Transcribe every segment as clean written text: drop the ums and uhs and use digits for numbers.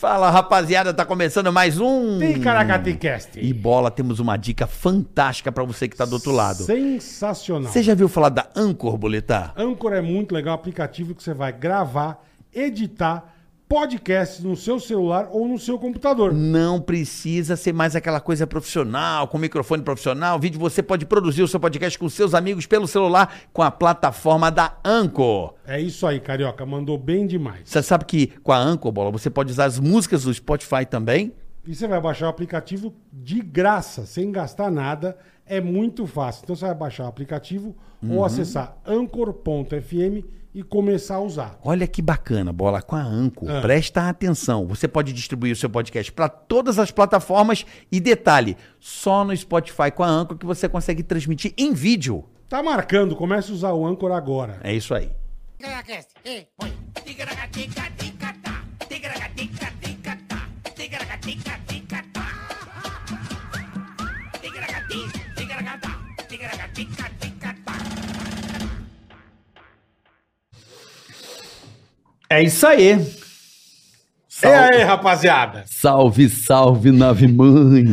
Fala, rapaziada, tá começando mais um... Ticaracaticast. E bola, temos uma dica fantástica pra você que tá do outro lado. Sensacional. Você já viu falar da Anchor, Boletar? Anchor é muito legal, um aplicativo que você vai gravar, editar podcasts no seu celular ou no seu computador. Não precisa ser mais aquela coisa profissional, com microfone profissional. Vídeo, você pode produzir o seu podcast com seus amigos pelo celular com a plataforma da Anchor. É isso aí, Carioca, mandou bem demais. Você sabe que com a Anchor, Bola, você pode usar as músicas do Spotify também? E você vai baixar o aplicativo de graça, sem gastar nada. É muito fácil. Então você vai baixar o aplicativo ou acessar anchor.fm e começar a usar. Olha que bacana, Bola, com a Anchor. Presta atenção. Você pode distribuir o seu podcast para todas as plataformas e detalhe, só no Spotify com a Anchor que você consegue transmitir em vídeo. Tá marcando, comece a usar o Anchor agora. É isso aí. É isso aí. E aí, rapaziada? Salve, salve, nave mãe.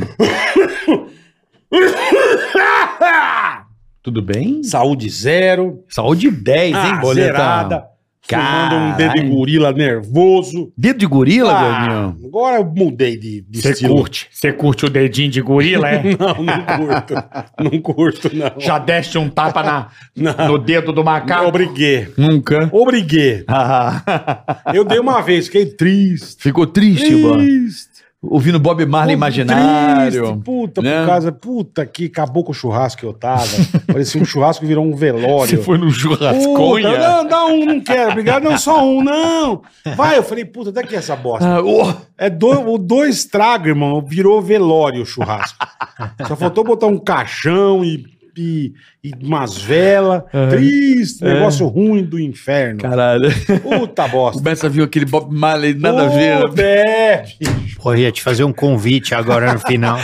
Tudo bem? Saúde zero. Saúde 10, hein, Boletar? Zerada. Fumando um dedo de Caralho. gorila nervoso. Dedo de gorila, Daniel? Agora eu mudei de Você estilo. curte? Você curte o dedinho de gorila, é? Não curto. Não curto, não. Já deste um tapa Não. no dedo do macaco? Obriguei. Nunca. Obriguei. Eu dei uma vez, fiquei triste. Ficou triste, mano. Triste. Ouvindo Bob Marley imaginário. Triste, puta, né? por causa... Puta, que acabou com o churrasco que eu tava. Parecia um churrasco que virou um velório. Você foi no Puta, churrasconha? não, dá um, não quero. Obrigado, não, só um, não. Vai, eu falei, puta, daqui essa bosta. É dois tragos, irmão. Virou velório o churrasco. Só faltou botar um caixão e umas velas. Triste, negócio ruim do inferno. Caralho. Puta bosta. Começa a ver aquele Bob Marley, nada a ver. Puta, é, bicho. Pô, ia te fazer um convite agora no final.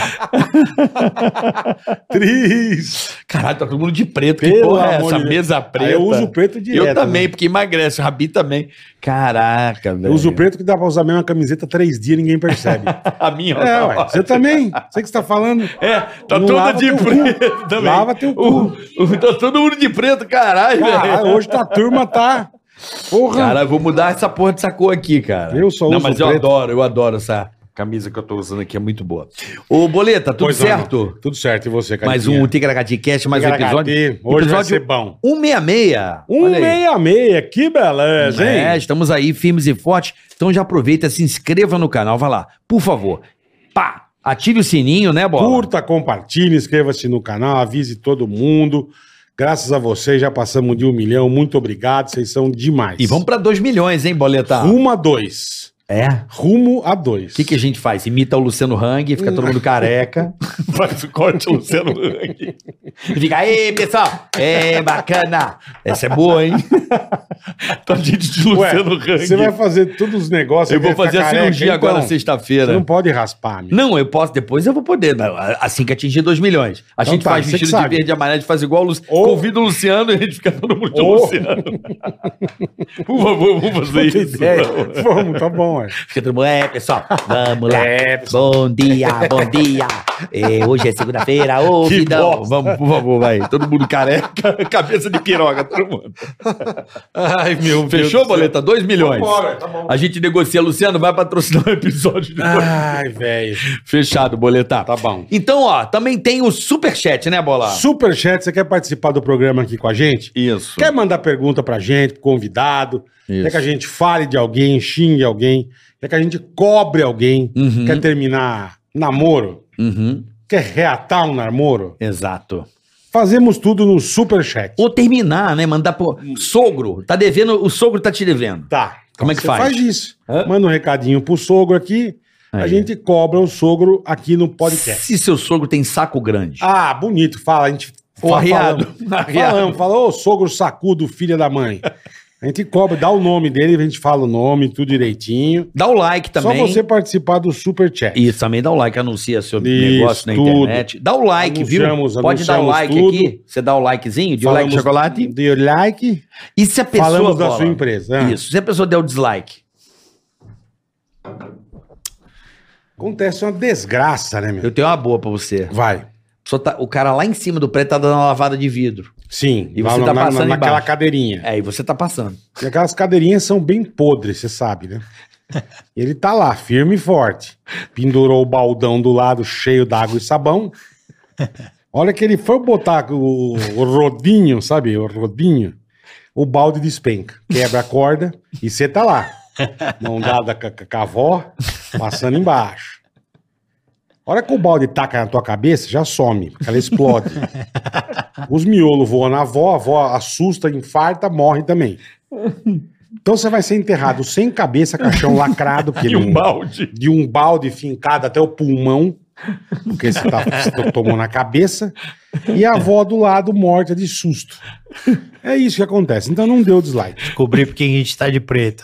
Triste. Caralho, tá todo mundo de preto. Que Pelo porra é amor essa? de Deus. Mesa preta. Aí eu uso preto direto. Eu também, né? porque emagrece. O Rabi também. Caraca, velho. Eu uso preto que dá pra usar a mesma camiseta 3 dias e ninguém percebe. A minha, É, tá ué. ótima. Você também. Você que está falando. É, tá Não toda lava de teu cu. preto também. Lava teu cu. Tá todo mundo de preto, caralho, Caralho, velho. hoje a turma tá... Porra. Cara, eu vou mudar essa porra dessa cor aqui, cara. Eu só Não, uso mas preto. eu adoro essa camisa que eu tô usando aqui, é muito boa. Ô, Boleta, tudo Pois não, certo? irmão. Tudo certo. E você, cara? Mais um Ticaracati Cast, mais um episódio. Hoje vai ser bom. 166. Olha aí. 166, que beleza, hein? É, estamos aí firmes e fortes. Então já aproveita, se inscreva no canal, vai lá, por favor. Pá, ative o sininho, né, Bola? Curta, compartilhe, inscreva-se no canal, avise todo mundo. Graças a vocês já passamos de 1 milhão. Muito obrigado, vocês são demais. E vamos pra 2 milhões, hein, Boleta? Rumo a 2. É? Rumo a 2. O que a gente faz? Imita o Luciano Hang, fica todo mundo careca. Faz o corte Luciano Hang. E fica, aí, pessoal, é bacana. Essa é boa, hein? Tá gente de Luciano Hang. Você vai fazer todos os negócios. Eu vou vai fazer ficar a careca, cirurgia agora então. sexta-feira. Você não pode raspar, amigo. Não, eu posso, depois eu vou poder, mas assim que atingir 2 milhões. A Então gente tá, faz você que vestido de sabe. verde e amarelo, a gente faz igual o Luciano. Ou- Convida o Luciano e a gente fica todo mundo de Ou- Luciano. Por favor, vamos fazer Puta isso. ideia. Vamos, tá bom, ué. Fica todo mundo, pessoal, vamos lá. É, pessoal. Bom dia, bom dia. Hoje é segunda-feira, ô Que vidão. bosta. Vamos, por favor, vai. Todo mundo careca, cabeça de piroga, todo mundo. Ai, meu Fechou, Boleta? 2 milhões. Vambora, tá bom. A gente negocia, Luciano, vai patrocinar o episódio depois. Ai, velho. Fechado, Boleta. Tá bom. Então, ó, também tem o superchat, né, Bola? Superchat, você quer participar do programa aqui com a gente? Isso. Quer mandar pergunta pra gente, pro convidado? Isso. Quer que a gente fale de alguém, xingue alguém? Quer que a gente cobre alguém? Uhum. Quer terminar namoro? Uhum. Quer reatar um namoro? Exato. Fazemos tudo no Superchat. Ou terminar, né? Mandar pro sogro. Tá devendo, o sogro tá te devendo. Tá. Como é que Você faz? faz isso. Hã? Manda um recadinho pro sogro aqui. A Aí. gente cobra o sogro aqui no podcast. Se seu sogro tem saco grande. Ah, bonito. Fala, a gente... Ô, arriado. Falamos, ô sogro sacudo, filha da mãe. A gente cobra, dá o nome dele, a gente fala o nome, tudo direitinho. Dá o like também. Só você participar do Superchat. Isso, também dá o like, anuncia seu Isso, negócio na tudo. internet. Dá o like, Anunciamos- viu? Pode dar o anunciamos like tudo. aqui. Você dá o likezinho, de like chocolate. Dê like. E se a pessoa... Falamos da Bola, sua empresa. Isso, se a pessoa der o dislike. Acontece uma desgraça, né, meu? Eu tenho uma boa pra você. Vai. O cara lá em cima do prédio tá dando uma lavada de vidro. Sim. E você tá passando naquela embaixo. cadeirinha. É, e você tá passando. E aquelas cadeirinhas são bem podres, você sabe, né? Ele tá lá, firme e forte. Pendurou o baldão do lado, cheio d'água e sabão. Olha que ele foi botar o rodinho, sabe? O rodinho. O balde despenca. Quebra a corda e você tá lá. Mão dada com a avó, passando embaixo. A hora que o balde taca na tua cabeça, já some, porque ela explode. Os miolos voam na avó, a avó assusta, infarta, morre também. Então você vai ser enterrado sem cabeça, caixão lacrado. E um balde. De um balde fincado até o pulmão, porque você tomou na cabeça. E a avó do lado morta de susto. É isso que acontece. Então não deu dislike. Descobri porque a gente tá de preto.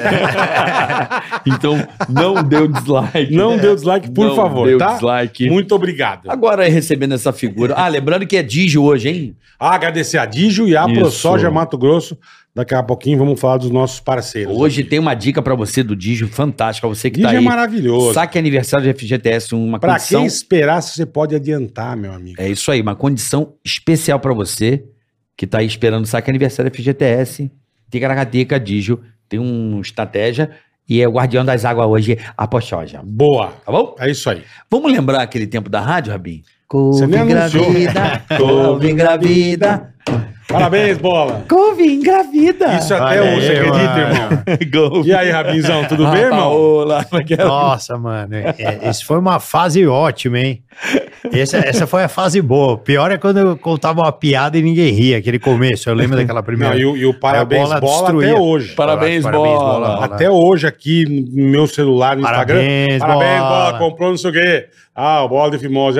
Então, não deu dislike. Não deu dislike, por Não favor, deu tá? dislike. Muito obrigado. Agora recebendo essa figura. Ah, lembrando que é Digio hoje, hein? Agradecer a Digio e a Isso. ProSoja Mato Grosso. Daqui a pouquinho vamos falar dos nossos parceiros. Hoje tem uma dica pra você do Digio fantástica. Você que Digio tá é aí. maravilhoso. Saque aniversário de FGTS, uma Pra condição... quem esperar, se você pode adiantar, meu amigo. É isso aí, uma condição especial pra você que tá aí esperando o saque aniversário da FGTS. Ticaracateca, Digio, tem uma estratégia e é o guardião das águas hoje, a ProSoja. Boa. Tá bom? É isso aí. Vamos lembrar aquele tempo da rádio, Rabin? Você me anunciou. Couve engravida. Parabéns, bola. Couve engravida. Isso até Olha hoje, aí, acredita, irmão? Couve. E aí, Rabinzão, tudo bem, irmão? Paola, Nossa, mano. Isso foi uma fase ótima, hein? Essa foi a fase boa. Pior é quando eu contava uma piada e ninguém ria, aquele começo. Eu lembro daquela primeira. Não, e o parabéns, Aí a bola destruía. até hoje. Parabéns, bola. Até hoje aqui no meu celular, no Parabéns, Instagram. Parabéns, bola. bola. Comprou não sei o quê. Ah, o bola de fimose.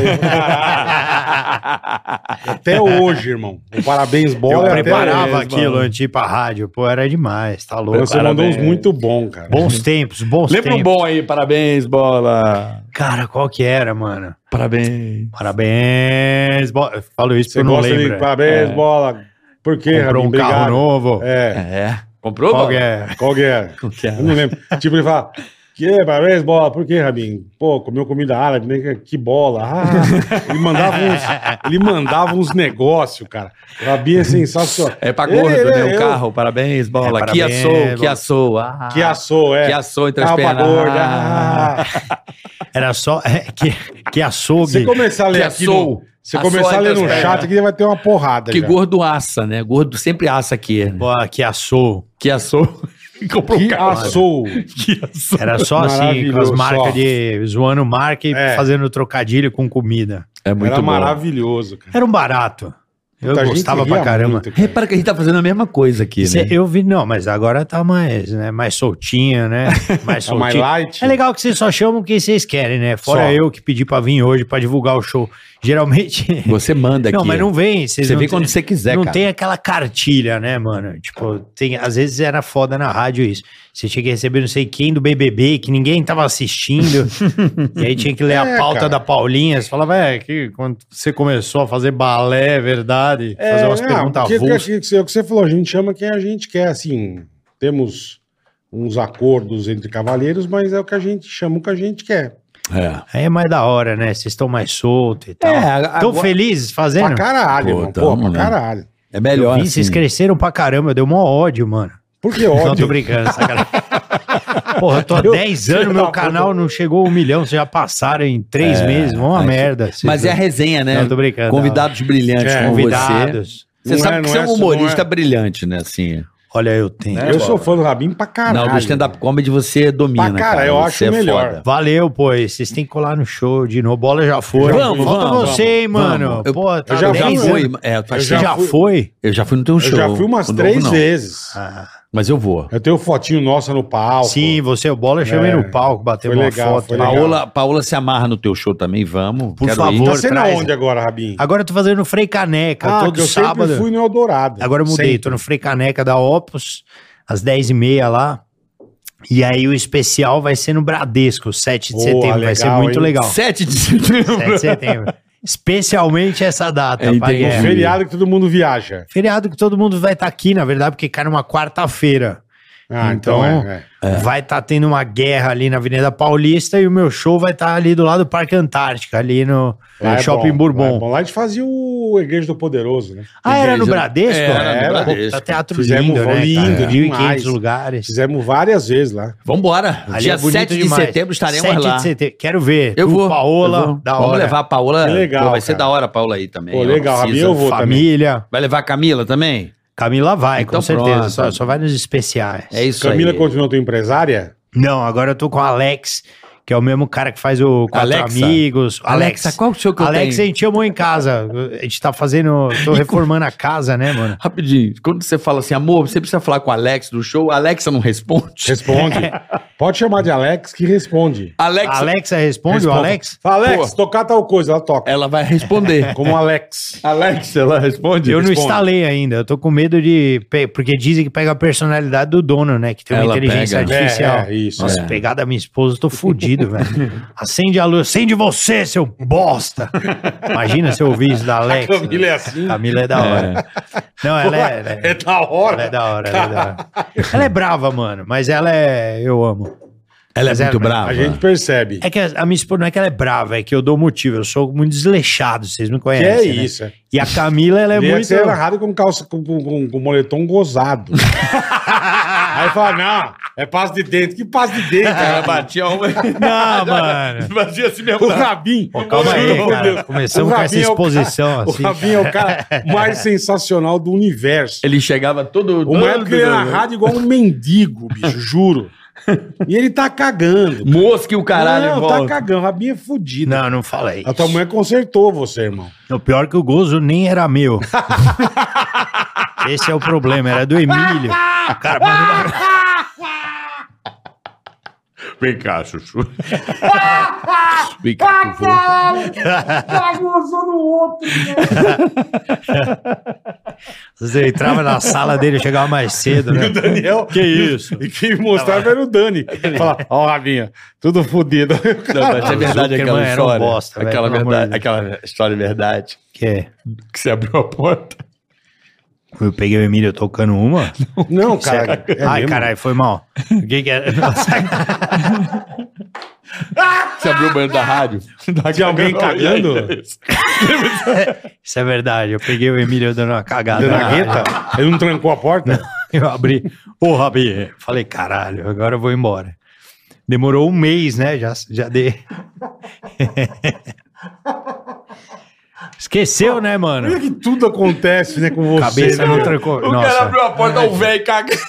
Até hoje, irmão. O parabéns, bola. Eu é até preparava hoje. aquilo antes de ir pra rádio. Pô, era demais, tá louco. Você mandou uns Parabéns. muito bons, cara. Bons tempos, bons Lembra um tempos. bom aí, parabéns, bola. Cara, qual que era, mano? Parabéns. Parabéns, bola. Eu falo isso Você porque eu não gosta lembro. de parabéns, bola. Por quê, Comprou Rabin? um carro Obrigado. novo. É. É. Comprou, Qual bola? que é? Qual que é? Qual que é? Eu não lembro. Tipo, ele fala, que parabéns, bola. Por quê, Rabin? Pô, comeu comida árabe, né? Que bola. Ah, ele mandava uns negócios, cara. O Rabin é sensacional. É pra gordo, né? O carro, parabéns, bola. É, Kia parabéns, Soul, bola. Kia Soul. Ah, Que assou, é. Kia Soul entre as Carro pra pernas. gorda. Ah. Era só que açougue. Você começar a ler Que aqui assou. no... Você Assou começar a ler entre no as chat pernas. aqui, vai ter uma porrada Que já. gordo assa, né? Gordo sempre assa aqui. Né? Pô, que assou. Kia Soul. Comprou um Que carro. assou. Kia Soul. Era só assim, com Maravilhoso, as marcas só. de zoando marca e É. fazendo trocadilho com comida. É muito Era bom. maravilhoso, cara. Era um barato. Eu Muita gente gostava ria pra caramba. muito, cara. Repara que a gente tá fazendo a mesma coisa aqui, né? Eu vi, não, mas agora tá mais, né, mais soltinha, né? Mais Tá mais soltinho. light. É legal que vocês só chamam quem vocês querem, né? Fora Só. eu que pedi pra vir hoje pra divulgar o show. Geralmente. Você manda aqui. Não, mas não vem. Vocês Você não vem tem- quando você quiser, Não cara. tem aquela cartilha, né, mano? Tipo, às vezes era foda na rádio isso. Você tinha que receber não sei quem do BBB, que ninguém tava assistindo. E aí tinha que ler a pauta cara. da Paulinha. Você falava, que quando você começou a fazer balé, é verdade, fazer umas perguntas porque avulsas. é o que você falou, a gente chama quem a gente quer, assim, temos uns acordos entre cavalheiros, mas é o que a gente chama o que a gente quer. É. Aí é mais da hora, né? Vocês estão mais soltos e tal. É, Estão agora- felizes fazendo? Pra caralho, Pô, irmão. tamo, Pô, pra né? caralho. É melhor Eu vi, assim. vocês cresceram pra caramba, deu mó ódio, mano. Por que Não, tô ódio? brincando, sacanagem. Porra, eu tô há 10 anos, meu canal não chegou a 1 milhão, vocês já passaram em 3 meses, uma merda. Vocês- Mas é a resenha, né? Não, tô brincando. Convidados brilhantes É, como você. Convidados. Você Não sabe é- que não você é é um só- humorista não é- brilhante, né? Assim. Olha, eu tenho. Né? Eu sou fã do Rabin pra caralho. Não, do stand-up comedy você domina, Pra caralho, eu acho Você é melhor. foda. Valeu, pô. Vocês têm que colar no show de novo. Bola já foi. Vamos, Falta vamos, você, hein, mano. vamos. Eu- Pô, tá eu já 10 fui. anos. É, Eu Você já já fui- foi? eu já fui no teu Eu show. já fui umas O novo, 3 não. vezes. Mas eu vou. Eu tenho fotinho nossa no palco. Sim, você, o Bola, eu chamei É, no palco, bateu foi uma legal, foto. foi legal. Paola se amarra no teu show também, vamos. Por Quero favor. ir. Tá sendo traz- onde agora, Rabin? Agora eu tô fazendo no Frei Caneca, todo que eu sábado. sempre fui no Eldorado. Agora eu mudei, Sempre. tô no Frei Caneca da Opus, às 10h30 lá. E aí o especial vai ser no Bradesco, 7 de Boa, setembro. Vai ser legal, muito hein? legal. 7 de setembro. 7 de setembro. Especialmente essa data. Entendi. pai. Um feriado que todo mundo viaja. Feriado que todo mundo vai estar aqui, na verdade, porque cai numa quarta-feira. Ah, Então, então vai estar tendo uma guerra ali na Avenida Paulista e o meu show vai estar ali do lado do Parque Antártica, ali no Lá é Shopping bom, Bourbon. Lá é bom. Lá a gente fazia o Igreja do Poderoso, né? Ah, era no Igreja- Bradesco? Era no Pô, Bradesco. tá teatro Fizemos lindo, né? lindo, Tá, 1.500 demais. lugares. Fizemos várias vezes lá. Vambora. Ali Dia é bonito 7 de demais. setembro estaremos 7 lá. de setembro. Quero ver. Eu Tu, vou. Paola, eu vou. da Vamos hora. levar a Paola. Que legal, Pô, vai ser cara. da hora a Paola aí também. Pô, ela legal, a precisa. minha eu vou também. Família. Vai levar a Camila também? Camila vai, Então com certeza. pronto. Só vai nos especiais. É isso Camila aí. continua tua empresária? Não, agora eu tô com o Alex, que é o mesmo cara que faz o Quatro Alexa? Amigos. Alexa, qual o show que eu Alex, tenho? a gente chamou em casa. A gente tá fazendo... Tô reformando a casa, né, mano? Rapidinho, quando você fala assim, amor, você precisa falar com o Alex do show, a Alexa não responde? Responde. Pode chamar de Alex que responde. Alexa, Alexa responde, o Alex? Fala, Alex, Pô. tocar tal coisa, ela toca. ela vai responder. Como Alex. Alexa, ela responde? Eu não Responde. instalei ainda. Eu tô com medo de... Porque dizem que pega a personalidade do dono, né? Que tem uma Ela inteligência pega. artificial. Isso. Nossa, pegar da minha esposa, eu tô fudido, velho. Acende a luz. Acende você, seu bosta. Imagina se eu ouvir isso da Alexa. A Camila é assim. Camila é da hora. Não, ela é... É da hora. Ela é da hora, ela é da hora. Ela é brava, mano, mas ela é... Eu amo. Ela é Mas muito ela- brava. A gente percebe. É que a minha esposa não é que ela é brava, é que eu dou motivo. Eu sou muito desleixado, vocês me Que conhecem, é né? isso. E a Camila, ela é Ele muito... ser errado com calça, com moletom gozado. Aí fala, não, é pasta de dente. Que pasta de dente, Ela cara? batia uma... Não, mano. Batia assim mesmo. O Rabin. Calma aí, Juro por cara. Deus. Começamos O com essa Rabin é o exposição, cara- assim. O Rabin é o cara mais sensacional do universo. Ele chegava todo... Uma época ele era na rádio igual um mendigo, bicho, juro. E ele tá cagando. Mosca e o caralho em Não, volta. tá cagando. O Rabin é fudido. Não, não fala isso. A tua mulher consertou você, irmão. O pior é que o gozo nem era meu. Esse é o problema, era do Emílio. O cara mandou... Vem cá, Chuchu. Vem cá, por favor. Tá gozando o outro. Você entrava na sala dele, eu chegava mais cedo, né? O Daniel. Que isso? E quem me mostrava era o Dani. Fala, ó, Rabinha, tudo fodido. Não, mas é verdade Zuckerman aquela era um história. bosta, velho, aquela, pelo amor verdade, de aquela história verdade. Que é? Que você abriu a porta. Eu peguei o Emílio tocando uma. Não, cara. é Ai, mesmo? caralho, foi mal. O que que era? Nossa, Você abriu o banheiro da rádio. Tinha alguém cagando? isso é verdade. Eu peguei o Emílio dando uma cagada. Deu na gueta? Ele não trancou a porta? Eu abri. Ô, Rabi, falei, caralho, agora eu vou embora. Demorou um mês, né? Já dei. Esqueceu, né, mano? Olha que tudo acontece, né, com você. Cabeça né, não meu? trancou. O cara Nossa, abriu a porta, o velho cagando.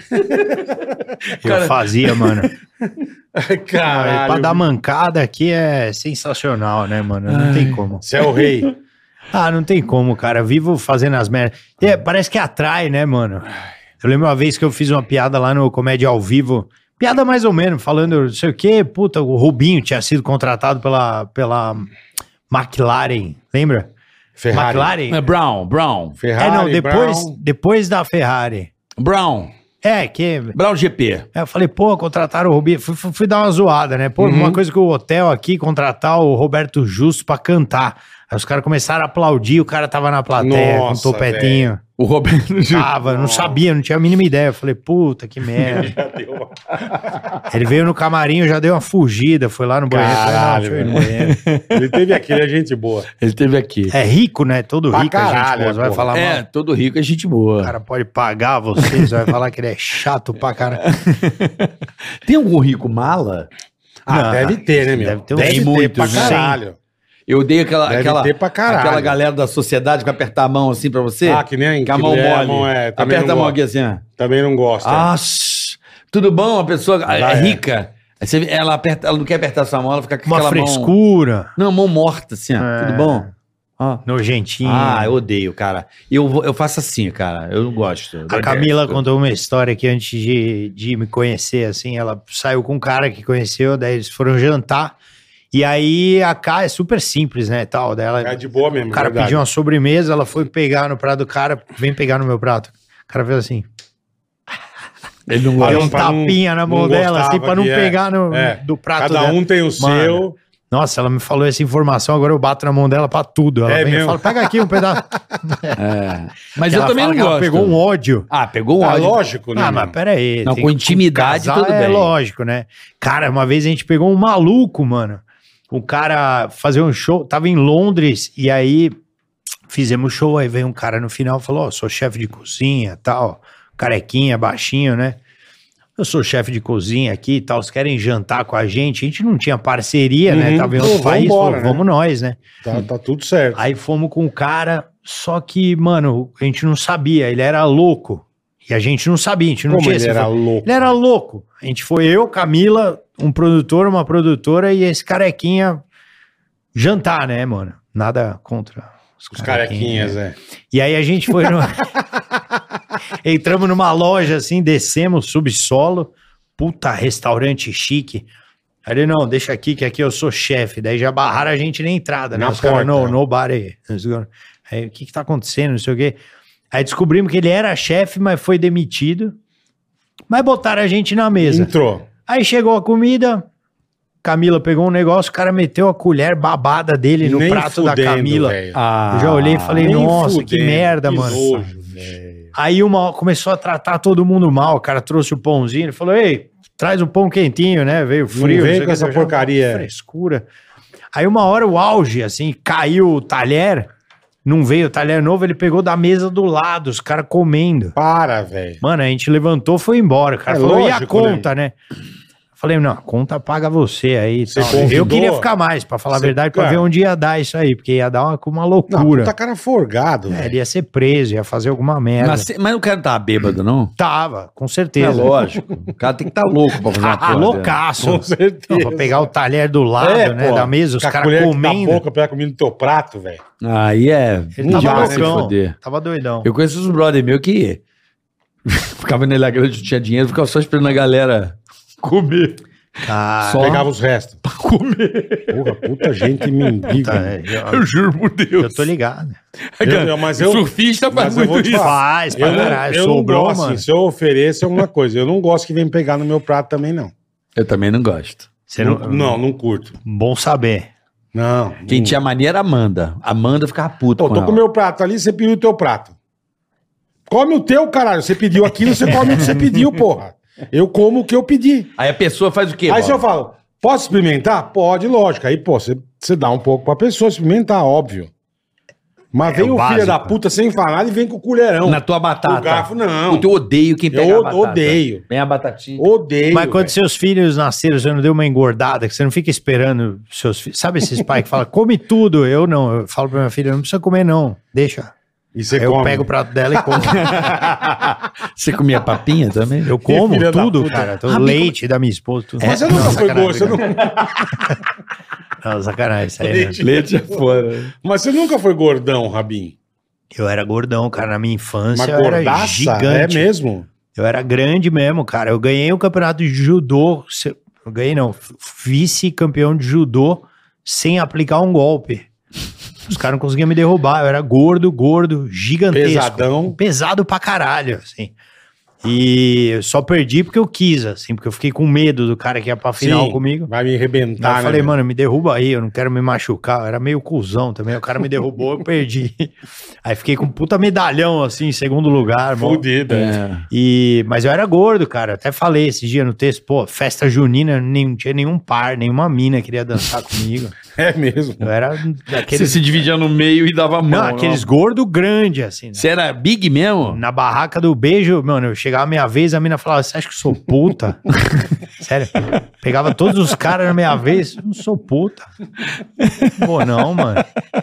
eu fazia, mano. Ai, caralho. Pra dar mancada aqui é sensacional, né, mano? Não tem como. Você é o rei. Ah, não tem como, cara. Vivo fazendo as merdas. Parece que atrai, né, mano? Eu lembro uma vez que eu fiz uma piada lá no Comédia ao Vivo. Piada mais ou menos, falando não sei o quê. Puta, o Rubinho tinha sido contratado pela McLaren. Lembra? Ferrari. McLaren? É Brown. Ferrari, depois da Ferrari. Brown GP. Eu falei, pô, contrataram o Rubinho. Fui dar uma zoada, né? Pô, uma coisa que o hotel aqui contratar o Roberto Justo pra cantar. Aí os caras começaram a aplaudir, o cara tava na plateia Nossa, com um topetinho. O Roberto Tava, não sabia, não tinha a mínima ideia. Eu falei, puta, que merda. Ele veio no camarim, eu já dei uma fugida, foi lá no banheiro. Caralho, Falei, não, deixa eu ir no banheiro. Ele teve aqui, ele é gente boa. Ele teve aqui. É rico, né? Todo Pra rico a caralho, gente boa. Você vai pô. falar É, mal. todo rico é gente boa. O cara pode pagar vocês, vai falar que ele é chato pra caralho. Tem algum rico mala? Ah, Não, deve ter, né, meu? deve ter uns Deve ter muitos, pra né? caralho. Eu dei Deve ter pra caralho. aquela galera da sociedade que vai apertar a mão assim pra você. Ah, que nem Com a mão que mole. mão também Aperta não a mão gosto. aqui assim, ó. Também não gosta. Ah, tudo bom? A pessoa é é. rica. Aí você vê, ela não quer apertar sua mão, ela fica com Uma aquela mão... frescura, Não, mão morta assim, ó. É. Tudo bom? Ó. nojentinho. Ah, eu odeio, cara. Eu faço assim, cara. Eu não gosto. A Camila contou uma história que antes de me conhecer, assim, ela saiu com um cara que conheceu, daí eles foram jantar, e aí a Cá é super simples, né, tal, daí ela, É de boa mesmo, o cara verdade. pediu uma sobremesa, ela foi pegar no prato do cara, vem pegar no meu prato. O cara fez assim, Ele não deu gosta. um pra não- tapinha na mão não dela, assim, gostava pra não que é. pegar É. do prato Cada dela. um tem o Mano, seu. Nossa, ela me falou essa informação, agora eu bato na mão dela pra tudo. Ela vem e fala, pega aqui um pedaço. Mas eu também não gosto. Ela pegou um ódio. Pegou um ódio. Lógico, né? Mas peraí. Não, com intimidade tudo bem. É lógico, né? Cara, uma vez a gente pegou um maluco, mano. O cara fazia um show, tava em Londres, e aí fizemos show, aí veio um cara no final e falou, sou chefe de cozinha e tal, carequinha, baixinho, né? Eu sou chefe de cozinha aqui e tal, vocês querem jantar com a gente não tinha parceria, né? Tava em outro país, embora, vamos nós, né? Tá tudo certo. Aí fomos com o cara, só que, mano, a gente não sabia, ele era louco. E a gente não sabia, a gente não Como tinha... ele era louco? Ele era louco. A gente foi eu, Camila, um produtor, uma produtora e esse carequinha jantar, né, mano? Nada contra os carequinhas, E aí a gente foi no... Entramos numa loja assim, descemos, subsolo, puta restaurante chique. Aí ele, não, deixa aqui que aqui eu sou chefe. Daí já barraram a gente na entrada, né? Na Os caras, porta. nobody. Aí, o que tá acontecendo, não sei o quê. Aí descobrimos que ele era chefe, mas foi demitido. Mas botaram a gente na mesa. Entrou. Aí chegou a comida, Camila pegou um negócio, o cara meteu a colher babada dele no Nem prato da fudendo, Camila. velho. Eu já olhei e falei, Nem nossa, que fudendo, merda, que mano. nojo, velho. Aí começou a tratar todo mundo mal, o cara trouxe o pãozinho, ele falou, ei, traz um pão quentinho, né, veio frio. Não vem sei com que, essa porcaria. Frescura. Aí uma hora o auge, assim, caiu o talher, não veio o talher novo, ele pegou da mesa do lado, os caras comendo. Para, velho. Mano, a gente levantou, foi embora. O cara falou, e a lógico, conta, né? Falei, não, a conta paga você aí. Você tal. convidou? Eu queria ficar mais, pra falar a verdade, pra ver onde ia dar isso aí, porque ia dar uma Não, loucura. puta cara forgado, velho. Ele ia ser preso, ia fazer alguma merda. Mas o cara não tava bêbado, não? Tava, com É certeza. lógico. O cara tem que estar louco pra fazer uma coisa. Loucaço. Com certeza. Não, pra pegar o talher do lado, né, pô, da mesa, os com a caras colher da comendo. boca, pega comida no teu prato, velho. Aí Ele não tava dá se loucão, foder. tava doidão. Eu conheço uns brother meu que ficava nele grande, tinha dinheiro, ficava só esperando a galera comer. Ah, Só Pegava os restos. pra comer. Porra, puta gente mendiga. tá, velho. Eu juro por Deus. eu tô ligado. Mas eu- Surfista faz mas eu vou muito te isso. falar. Faz, pra Eu não, caralho. eu não Sobrou, gosto, mano. assim, se eu ofereço é uma coisa. Eu não gosto que vem pegar no meu prato também, não. Eu também não gosto. Você Não curto. Bom saber. Não. Quem tinha mania era a Amanda. A Amanda ficava puta Pô, com tô ela. com o meu prato ali, você pediu o teu prato. Come o teu, caralho. Você pediu aquilo, você come o que você pediu, porra. Eu como o que eu pedi. Aí a pessoa faz o quê? Aí se Bob? eu falo, posso experimentar? Pode, lógico. Aí, pô, você dá um pouco pra pessoa experimentar, óbvio. Mas vem o o filho básico. da puta sem falar e vem com o colherão. Na tua batata. O garfo, não. Puta, eu odeio quem pega Eu a batata. odeio. Vem a batatinha. Odeio. Mas quando velho. seus filhos nasceram, você não deu uma engordada, que você não fica esperando seus filhos. Sabe esses pais que falam, come tudo? Eu não. Eu falo pra minha filha, não precisa comer, não. Deixa. E você Aí eu come. pego o prato dela e como. Você comia papinha também? Eu como filha da tudo, puta. cara. Todo leite da minha esposa. Tudo. Mas você nunca foi gordo, você não... Não, sacanagem. Isso aí, Leite. né? Leite é fora. Mas você nunca foi gordão, Rabinho? Eu era gordão, cara. Na minha infância Mas eu era gordaça? gigante. É mesmo? Eu era grande mesmo, cara. Eu ganhei o campeonato de judô. Eu ganhei, não. Vice-campeão de judô sem aplicar um golpe. Os caras não conseguiam me derrubar. Eu era gordo, gigantesco. Pesadão. Pesado pra caralho, assim. E eu só perdi porque eu quis, assim. Porque eu fiquei com medo do cara que ia pra final Sim, comigo. vai me Aí arrebentar, eu falei, né? mano, me derruba aí, eu não quero me machucar. Eu era meio cuzão também. O cara me derrubou, eu perdi. Aí fiquei com um puta medalhão, assim, em segundo lugar. mó- Fudido, é. Mas eu era gordo, cara. Até falei esse dia no texto, pô, festa junina, não tinha nenhum par, nenhuma mina queria dançar comigo. É mesmo. Eu era Você daqueles. se dividia no meio e dava a mão. Não, aqueles gordos grandes, assim. Né? Você era big mesmo? Na barraca do beijo, mano, eu chegava a minha vez, a mina falava, você acha que eu sou puta? Sério? Pegava todos os caras na minha vez, eu não sou puta. Pô, não, mano.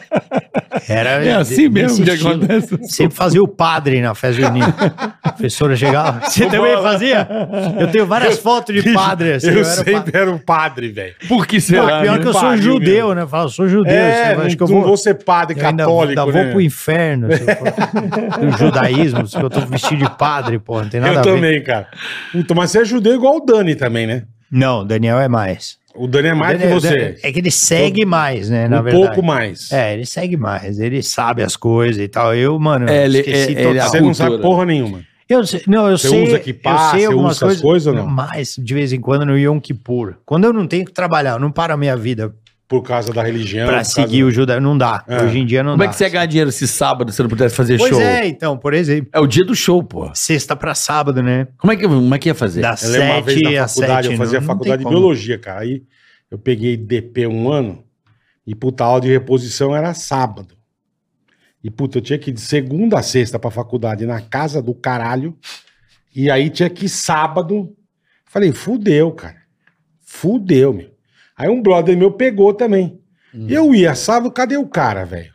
Era É assim mesmo desse que estilo. acontece. Sempre fazia o padre na festa junina. A professora chegava. Você também fazia? Eu tenho várias fotos de padre, assim. eu era sempre padre. era um padre, velho. Por que Não, será? pior né? que eu sou Pariu judeu, né? Eu falo, eu sou judeu. É, você acha que eu não vou... vou ser padre Eu ainda católico, vou né? pro inferno. Se eu for... No judaísmo, se eu tô vestido de padre, pô, não tem nada Eu a ver. também, cara. Puta, mas você é judeu igual o Dani também, né? Não, o Daniel é mais. O Dani é mais que Daniel- você. É que ele segue mais, né, na Um verdade. pouco mais. É, ele segue mais. Ele sabe as coisas e tal. Eu, mano, É, ele- esqueci ele- total. Você não sabe porra nenhuma. Eu sei, não, eu Você sei. usa kippah, eu sei você algumas usa essas coisas ou não? Mas, de vez em quando, no Yom Kippur. Quando eu não tenho que trabalhar, eu não paro a minha vida por causa da religião. Pra seguir o judeu, não dá. É. Hoje em dia não Como dá. é que você ia ganhar dinheiro esse sábado se não pudesse fazer Pois show? é, então, por exemplo. É o dia do show, pô. Sexta pra sábado, né? Como é que ia fazer? Das Eu lembro uma vez 7 na às faculdade, 7. eu fazia faculdade de biologia, cara. Aí eu peguei DP um ano e, puta, a aula de reposição era sábado. E, puta, eu tinha que ir de segunda a sexta pra faculdade na casa do caralho. E aí tinha que ir sábado. Falei, fudeu, cara. Fudeu, meu. Aí um brother meu pegou também. Eu ia sábado, cadê o cara, velho?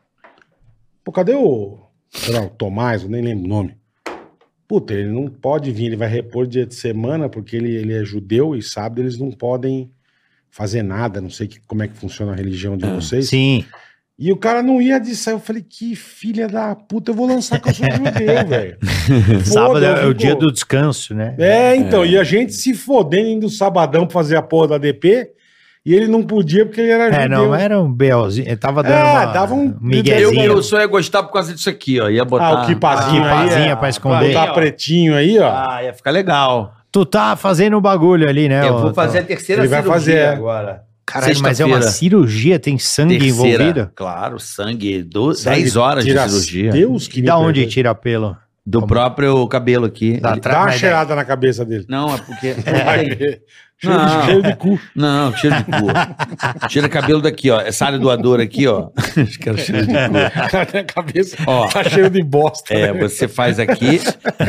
Pô, cadê o... Sei lá, o Tomás, eu nem lembro o nome. Puta, ele não pode vir, ele vai repor dia de semana, porque ele é judeu e sábado eles não podem fazer nada, não sei como é que funciona a religião de vocês. Sim. E o cara não ia disso, aí eu falei, que filha da puta, eu vou lançar que eu sou judeu, velho. Sábado Foda, é eu o dia fico- do descanso, né? É, então, e a gente se fodendo indo sabadão pra fazer a porra da DP, e ele não podia porque ele era É, judeu. não, era um BLzinho. Ele tava dando dava um- miguezinho. Eu só ia gostar por causa disso aqui, ó. Ia botar... Ah, o kipazinho aí, kipazinha pra esconder. Botar pretinho aí, ó. Ah, ia ficar legal. Tu tá fazendo o bagulho ali, né? Eu ó, vou fazer tá- a terceira Ele vai cirurgia fazer, é. agora. Caralho, mas é uma Sexta-feira. cirurgia, tem sangue envolvido? Claro, sangue. Sangue 10 horas de tira- cirurgia. Deus que E me da onde perdoe. tira pelo? Do próprio cabelo aqui. Da Ele- Dá uma Mas é- cheirada na cabeça dele. Não, é porque... Vai ver. Cheio, Não. de, cheio de cu. Não, cheiro de cu. Tira cabelo daqui, ó. Essa área doadora aqui, ó. Os caras cheiro de cu. Na cabeça Ó. tá cheio de bosta. É, você faz aqui.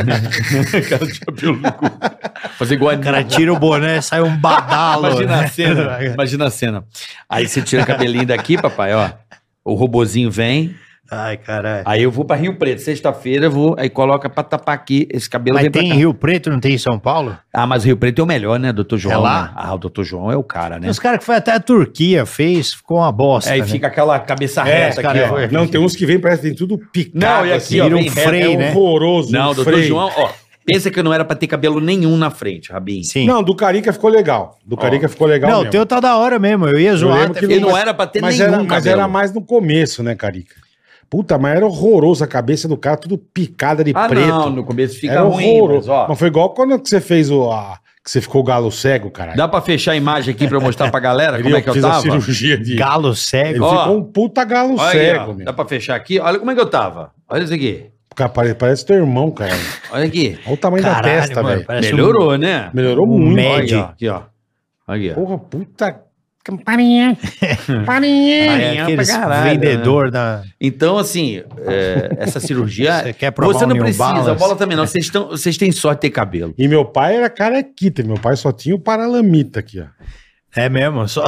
Cara de cabelo no cu. Fazer igual a O cara tira o boné, sai um badalo. Imagina né? a cena. Imagina a cena. Aí você tira o cabelinho daqui, papai, ó. O robozinho vem. Ai, caralho. Aí eu vou pra Rio Preto. Sexta-feira eu vou. Aí coloca pra tapar aqui. Esse cabelo Mas vem pra tem cá. em Rio Preto, não tem em São Paulo? Ah, mas o Rio Preto é o melhor, né, doutor João? É lá? Né? Ah, o doutor João é o cara, né? Tem uns caras que foi até a Turquia, fez, ficou uma bosta. Aí né? fica aquela cabeça É, reta cara, aqui, ó. Não, tem uns que vem, parece que tem tudo picado. Não, e aqui, assim, ó, vira um bem reto, freio, é né? horroroso. Não, um o doutor freio. João, ó. Pensa que não era pra ter cabelo nenhum na frente, Rabin. Sim. Não, do Carica ficou legal. Do Carica ficou legal Não, o mesmo. teu tá da hora mesmo. Eu ia zoar. lembro até que Ele não mas- era pra ter mas nenhum era, mas cabelo. era mais no começo, né, Carica? Puta, mas era horroroso a cabeça do cara, tudo picada de Ah, preto. não, no começo fica Era ruim, horroroso. mas, ó. Mas foi igual quando que você fez que você ficou galo cego, caralho. Dá pra fechar a imagem aqui pra eu mostrar pra galera como é que eu fiz a tava? cirurgia de... Galo Ele cego. Ó. ficou um puta galo Olha aí, cego, ó. meu. Dá pra fechar aqui? Olha como é que eu tava. Olha isso aqui. Cara, parece teu irmão, cara. Olha aqui. Olha o tamanho da Caralho, testa, mano, velho. parece Melhorou, né? Melhorou um muito. médio. Olha, ó, aqui, ó. Aqui, ó. Porra, puta... Campainha. Campainha. É, aqueles pra caralho, vendedor da... Então, assim, essa cirurgia... Você quer provar Você não um New precisa, Balance? a bola também não. Vocês têm sorte de ter cabelo. E meu pai era carequita. Meu pai só tinha o paralamita aqui, ó. É mesmo, só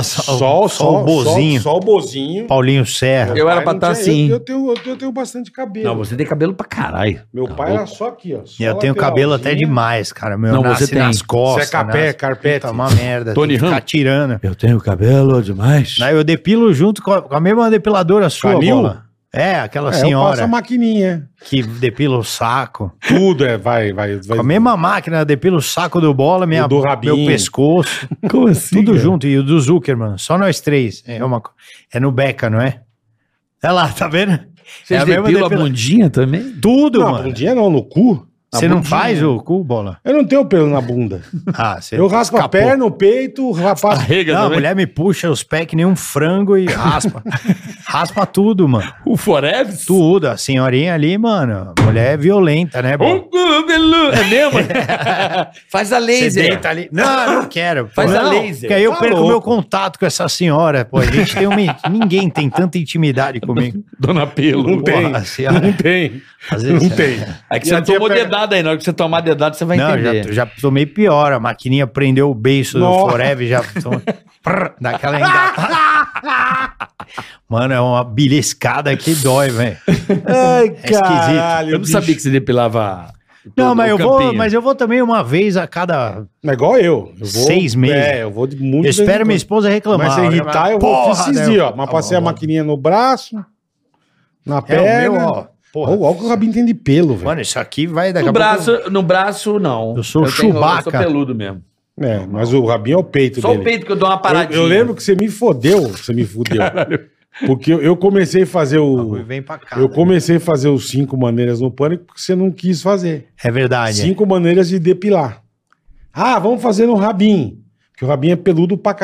Só o bozinho. Só o bozinho. Paulinho Serra. Eu era Pai pra não tá tinha- assim. Eu tenho bastante cabelo. Não, você tem cabelo pra caralho. Meu Tá pai louco. era só aqui, ó. Só E eu tenho cabelo até demais, cara. Meu Não, nasce você tem. nas costas. Você é capé, nasce- carpete. Puta, uma merda. Tony tem que ficar Ramos. tirando. Eu tenho cabelo demais. Aí eu depilo junto com a mesma depiladora sua, Canil? Bola. É, aquela Eu passo senhora a maquininha. que depila o saco. Tudo vai. Com a mesma máquina, depila o saco do Bola, O do rabinho. meu pescoço. Como assim? Tudo junto. E o do Zuckerman. Só nós três. É no Beca, não é? Olha lá, tá vendo? Vocês a mesma depilam a depila- bundinha também? Tudo, Não, mano. bundinha não, no cu. Você não faz o cu, Bola? Eu não tenho pelo na bunda. Ah, você Eu raspo a escapou. perna, o peito, rapaz. Rega Não, a mulher me puxa os pés que nem um frango e raspa. Raspa tudo, mano. O Forever? Tudo. A senhorinha ali, mano, a mulher é violenta, né, Bola? É mesmo? Faz a Você laser. deita ali. Não, eu não quero. pô. Faz a Não, laser. Porque aí eu Tá perco o louco. meu contato com essa senhora. Pô, a gente tem ninguém tem tanta intimidade comigo. Dona Pelo. Não tem. Porra, a senhora- Não tem. Às vezes- Não tem. É que E você a não tia tomou pega- dedada aí. Na hora que você tomar dedada, você vai Não, entender. já tomei pior. A maquininha prendeu o beiço do Nossa. Forever, já dá aquela engatada. Mano, é uma beliscada que dói, velho. Ai, esquisito. caralho. Eu não bicho. sabia que você depilava. Não, todo mas o eu vou, campinho. mas eu vou também uma vez a cada. É igual eu. Eu vou, 6 meses. É, eu vou de muito. Eu espero minha esposa reclamar. Mas se irritar, eu vou Porra, esses né? dias, ó. Mas Tá passei a bom. maquininha no braço, na É o perna. meu, ó. Porra. Olha o que o Rabinho tem de pelo, velho. Mano, isso aqui vai daqui No a pouco. no braço, não. Eu sou Eu Chewbacca. sou peludo mesmo. É, mas o Rabinho é o peito Só dele. o peito que eu dou uma paradinha. Eu lembro que você me fodeu. Você me fudeu. Porque eu comecei a fazer o. Vem pra cá. Eu né? comecei a fazer os 5 maneiras no pânico porque você não quis fazer. É verdade. 5 maneiras de depilar. Ah, vamos fazer no Rabinho. Porque o Rabinho é peludo pra caralho.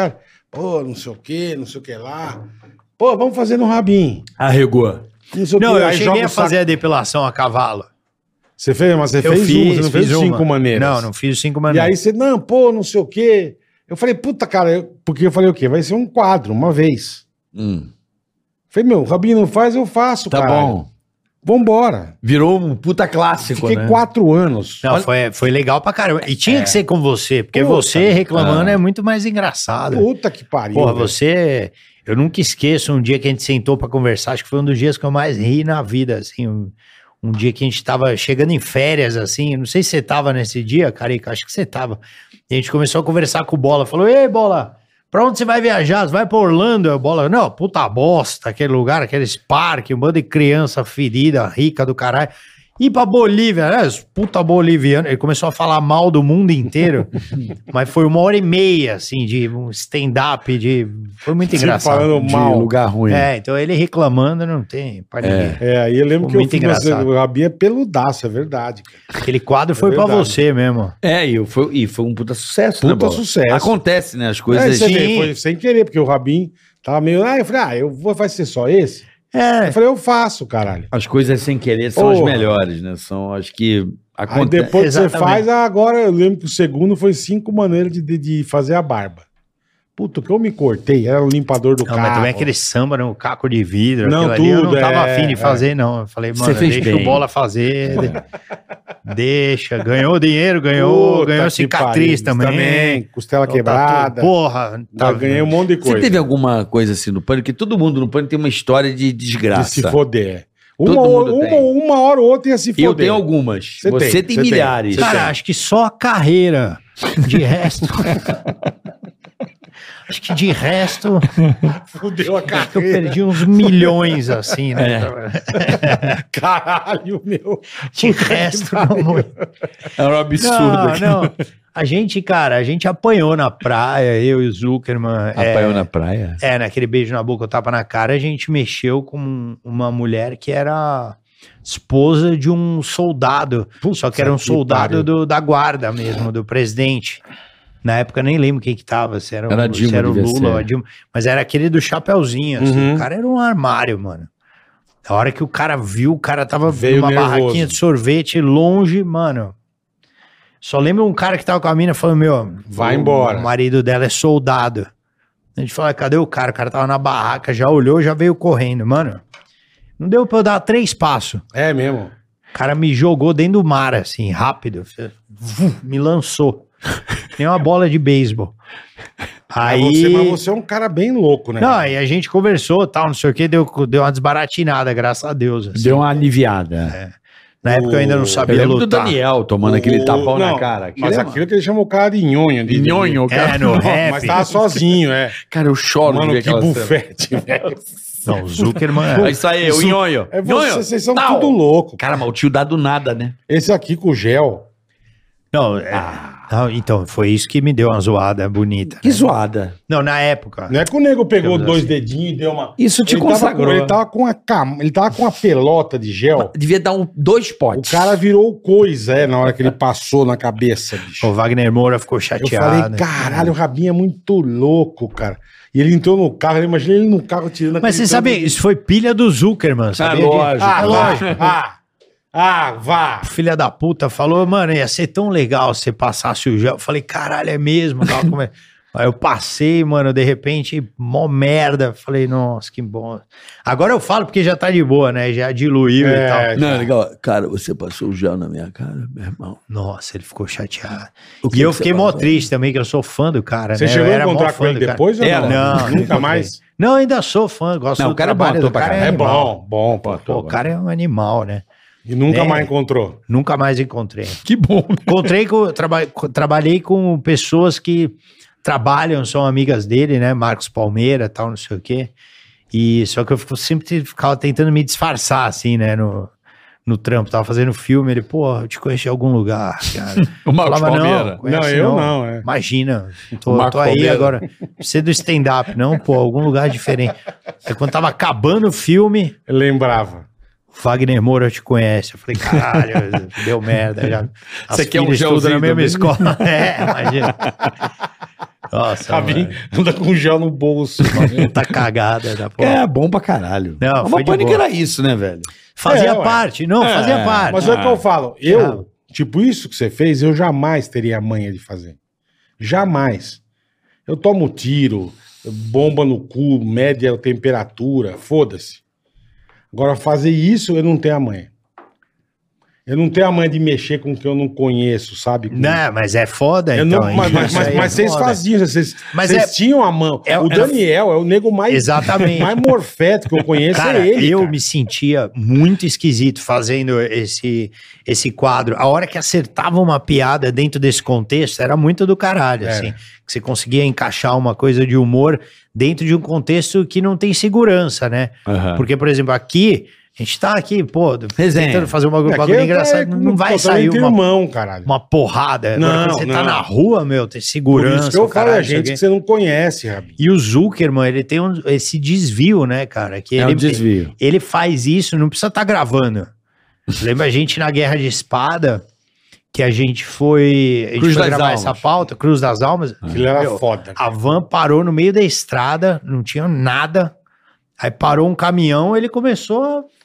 Pô, não sei o que lá. Pô, vamos fazer no Rabin. Arregou. Não, sei o Não, quê. eu Aí cheguei joga a o saco. fazer a depilação a cavalo. Você fez, mas você Eu fez fiz, uma, você não fez fiz 5 uma. maneiras. Não fiz 5 E maneiras. aí você, não, pô, não sei o quê. Eu falei, puta, cara, porque eu falei o quê? Vai ser um quadro, uma vez. Falei, meu, o Rabinho não faz, eu faço, Tá caralho. bom. Vambora. Virou um puta clássico, Fiquei né? 4 anos. Não, foi legal pra caramba. E tinha que ser com você, porque você reclamando é muito mais engraçado. Puta que pariu. Porra, velho. você... Eu nunca esqueço um dia que a gente sentou pra conversar, acho que foi um dos dias que eu mais ri na vida, assim, um dia que a gente tava chegando em férias, assim, não sei se você tava nesse dia, Carica, acho que você tava. E a gente começou a conversar com o Bola, falou, ei, Bola, pra onde você vai viajar? Você vai pra Orlando? O Bola, não, puta bosta, aquele lugar, aqueles parques, um bando de criança ferida, rica do caralho. Ir pra Bolívia, né? Puta boliviano. Ele começou a falar mal do mundo inteiro, mas foi 1h30, assim, de um stand-up, foi muito Você engraçado. falando De mal. lugar ruim. É, então ele reclamando não tem pra ninguém. Aí eu lembro Ficou que eu muito fui engraçado. o Rabinho é peludaço, é verdade. Cara. Aquele quadro foi pra verdade. você mesmo. E foi um puta sucesso, né, Puta Bola? sucesso. Acontece, né? As Aí coisas... você vê, foi sem querer, porque o Rabinho tava meio... eu falei, vai ser só esse? É, Eu falei, eu faço, caralho. As coisas sem querer são as Porra. melhores, né? São as que Aí acontecem. depois que você Exatamente. faz, agora eu lembro que o segundo foi 5 maneiras de fazer a barba. Puta, o que eu me cortei, era o limpador do não, carro. mas também aquele samba no caco de vidro, Não, aquilo ali, eu não tudo, tava é, afim de fazer, não. Eu falei, Você mano, fez deixa bem. o Bola fazer. Deixa, ganhou dinheiro, ganhou Puta cicatriz que pariu. também. Costela Então, tá quebrada. tudo- porra, Já ganhei um monte de Você coisa. teve alguma coisa assim no Pânico? Porque todo mundo no Pânico tem uma história de De desgraça. se foder. Todo mundo tem. Uma hora ou outra ia se foder. Eu tenho algumas. Você Você tem, tem você tem. milhares. Você Cara, tem. acho que só a carreira. De resto. Acho que de resto, Fudeu a eu carreira. perdi uns milhões, assim, né? Caralho, meu. De resto, não muito. Era um absurdo. Não. A gente, cara, a gente apanhou na praia, eu e o Zuckerman. Apanhou na praia? Naquele beijo na boca, tapa na cara, a gente mexeu com uma mulher que era esposa de um soldado. Só que era um que soldado pariu. da guarda mesmo, do presidente. Na época eu nem lembro quem que tava, se era, Era a Dilma, se era o devia Lula ser. ou a Dilma. Mas era aquele do chapeuzinho, assim. Uhum. O cara era um armário, mano. A hora que o cara viu, o cara tava Veio numa nervoso. barraquinha de sorvete longe, mano. Só lembro um cara que tava com a mina falando, meu... Vai embora. O marido dela é soldado. A gente falou, cadê o cara? O cara tava na barraca, já olhou, já veio correndo. Mano, não deu pra eu dar 3 passos. É mesmo. O cara me jogou dentro do mar, assim, rápido. Me lançou. Nem uma bola de beisebol. Aí... Mas você é um cara bem louco, né? Não, aí a gente conversou, tal, não sei o que, deu uma desbaratinada, graças a Deus. assim. Deu uma aliviada. Na época eu ainda não Eu sabia lembro do lutar. Daniel tomando aquele tapão na Não, cara. Mas aquilo que ele chamou o cara de nhonho. De Nhonho, cara. É, no rap. Mas tava sozinho, é. Cara, eu choro Mano, de ver que aquela cena. bufete, velho. Não, o Zuckerman... É isso aí, o nhonho. É Nhonho. vocês são Tal. tudo louco. Cara, mas o tio dá do nada, né? Esse aqui com gel. Não, não, então, foi isso que me deu uma zoada bonita. Que né? zoada. Não, na época. Não é que o nego pegou Digamos 2 assim. dedinhos e deu uma... Isso te Ele tava consagrou. Ele tava com uma pelota de gel. Devia dar 2 O potes. cara virou coisa, na hora que ele passou na cabeça, bicho. O Wagner Moura ficou Eu chateado. falei, caralho, o Rabinho é muito louco, cara. E ele entrou no carro, imagina ele no carro tirando Mas você aquele sabe, tanto de- isso foi pilha do Zuckerman, sabia? lógico. Ah, É lógico. vá. Filha da puta falou, mano, ia ser tão legal se você passasse o gel. Eu falei, caralho, é mesmo? Tal, como é? Aí eu passei, mano, de repente, mó merda. Falei, nossa, que bom. Agora eu falo porque já tá de boa, né? Já diluiu e tal. Não, legal. Cara, você passou o gel na minha cara, meu irmão. Nossa, ele ficou chateado. O que E eu que fiquei você mó passou? triste também, que eu sou fã do cara, Você né? chegou Eu a era mó encontrar fã com ele do cara. depois ou Era. não? Nunca encontrei. mais? Não, ainda sou fã, gosto Não, do o cara é trabalho bom do pra cara. caralho. É animal. bom, pô. Pô, o cara é um animal, né? E nunca Né? mais encontrou. Nunca mais encontrei. Que bom. Encontrei trabalhei com pessoas que trabalham, são amigas dele, né? Marcos Palmeira, tal, não sei o quê. E só que eu sempre ficava tentando me disfarçar, assim, né? No trampo. Tava fazendo filme, ele, pô, eu te conheci em algum lugar, cara. O Marcos Falava, Palmeira. conhece Não, eu não, é. Imagina, O tô Marcos aí Palmeira. agora. Você do stand-up, não, pô, algum lugar diferente. Aí quando tava acabando o filme, Eu lembrava. Wagner Moura te conhece. Eu falei, caralho, deu merda. Já. Você quer um filhas gelzinho estudam na mesma também? escola. É, imagina. Nossa, Rabin anda com gel no bolso. tá cagada da porra. É, bom pra caralho. Não, Mas foi o de Pânico boa. era isso, né, velho? Fazia ué. parte, não, fazia parte. Mas é o que eu falo. Tipo, isso que você fez, eu jamais teria a manha de fazer. Jamais. Eu tomo tiro, bomba no cu, mede a temperatura, foda-se. Agora, fazer isso, eu não tenho a manha. Eu não tenho a manha de mexer com o que eu não conheço, sabe? Não, mas é foda, Eu então. não, mas isso aí é vocês foda. faziam, vocês Mas tinham a mão. O Daniel é o nego mais, Exatamente. mais morfético que eu conheço, Cara, é ele. eu cara. me sentia muito esquisito fazendo esse quadro. A hora que acertava uma piada dentro desse contexto, era muito do caralho, assim. Que você conseguia encaixar uma coisa de humor dentro de um contexto que não tem segurança, né? Porque, por exemplo, aqui... A gente tá aqui, pô, tentando fazer um bagulho engraçado, não vai sair uma porrada. Não, Agora, quando você tá não. na rua, meu, tem segurança. Por isso que eu falo, caralho, a gente sei que você não conhece, Rabi. E o Zuckerman, ele tem esse desvio, né, cara? Que um desvio. Ele faz isso, não precisa estar gravando. Lembra a gente na Guerra de Espada, que a gente foi Cruz das gravar Almas. essa pauta, Cruz das Almas. Aquilo era Meu, foda. A van parou no meio da estrada, não tinha nada. Aí parou um caminhão, ele começou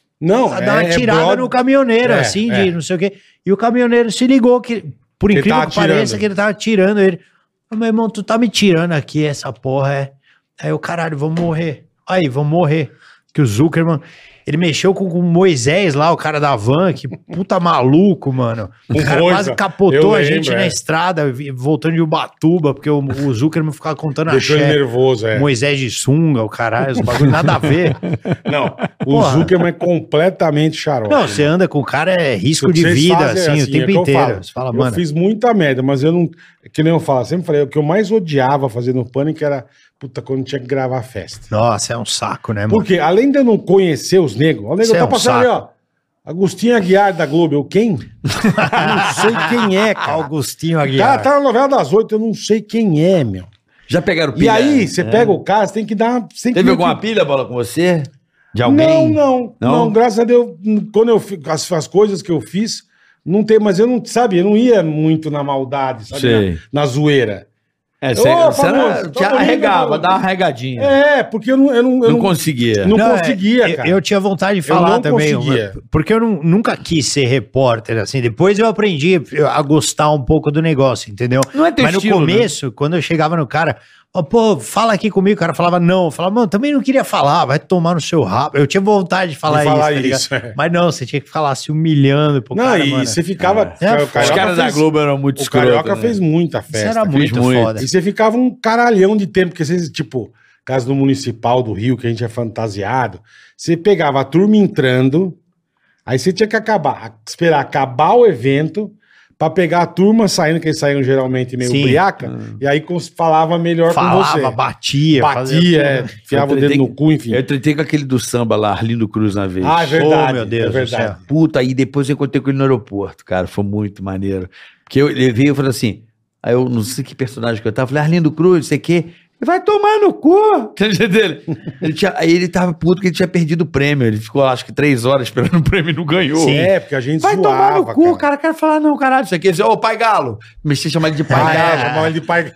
a dar uma tirada no caminhoneiro, assim, de não sei o quê. E o caminhoneiro se ligou que, por Ele incrível tava que pareça, tirando. que ele tava tirando ele. Meu irmão, tu tá me tirando aqui, essa porra é... Aí eu, caralho, vamos morrer. Aí, vamos morrer. Que o Zuckerman, ele mexeu com o Moisés lá, o cara da van, que puta maluco, mano. O cara Moisa, quase capotou eu a gente lembro, na estrada, voltando de Ubatuba, porque o Zuckerman ficava contando Deixou ele nervoso, Moisés de sunga, o caralho, os bagulho nada a ver. Não, o Porra. Zuckerman é completamente xarope. Não, você anda com o cara, é risco O que de vocês vida, fazem assim, o tempo é que eu inteiro. falo. Você fala, Eu mano, fiz muita merda, mas eu não... Que nem eu falo, sempre falei, o que eu mais odiava fazer no Pânico era, puta, quando tinha que gravar festa. nossa, é um saco, né, mano? Porque, além de eu não conhecer os negros, o nego Isso é tá um passando ali, saco. ó. Agostinho Aguiar da Globo, eu quem? Eu não sei quem é, cara. Augustinho Tá, Aguiar. tá na novela das 8, eu não sei quem é, meu. Já pegaram E pilha? aí, você pega o cara, você tem que dar... você tem que Teve meio alguma que- pilha, Bola, com você? De alguém? Não, graças a Deus, quando eu fiz as coisas que eu fiz, não tem, mas eu não, sabe, eu não ia muito na maldade, sabe, Sei. na zoeira. É, Ô, você famoso, te tá bonito, arregava, famoso. dava uma arregadinha. É, porque eu não conseguia. não Não, conseguia, cara. Eu tinha vontade de Eu falar não também, conseguia. porque eu nunca quis ser repórter, assim. Depois eu aprendi a gostar um pouco do negócio, entendeu? Não é teu Mas estilo, no começo, quando eu chegava no cara, ó, pô, fala aqui comigo, o cara falava não. Eu falava, mano, também não queria falar, vai tomar no seu rabo. Eu tinha vontade de falar, falar tá ligado? isso, é. Mas não, você tinha que falar se humilhando pro Não, cara, e mano. você ficava... É, o Os Carioca caras da fez- Globo eram muito O escroto, Carioca né? fez muita Isso festa. era muito muito. foda. E você ficava um caralhão de tempo, porque vocês, tipo, caso do Municipal do Rio, que a gente é fantasiado, você pegava a turma entrando, aí você tinha que esperar acabar o evento, pra pegar a turma saindo, que eles saíam geralmente meio Sim. briaca, e aí falava melhor com você. Falava, batia. Batia, enfiava o dedo no cu, enfim. Eu tretei com aquele do samba lá, Arlindo Cruz na vez. Ah, é verdade. Oh, meu Deus é do verdade. céu. Puta, aí depois eu encontrei com ele no aeroporto, cara, foi muito maneiro. Porque eu levei, eu falei assim, aí eu não sei que personagem que eu tava, falei, Arlindo Cruz, não sei o quê, ele vai tomar no cu. Dele. Aí ele tava puto que ele tinha perdido o prêmio, ele ficou acho que 3 horas esperando o prêmio e não ganhou. É, porque a gente Vai zoava, tomar no cu, cara, quer falar não, caralho, isso aqui, ô Pai Galo, comecei a chamar ele de Pai Galo. chamava ele de pai.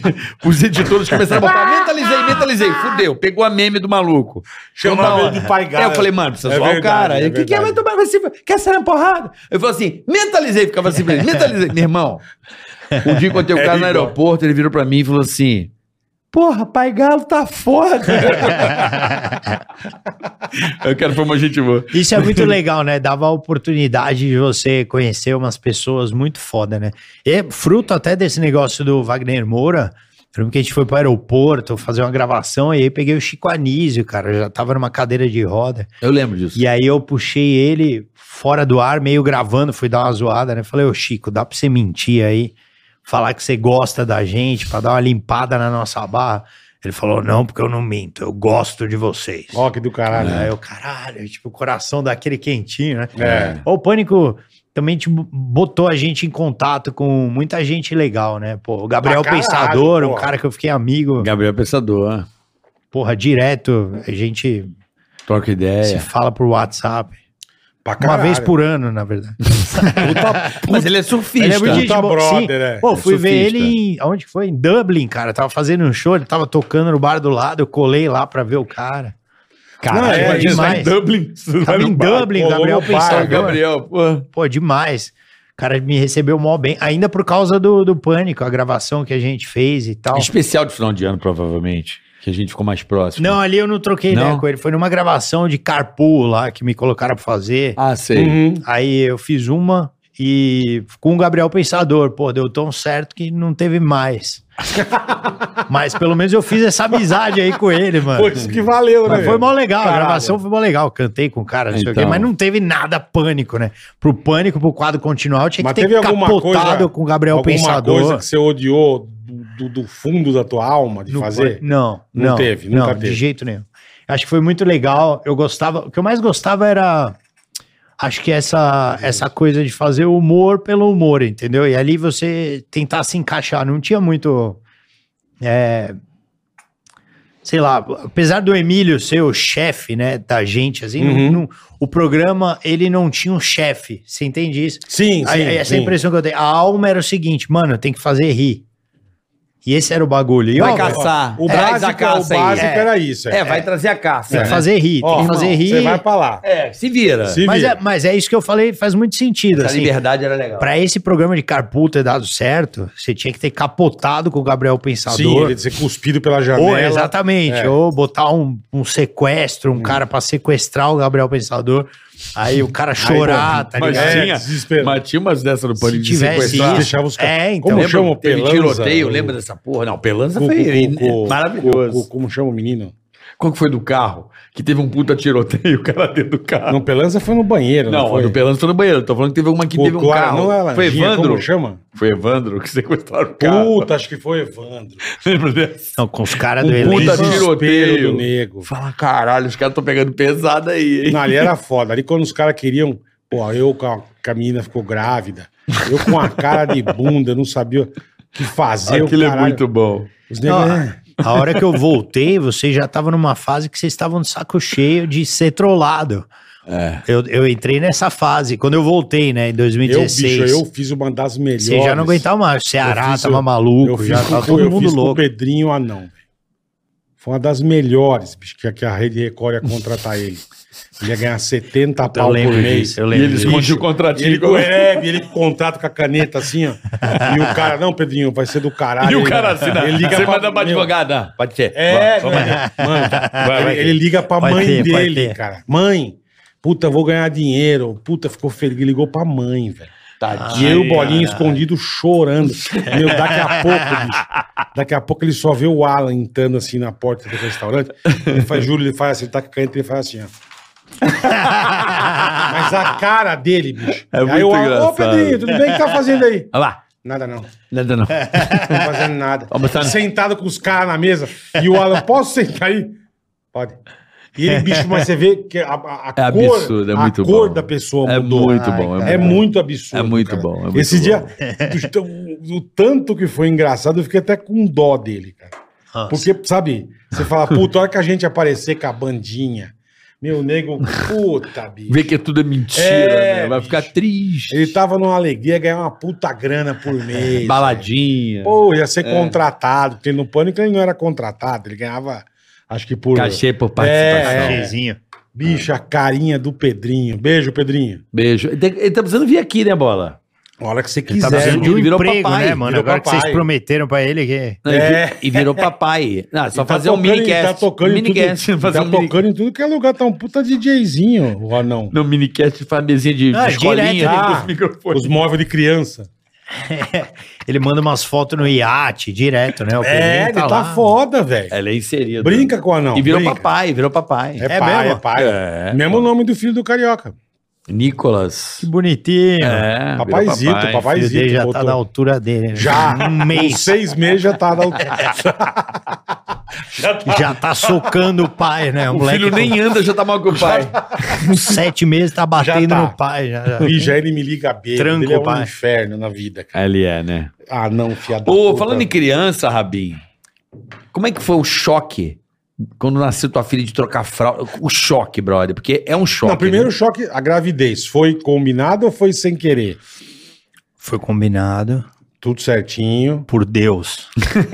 Os editores começaram a botar, mentalizei, fudeu, pegou a meme do maluco. Chamava Toda ele hora. de Pai Galo. Aí eu falei, mano, precisa É zoar o verdade, cara. é Ele, o que é? Vai verdade. tomar, você quer sair na porrada? Eu falei assim, mentalizei, ficava assim, mentalizei. Meu irmão, um dia encontrei o cara no igual. aeroporto, ele virou pra mim e falou assim, porra, Pai Galo tá foda. Eu quero foi uma gente boa. Isso é muito legal, né? Dava a oportunidade de você conhecer umas pessoas muito foda, né? E é fruto até desse negócio do Wagner Moura. Eu lembro que a gente foi pro aeroporto fazer uma gravação e aí peguei o Chico Anísio, cara. Eu já tava numa cadeira de roda. Eu lembro disso. E aí eu puxei ele fora do ar, meio gravando, fui dar uma zoada, né? Falei, ô Chico, dá pra você mentir aí? Falar que você gosta da gente, pra dar uma limpada na nossa barra. Ele falou, não, porque eu não minto, eu gosto de vocês. Ó, que do caralho. Aí eu, caralho, tipo, o coração daquele quentinho, né? É. O Pânico também tipo, botou a gente em contato com muita gente legal, né? Pô, o Gabriel Pra caralho, Pensador, um porra. cara que eu fiquei amigo, Gabriel Pensador, porra, direto, a gente troca se ideia. fala por WhatsApp. Uma vez por ano, na verdade. Mas ele é surfista. Ele é muito gente boa. brother, Sim. Pô, fui ver ele em... Aonde que foi? Em Dublin, cara. Tava fazendo um show, ele tava tocando no bar do lado, eu colei lá pra ver o cara. Caralho, demais. Em Dublin. Tava em Dublin, Gabriel Pensador. Gabriel, pô. Pô, demais. O cara me recebeu mó bem, ainda por causa do Pânico, a gravação que a gente fez e tal. Especial de final de ano, provavelmente. Que a gente ficou mais próximo. Não, ali eu não troquei ideia Não? com ele. Foi numa gravação de Carpool lá, que me colocaram pra fazer. Ah, sei. Aí eu fiz uma e com o Gabriel Pensador. Pô, deu tão certo que não teve mais. Mas pelo menos eu fiz essa amizade aí com ele, mano. Pô, isso que valeu, né? Mas foi mó legal, Caralho. a gravação foi mó legal. Cantei com o cara, não sei o quê, Então. mas não teve nada Pânico, né? Pro Pânico, pro quadro continuar, eu tinha Mas que ter teve alguma coisa com o Gabriel alguma Pensador. coisa que você odiou do fundo da tua alma de fazer? Não, Não não teve, nunca não, teve. de jeito nenhum. Acho que foi muito legal. Eu gostava, o que eu mais gostava era, acho que essa coisa de fazer humor pelo humor, entendeu? E ali você tentar se encaixar, não tinha muito, sei lá, apesar do Emílio ser o chefe, né, da gente, assim, o programa, ele não tinha um chefe, você entende isso? Sim, sim. Essa sim. impressão que eu tenho. A alma era o seguinte, mano, tem que fazer rir. E esse era o bagulho. E, Vai ó, caçar. O Traz a básico, caça aí. era isso. Vai trazer a caça. tem que né? fazer rir, Ó, tem que fazer rir. Você vai pra lá. Se vira. Se Mas vira. mas é isso que eu falei, faz muito sentido. Essa Assim, liberdade era legal. pra esse programa de Carpool ter dado certo, você tinha que ter capotado com o Gabriel Sim, Pensador. ele de ser cuspido pela janela. Ou, exatamente. É. Ou botar um sequestro, um cara pra sequestrar o Gabriel Pensador. Aí o cara chorar, tá Mas ligado? tinha, desespero. mas tinha umas dessas do Pânico Se de tivesse sequestrar. isso. Deixava os caras. Então. Como Lembra? chama o Teve Pelanza? tiroteio, lembra dessa porra? Não, Pelanza foi maravilhoso. Como chama o menino? Qual que foi do carro? Que teve um puta tiroteio, o cara dentro do carro. Não, Pelanza foi no banheiro, Não, foi? o do Pelanza foi no banheiro. Tô falando que teve uma que teve um Claro, carro. não é a Foi Lanjinha, Evandro? Como chama? Foi Evandro que sequestraram o carro. Puta, acho que foi Evandro. Lembra dessa? Não, com os caras Um do elenco. puta Desespero tiroteio. do nego. Fala, caralho, os caras estão pegando pesado aí, hein? Não, ali era foda. Ali quando os caras queriam... Pô, eu com a menina ficou grávida. Eu com a cara de bunda, não sabia o que fazer. Aquilo é caralho. muito bom. Os negros... Não, a hora que eu voltei, você já tava numa fase que vocês estavam de saco cheio de ser trollado. É. Eu entrei nessa fase. Quando eu voltei, né, em 2016. eu fiz uma das melhores. Você já não aguentava mais. O Ceará Eu fiz- tava eu maluco, fiz já com- tava todo eu mundo fiz com o louco. Pedrinho Anão, velho. Foi uma das melhores, bicho, que a Rede Record ia contratar ele. Ele ia ganhar 70 Eu pau por lembro mês. disso, eu E lembro ele disso. escondia o contratinho. Ele contrata com a caneta assim, ó. E o cara, não, Pedrinho, vai ser do caralho. E o Ele- cara assina. ele liga Você pra- manda pra meu, advogado. Ah, pode ser. É, Vamos, vamos. mano, ele liga pra Vai mãe ter, vai dele, ter. cara. Mãe, puta, vou ganhar dinheiro. Puta, ficou feliz. Ele ligou pra mãe, velho. E eu, o Bolinho, escondido, chorando. Meu, daqui a pouco, bicho. Daqui a pouco ele só vê o Alan entrando assim na porta do restaurante. Ele faz, juro, ele faz assim, ele tá com a caneta e ele faz assim, ó. Mas a cara dele, bicho. É Aí muito eu, ô engraçado. Pedrinho, tudo bem? O que tá fazendo aí? Olha lá. Nada não. Nada não. Não tô fazendo nada. Almoçando. Sentado com os caras na mesa. E o Alan, posso sentar aí? Pode. E ele, bicho, mas você vê que a É cor, absurdo, é muito a cor bom. da pessoa É mudou. muito bom. É muito absurdo. É muito cara. bom, é muito Esse bom. dia, o tanto que foi engraçado, eu fiquei até com dó dele, cara. Nossa. Porque, sabe, você fala, puta, a hora que a gente aparecer com a bandinha, meu nego, puta, bicho. Vê que tudo é mentira, É, né? Vai bicho. ficar triste. Ele tava numa alegria, ganhar uma puta grana por mês. Baladinha. Pô, ia ser contratado, porque no Pânico ele não era contratado, ele ganhava, acho que por... Cachê por participação. Cachezinho. Bicho, a carinha do Pedrinho. Beijo, Pedrinho. Beijo. Ele tá precisando vir aqui, né, Bola? A hora que você Ele quiser. tá precisando de um Ele virou emprego, papai, né, mano? virou Agora que papai. vocês prometeram pra ele que... Não, e virou papai. Não, só Ele tá fazer um tocando- ele minicast. Tá tocando em minicast. tudo, Fazer tá um mini... tocando em tudo que é lugar. Tá um puta DJzinho, o Anão. No minicast faz mesinha de Ah, escolinha direto, com ah, os microfones. Os móveis de criança. Ele manda umas fotos no iate, direto, né? O Pedrinho Ele tá lá. foda, velho. Ela é inserida. Brinca com o Anão. E virou brinca. papai, virou papai. É É pai, mesmo? é pai. É, Mesmo nome do filho do Carioca. Nicolas. Que bonitinho. É, Papaizito, virou papai. O filho papaizito. dele já tá botou. da altura dele, né? Já. Um Com mês. 6 meses já tá da altura. Já tá socando o pai, né? O filho nem anda, já tá mal com o pai. com 7 meses tá batendo Já tá. no pai. Já. E já ele me liga bêbado. Tranco, Ele é um pai. inferno na vida, cara. Ele é, né? Ah, não, fiada. Ô, falando em criança, Rabin, como é que foi o choque Quando nasceu tua filha de trocar fralda. O choque, brother. Porque é um choque. Não, primeiro né? choque, a gravidez. Foi combinado ou foi sem querer? Foi combinado Tudo certinho. por Deus.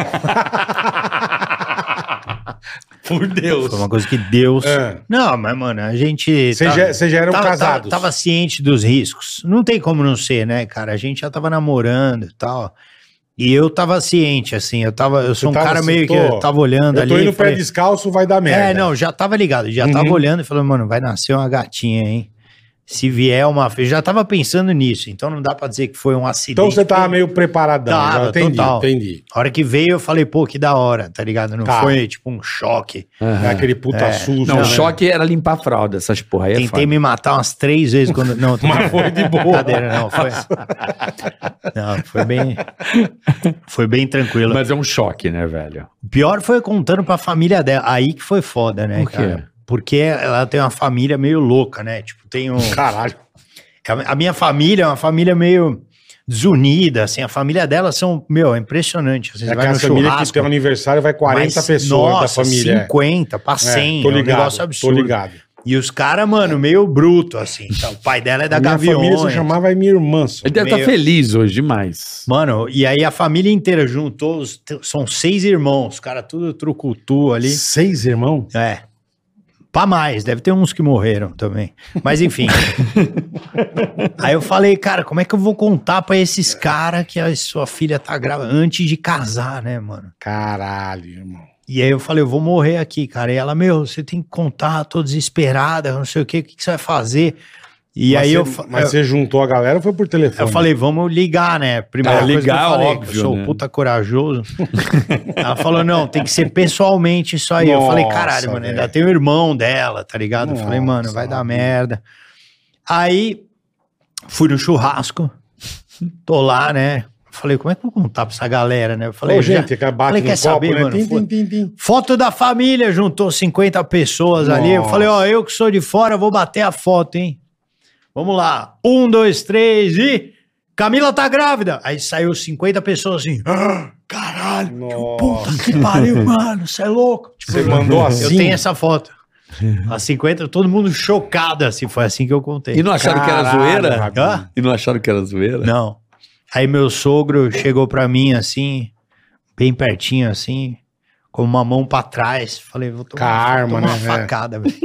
Por Deus. Foi uma coisa que Deus... É. Não, mas, mano, a gente... Vocês já eram casados. Tava ciente dos riscos. Não tem como não ser, né, cara? A gente já tava namorando e tal. E eu tava ciente, assim. Eu sou um cara meio que... Eu tava olhando ali... Eu tô indo falei, pé descalço, vai dar merda. não, já tava ligado. Já tava olhando e falando, mano, vai nascer uma gatinha, hein? Se vier uma... Eu já tava pensando nisso. Então não dá pra dizer que foi um acidente. Então você tava meio preparadão. Tava, já entendi, total. entendi. A hora que veio, eu falei, pô, que da hora, tá ligado? Não foi, tipo, um choque. É aquele puta susto. Não, né? o choque era limpar a fralda, essas porra aí. Tentei me matar umas 3 vezes quando... Não, Mas foi de boa. Brincadeira, não, foi... Não, foi bem tranquilo. Mas é um choque, né, velho? O pior foi contando pra família dela. Aí que foi foda, né, Por quê? cara? Porque ela tem uma família meio louca, né? Tipo, tem um... Caralho. A minha família é uma família meio desunida, assim. A família dela são... Meu, é impressionante. Assim, É você vai aquela no família que churrasco... tem um aniversário, vai 40 mas, pessoas nossa, da família. 50 pra 100. Tô É um ligado, negócio absurdo. tô ligado. E os caras, mano, meio bruto, assim. Então, o pai dela é da Minha Gaviões. família se chamava minha irmã. Só. Ele deve estar feliz hoje demais. Mano, e aí a família inteira juntou, são 6 irmãos, os caras tudo trucutu ali. 6 irmãos? É. Pra mais, deve ter uns que morreram também. Mas enfim. Aí eu falei, cara, como é que eu vou contar pra esses caras que a sua filha tá grávida antes de casar, né, mano? Caralho, irmão. E aí eu falei, eu vou morrer aqui, cara. E ela, meu, você tem que contar, tô desesperada, não sei o que você vai fazer? E Mas aí Mas você juntou a galera ou foi por telefone? eu falei, vamos ligar, né? Primeira coisa ligar, que eu falei, óbvio, eu sou né? puta corajoso. Ela falou, não, tem que ser pessoalmente isso aí. Eu falei, caralho, mano, ainda tem o irmão dela, tá ligado? Eu falei, mano, vai dar merda. Aí, fui no churrasco, tô lá, né? Falei, como é que eu vou contar pra essa galera, né? Eu falei, Ô, gente, que bate falei, no quer copo, saber, né? mano? Tim. Foto da família, juntou 50 pessoas ali. Eu falei, ó, eu que sou de fora, vou bater a foto, hein? Vamos lá. 1, 2, 3 e... Camila tá grávida. Aí saiu 50 pessoas assim. Ah, caralho, puta que pariu, mano. Você é louco. Tipo, Você mandou assim? Eu tenho essa foto. As 50, todo mundo chocado assim. Foi assim que eu contei. E não acharam que era zoeira? Hã? E não acharam que era zoeira? Não. Aí meu sogro chegou pra mim assim, bem pertinho assim, com uma mão pra trás. Falei, vou tomar, Karma, tomar uma né? facada, velho.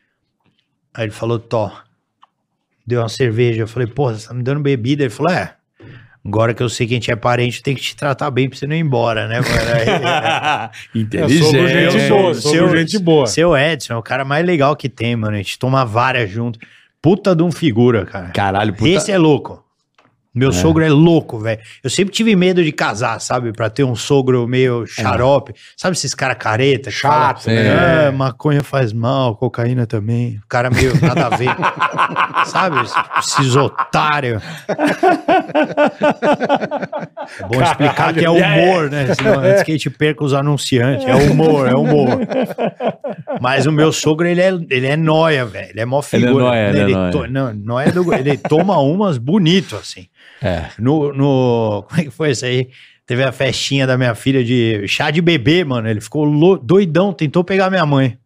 Aí ele falou, Tó. Deu uma cerveja. Eu falei, porra, você tá me dando bebida? Ele falou, agora que eu sei que a gente é parente, tem que te tratar bem pra você não ir embora, né, mano? Inteligente. gente boa, sou gente boa. Seu Edson é o cara mais legal que tem, mano. A gente toma várias junto. Puta de um figura, cara. Caralho, puta... Esse é louco. Meu sogro é louco, velho. Eu sempre tive medo de casar, sabe? Pra ter um sogro meio xarope. Sabe esses caras careta? Chato, fala, né? maconha faz mal, cocaína também. O cara meio nada a ver. Sabe? Esses otários. É bom explicar que é humor, né? Senão, antes que a gente perca os anunciantes. É humor. Mas o meu sogro, ele é nóia, velho. Ele é mó figura. Ele é nóia. Ele toma umas bonito, assim. Como é que foi isso aí? Teve a festinha da minha filha de chá de bebê, mano. Ele ficou doidão, tentou pegar minha mãe.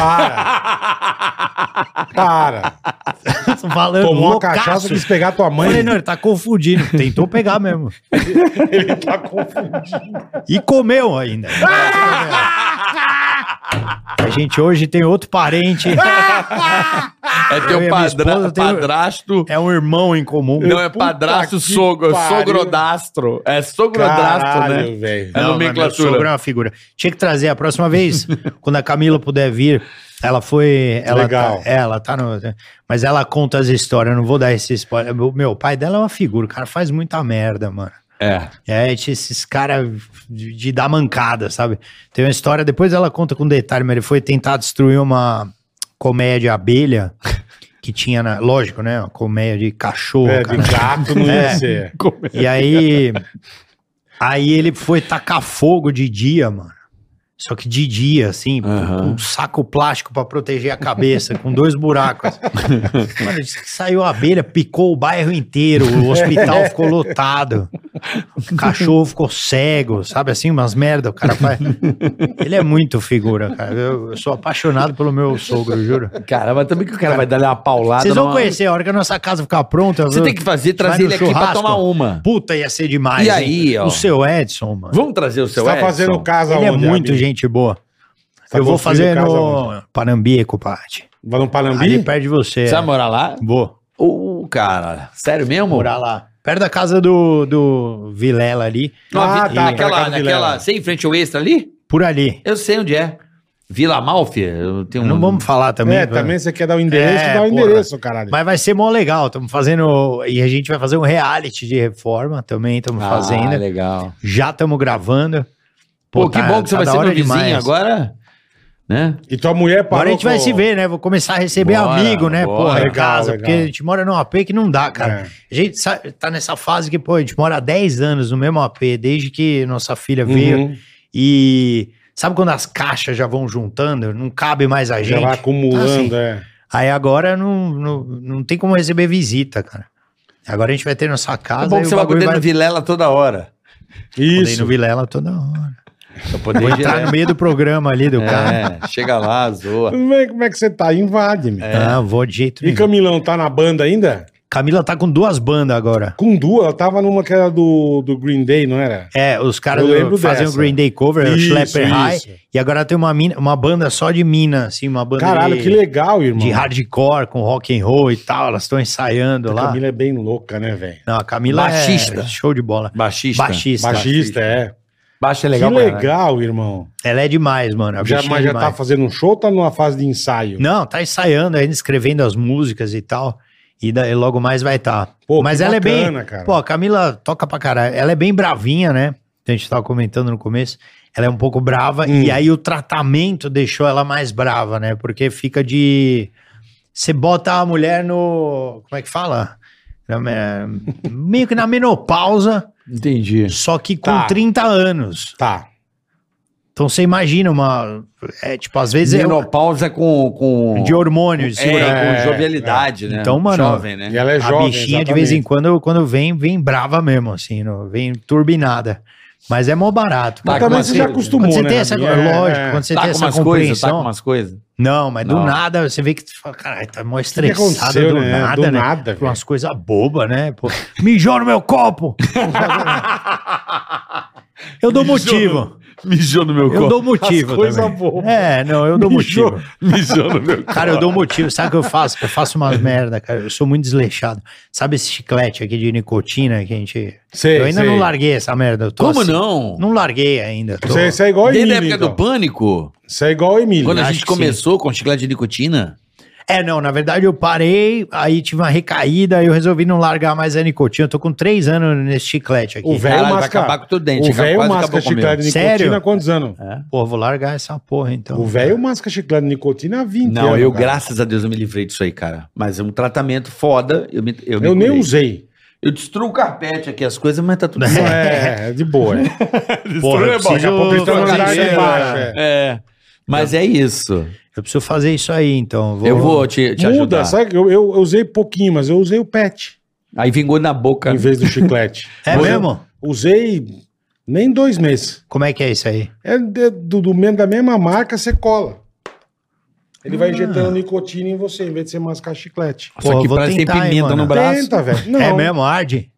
Para. Falando, Tomou uma loucaço. cachaça e quis pegar tua mãe. Eu falei, não, ele tá confundindo. Tentou pegar mesmo. Ele tá confundindo. E comeu ainda. A gente hoje tem outro parente. É teu padrasto. É um irmão em comum. Não, é padrasto, que sogro. pariu. Sogrodastro. É sogrodastro, Caralho, né? velho. É Não, mas meu nomenclatura. sogro é uma figura. Tinha que trazer a próxima vez, quando a Camila puder vir. Ela foi. Legal. Ela tá no. Mas ela conta as histórias, eu não vou dar esse spoiler. Meu pai dela é uma figura, o cara faz muita merda, mano. Esses caras de dar mancada, sabe? Tem uma história, depois ela conta com detalhe, mas ele foi tentar destruir uma comédia abelha que tinha, lógico, né? Uma comédia de cachorro. De gato não ia ser. E aí ele foi tacar fogo de dia, mano. Só que de dia, assim, com um saco plástico pra proteger a cabeça, com 2 buracos. Mano, disse que saiu a abelha, picou o bairro inteiro, o hospital ficou lotado. O cachorro ficou cego, sabe assim, umas merda, o cara faz. Ele é muito figura, cara. Eu sou apaixonado pelo meu sogro, juro. Cara, mas também que o cara vai dar uma paulada. Vocês vão conhecer, a hora que a nossa casa ficar pronta. Você tem que trazer ele aqui pra tomar uma. Puta, ia ser demais. E aí, ó. O seu Edson, mano. Vamos trazer o seu Você tá Edson? fazendo casa Ele é onde, muito Abi? gente boa. Tá Eu vou construindo fazer casa no onde? Panambico, Pati. Vai no Panambi? Ali perto de você. Você vai morar lá? Vou Cara, sério mesmo? morar lá. Perto da casa do Vilela ali. Ah, tá, naquela, sem em frente ao Extra ali? Por ali. Eu sei onde é. Vila Amalfi? Eu tenho Não vamos falar também. Também você quer dar o endereço, É, dá o porra. endereço, caralho. Mas vai ser mó legal. Estamos fazendo. E a gente vai fazer um reality de reforma também. Estamos fazendo. legal. Já estamos gravando. Pô, que bom que você vai da ser hora meu vizinho demais. agora, né? E tua mulher parou Agora a gente vai com- se ver, né? Vou começar a receber Bora, amigo, né? bora. Porra, em Legal, casa. legal. Porque a gente mora num AP que não dá, cara. A gente tá nessa fase que, pô, a gente mora há 10 anos no mesmo AP, desde que nossa filha veio. Uhum. E sabe quando as caixas já vão juntando? Não cabe mais a Já gente. vai acumulando, Assim, Aí agora não tem como receber visita, cara. Agora a gente vai ter nossa casa. É bom e que o você vai bagulho poder no Vilela toda hora. Poder ir Isso. no Vilela toda hora. Pra poder Vou ir entrar no direto. meio do programa ali do cara. Chega lá, zoa. Como é que você tá? Invade, meu. Não, vou de jeito E nenhum. Camilão, tá na banda ainda? Camila tá com 2 bandas agora. Com duas, ela tava numa que era do Green Day, não era? É, os caras Eu lembro fazem dessa. o Green Day cover, o Isso, Schlepper High. isso. E agora tem uma banda só de mina, assim, uma banda Caralho, de, que legal, irmão. de hardcore com rock and roll e tal. Elas estão ensaiando A lá. Camila é bem louca, né, velho? Não, a Camila Baixista. é show de bola. Baixista. Baixista. Baixista, é. Baixa é Que legal. legal, irmão. Ela é demais, mano. A Já, bichinha mas é já demais. tá fazendo um show ou tá numa fase de ensaio? Não, tá ensaiando ainda, escrevendo as músicas e tal. E daí logo mais vai estar. Pô, Mas que ela bacana, é bem. cara. Pô, a Camila toca pra caralho. Ela é bem bravinha, né? A gente tava comentando no começo. Ela é um pouco brava. E aí o tratamento deixou ela mais brava, né? Porque fica de. Você bota a mulher no. Como é que fala? Meio que na menopausa, Entendi. só que com Tá. 30 anos. Tá. Então você imagina uma. É tipo, às vezes é Menopausa com de hormônio, de segurar. com jovialidade, né? Então, mano, Jovem, né? E ela é A jovem, bichinha, de vez em quando vem brava mesmo, assim, vem turbinada. Mas é mó barato. Mas Tá, também com você uma já coisa. acostumou, Quando você né? tem essa, Gabi? lógico, quando você Tá tem com essa umas coisas, compreensão. tá com umas coisas. Não, mas do Não. nada você vê que tu fala, caralho, tá mó que estressado aconteceu, do né? nada, Do né? nada, Por umas velho. coisas bobas, né? Pô, mijou no meu copo! Eu dou motivo. Mijou no meu Eu dou motivo. As coisa também. boa. É, não, eu dou Mijou. motivo. Mijou no meu Cara, eu dou motivo. Sabe o que eu faço? Eu faço umas merda, cara. Eu sou muito desleixado. Sabe esse chiclete aqui de nicotina que a gente. Sei, eu ainda sei. não larguei essa merda. Eu tô Como assim. não? Não larguei ainda. Tô... Você é igual o Desde a Emílio, época do então. pânico, Você é igual o Emílio. quando a acho gente que sim. começou com chiclete de nicotina. É, não, na verdade eu parei, aí tive uma recaída, aí eu resolvi não largar mais a nicotina. Eu tô com 3 anos nesse chiclete aqui. O velho Caralho, vai masca... acabar com teu dente. O velho quase masca acabou comigo. chiclete de nicotina Sério? há quantos anos? Pô, vou largar essa porra então. O velho masca chiclete de nicotina há 20 Não, anos. eu, cara. graças a Deus, eu me livrei disso aí, cara. Mas é um tratamento foda. Eu me Eu nem curei. usei. Eu destruo o carpete aqui, as coisas, mas tá tudo Não, certo. é de boa. É. Porra, eu Daqui a pouco eles estão no fazer andar de isso, baixo. né? É. É. Mas é isso. Eu preciso fazer isso aí, então. Eu vou te Muda, ajudar. sabe? Eu usei pouquinho, mas eu usei o pet Aí vingou na boca. em vez do chiclete. É Mas mesmo? eu Usei nem 2 meses. Como é que é isso aí? É da mesma marca, você cola. Ele vai injetando nicotina em você, em vez de você mascar chiclete. Isso Pô, aqui vou parece que tem tentar, hein, pimenta mano. no braço. Tenta, velho. Não. É mesmo, arde?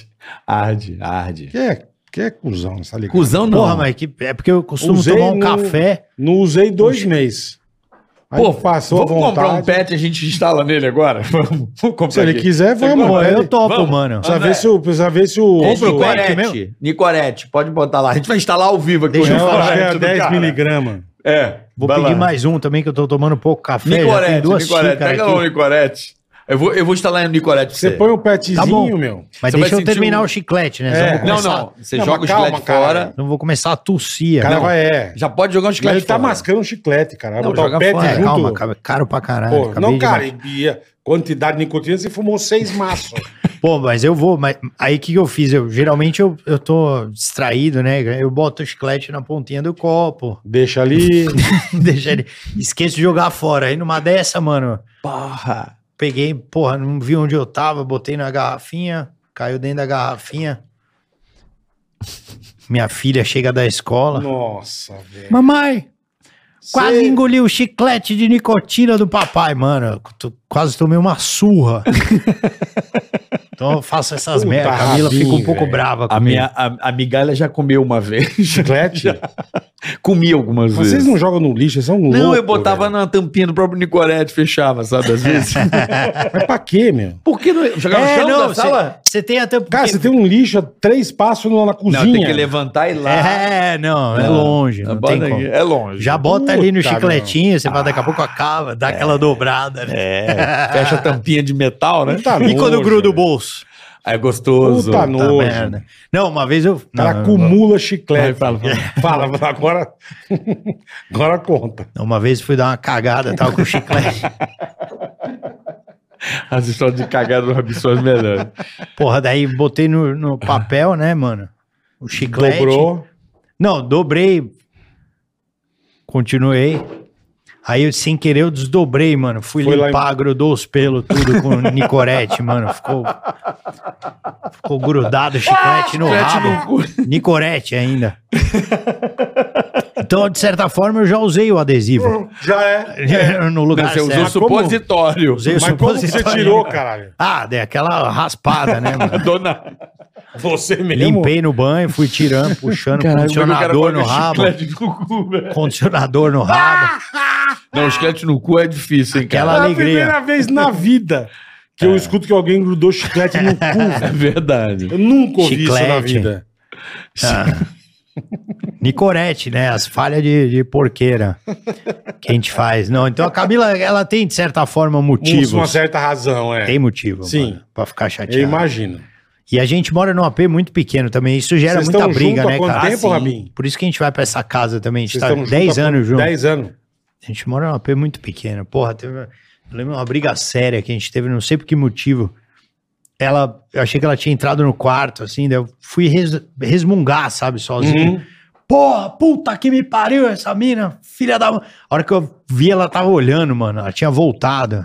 Arde. Que é cuzão, tá ligado? Cusão não. Porra, mas é porque eu costumo Usei tomar um no- café. Não usei 2 meses. Aí Pô, passou a vamos comprar um vontade. pet e a gente instala nele agora? Vamos comprar Se ele aqui. quiser, vamos. Pô, Pede. eu topo, Vamos. mano. Precisa ver se o... Compra o Compra o pet Nicorete. Nicorete, pode botar lá. A gente vai instalar ao vivo aqui. Deixa eu Eu falar acho que é do 10 cara. miligramas. É. Vou vai pedir lá. mais um também, que eu tô tomando pouco café. Já tem Nicorete, 2 Nicorete. xícaras Pega lá o aqui. Nicorete. Eu vou instalar no Nicorete pra Você você. põe um petzinho, Tá bom. meu. Mas Você deixa vai eu terminar sentir o chiclete, né? É. Senão eu vou Não, começar- não. Você Não, joga o mas calma, chiclete cara. fora. Não vou começar a tossir. O cara não. vai, Já pode jogar o Mas chiclete ele tá fora. mascando chiclete, cara. Vai Não, botar joga o pet fora. É, junto. calma, caro pra caralho. Pô, acabei não, de- cara, e a quantidade de nicotina, você fumou 6 maços. Pô, mas eu vou. Mas aí o que eu fiz? Geralmente eu tô distraído, né? Eu boto o chiclete na pontinha do copo. Deixa ali. Deixa ele. Esqueço de jogar fora. Aí numa dessa, mano, Porra. peguei, porra, não vi onde eu tava, botei na garrafinha, caiu dentro da garrafinha. Minha filha chega da escola. Nossa, velho. Mamãe, quase Cê- engoliu o chiclete de nicotina do papai, mano. Quase tomei uma surra. Então eu faço essas Puta, merdas. A Camila fica um Rabinho, pouco velho. brava A comigo. a migalha já comeu uma vez. Chiclete? Comi algumas Mas vezes. vocês não jogam no lixo, vocês são loucos. Não, eu botava velho. na tampinha do próprio Nicorete, fechava, sabe, às vezes. Mas pra quê, meu? Por que não jogar no chão da sala? Você tem até... Cara, você tem um lixo a 3 passos na cozinha. Não, tem que levantar e ir lá. É longe. Não Bota tem aqui, como. É longe. Já bota ali no Puta, chicletinho, você vai daqui a pouco acaba, dá aquela dobrada, né? Fecha a tampinha de metal, né? Tá E quando nojo, gruda o velho. bolso? Aí é gostoso. Puta Tá nojo. merda. Não, uma vez eu... O cara não, acumula chiclete. Vai, fala. Fala, agora... agora conta. Uma vez fui dar uma cagada, tava com chiclete. As histórias de cagada do Rabin são as melhores. Porra, daí botei no papel, né, mano? O chiclete. Dobrou. Não, dobrei. Continuei. Aí, eu, sem querer, eu desdobrei, mano. Fui Foi lá limpar, grudou os pelos, tudo com Nicorete, mano. Ficou grudado o chiclete no rabo. Nicorete ainda. Então, de certa forma, eu já usei o adesivo. Já é. No lugar Você usou certo. supositório. Usei o Mas como que você supositório. tirou, caralho? Ah, dei aquela raspada, né, mano? Dona... Você mesmo? Limpei no banho, fui tirando, puxando, condicionador no rabo. Condicionador no rabo. Não, chiclete no cu é difícil, hein, cara? Aquela É a alegria. primeira vez na vida que eu escuto que alguém grudou chiclete no cu. É verdade. Eu nunca ouvi isso na Chiclete. vida. Nicorete, né? As falhas de porqueira que a gente faz. Não, então a Camila, ela tem, de certa forma, motivos. Uma certa razão, é. Tem motivo, Sim. mano, pra ficar Eu chateado. imagino. E a gente mora num AP muito pequeno também. Isso gera Vocês muita estão briga, junto há né, quanto cara? tempo, Rabin? Por isso que a gente vai pra essa casa também. A gente Vocês tá estão 10 juntos há anos junto. 10 anos. A gente mora num AP muito pequeno. Porra, eu lembro uma briga séria que a gente teve, não sei por que motivo. Eu achei que ela tinha entrado no quarto, assim, daí eu fui resmungar, sabe, sozinho. Uhum. Porra, puta que me pariu essa mina, filha da... A hora que eu vi, ela tava olhando, mano, ela tinha voltado.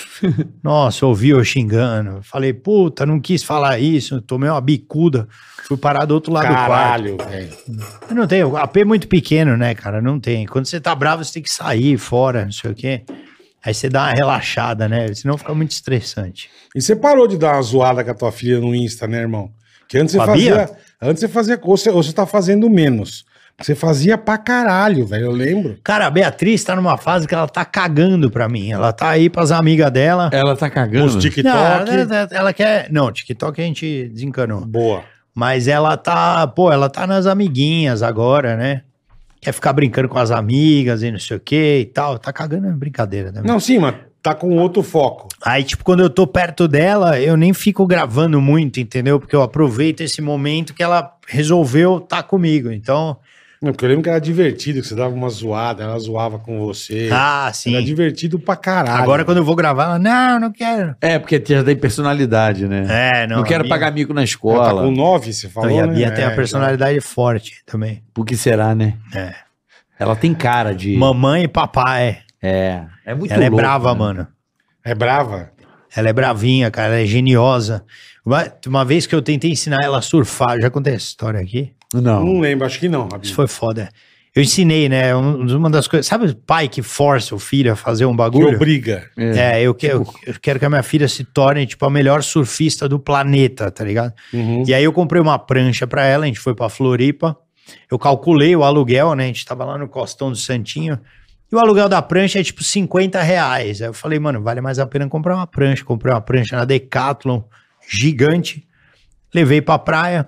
Nossa, eu ouvi eu xingando. Falei, puta, não quis falar isso, tomei uma bicuda. Fui parar do outro lado Caralho, velho. do quarto. Não tem, o AP é muito pequeno, né, cara, não tem. Quando você tá bravo, você tem que sair fora, não sei o quê. Aí você dá uma relaxada, né, senão fica muito estressante. E você parou de dar uma zoada com a tua filha no Insta, né, irmão? Que antes você Com a Bia? fazia. Antes você fazia. Ou você tá fazendo menos. Você fazia pra caralho, velho. Eu lembro. Cara, a Beatriz tá numa fase que ela tá cagando pra mim. Ela tá aí pras amigas dela. Ela tá cagando. Os TikTok. Não, ela quer... Não, TikTok a gente desencanou. Boa. Mas ela tá... Pô, ela tá nas amiguinhas agora, né? Quer ficar brincando com as amigas e não sei o que e tal. Tá cagando é brincadeira também. Não, sim, mas tá com outro foco. Aí, tipo, quando eu tô perto dela, eu nem fico gravando muito, entendeu? Porque eu aproveito esse momento que ela resolveu tá comigo. Então... Não, porque eu lembro que era divertido, que você dava uma zoada, ela zoava com você. Ah, sim. Era divertido pra caralho. Agora, quando eu vou gravar, ela, não quero. É, porque já tem personalidade, né? Não. Não quero a Bia- pagar mico na Ela escola. tá com 9, você falou, Não, e a né? Bia tem É, uma personalidade forte também. Por que será, né? É. Ela tem cara de... Mamãe e papai. É muito Ela é louco, brava, né? mano. É brava? Ela é bravinha, cara. Ela é geniosa. Uma vez que eu tentei ensinar ela a surfar, já contei essa história aqui? Não. Não lembro, acho que não, Isso Rabinho. foi foda. Eu ensinei, né? Uma das coisas. Sabe o pai que força o filho a fazer um Que bagulho? obriga. Eu quero que a minha filha se torne, tipo, a melhor surfista do planeta, tá ligado? Uhum. E aí eu comprei uma prancha pra ela, a gente foi pra Floripa. Eu calculei o aluguel, né? A gente tava lá no Costão do Santinho. E o aluguel da prancha é tipo R$50. Aí eu falei, mano, vale mais a pena comprar uma prancha. Comprei uma prancha na Decathlon, gigante. Levei pra praia.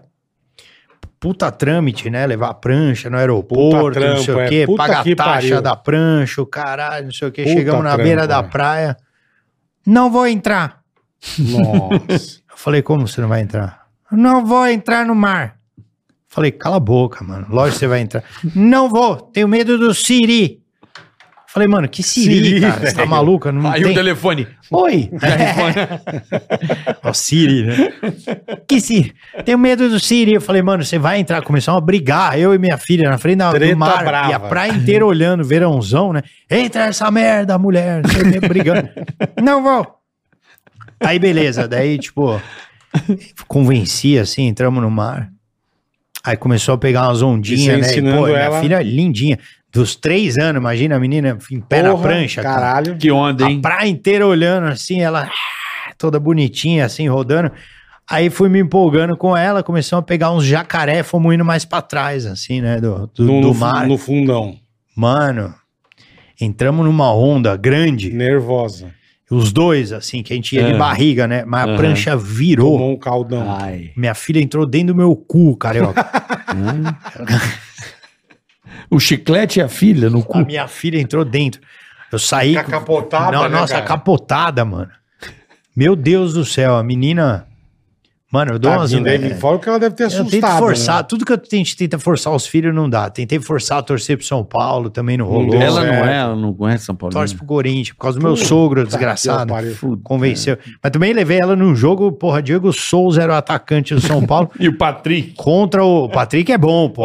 Puta trâmite, né? Levar a prancha no aeroporto, Puta não sei trampo, o quê. é. Puta Pagar que a taxa pariu. da prancha, o caralho, não sei o quê. Puta Chegamos na trampo, beira da é. praia. Não vou entrar. Nossa. Eu falei, como você não vai entrar? Não vou entrar no mar. Falei, cala a boca, mano. Lógico que você vai entrar. Não vou, tenho medo do Siri. Falei, mano, que Siri, Siri, cara? Você tá velho. maluca? Não Aí tem... o telefone. Oi. Ó, Siri, né? Que Siri? Tenho medo do Siri. Eu falei, mano, você vai entrar. Começamos a brigar, eu e minha filha, na frente do Treta mar. brava. E a praia inteira olhando, verãozão, né? Entra essa merda, mulher. Não sei o quê, brigando. Não vou. Aí, beleza. Daí, tipo, convenci, assim, entramos no mar. Aí começou a pegar umas ondinhas, né? E, pô, minha filha lindinha. Dos 3 anos, imagina a menina em pé na prancha. Caralho. Cara. Que onda, hein? A praia inteira olhando assim, ela toda bonitinha, assim, rodando. Aí fui me empolgando com ela, começamos a pegar uns jacaré, fomos indo mais pra trás, assim, né? Do mar. No fundão. Mano, entramos numa onda grande. Nervosa. Os dois, assim, que a gente ia de barriga, né? Mas a prancha virou. Tomou um caldão. Ai. Minha filha entrou dentro do meu cu, carioca. O chiclete e a filha no cu. A minha filha entrou dentro. Eu saí... Fica capotada, Não, né, nossa, cara? capotada, mano. Meu Deus do céu, a menina... Mano, eu dou umas... Fora que ela deve ter Eu assustado. tento forçar, né? tudo que a gente tenta forçar os filhos não dá. Tentei forçar a torcer pro São Paulo, também não rolou. deu Ela certo. ela não conhece São Paulo. Torce pro Corinthians, por causa do meu sogro, desgraçado. que pariu. Convenceu. Mas também levei ela num jogo, porra, Diego Souza era o atacante do São Paulo, E o Patrick. contra o Patrick é bom, pô.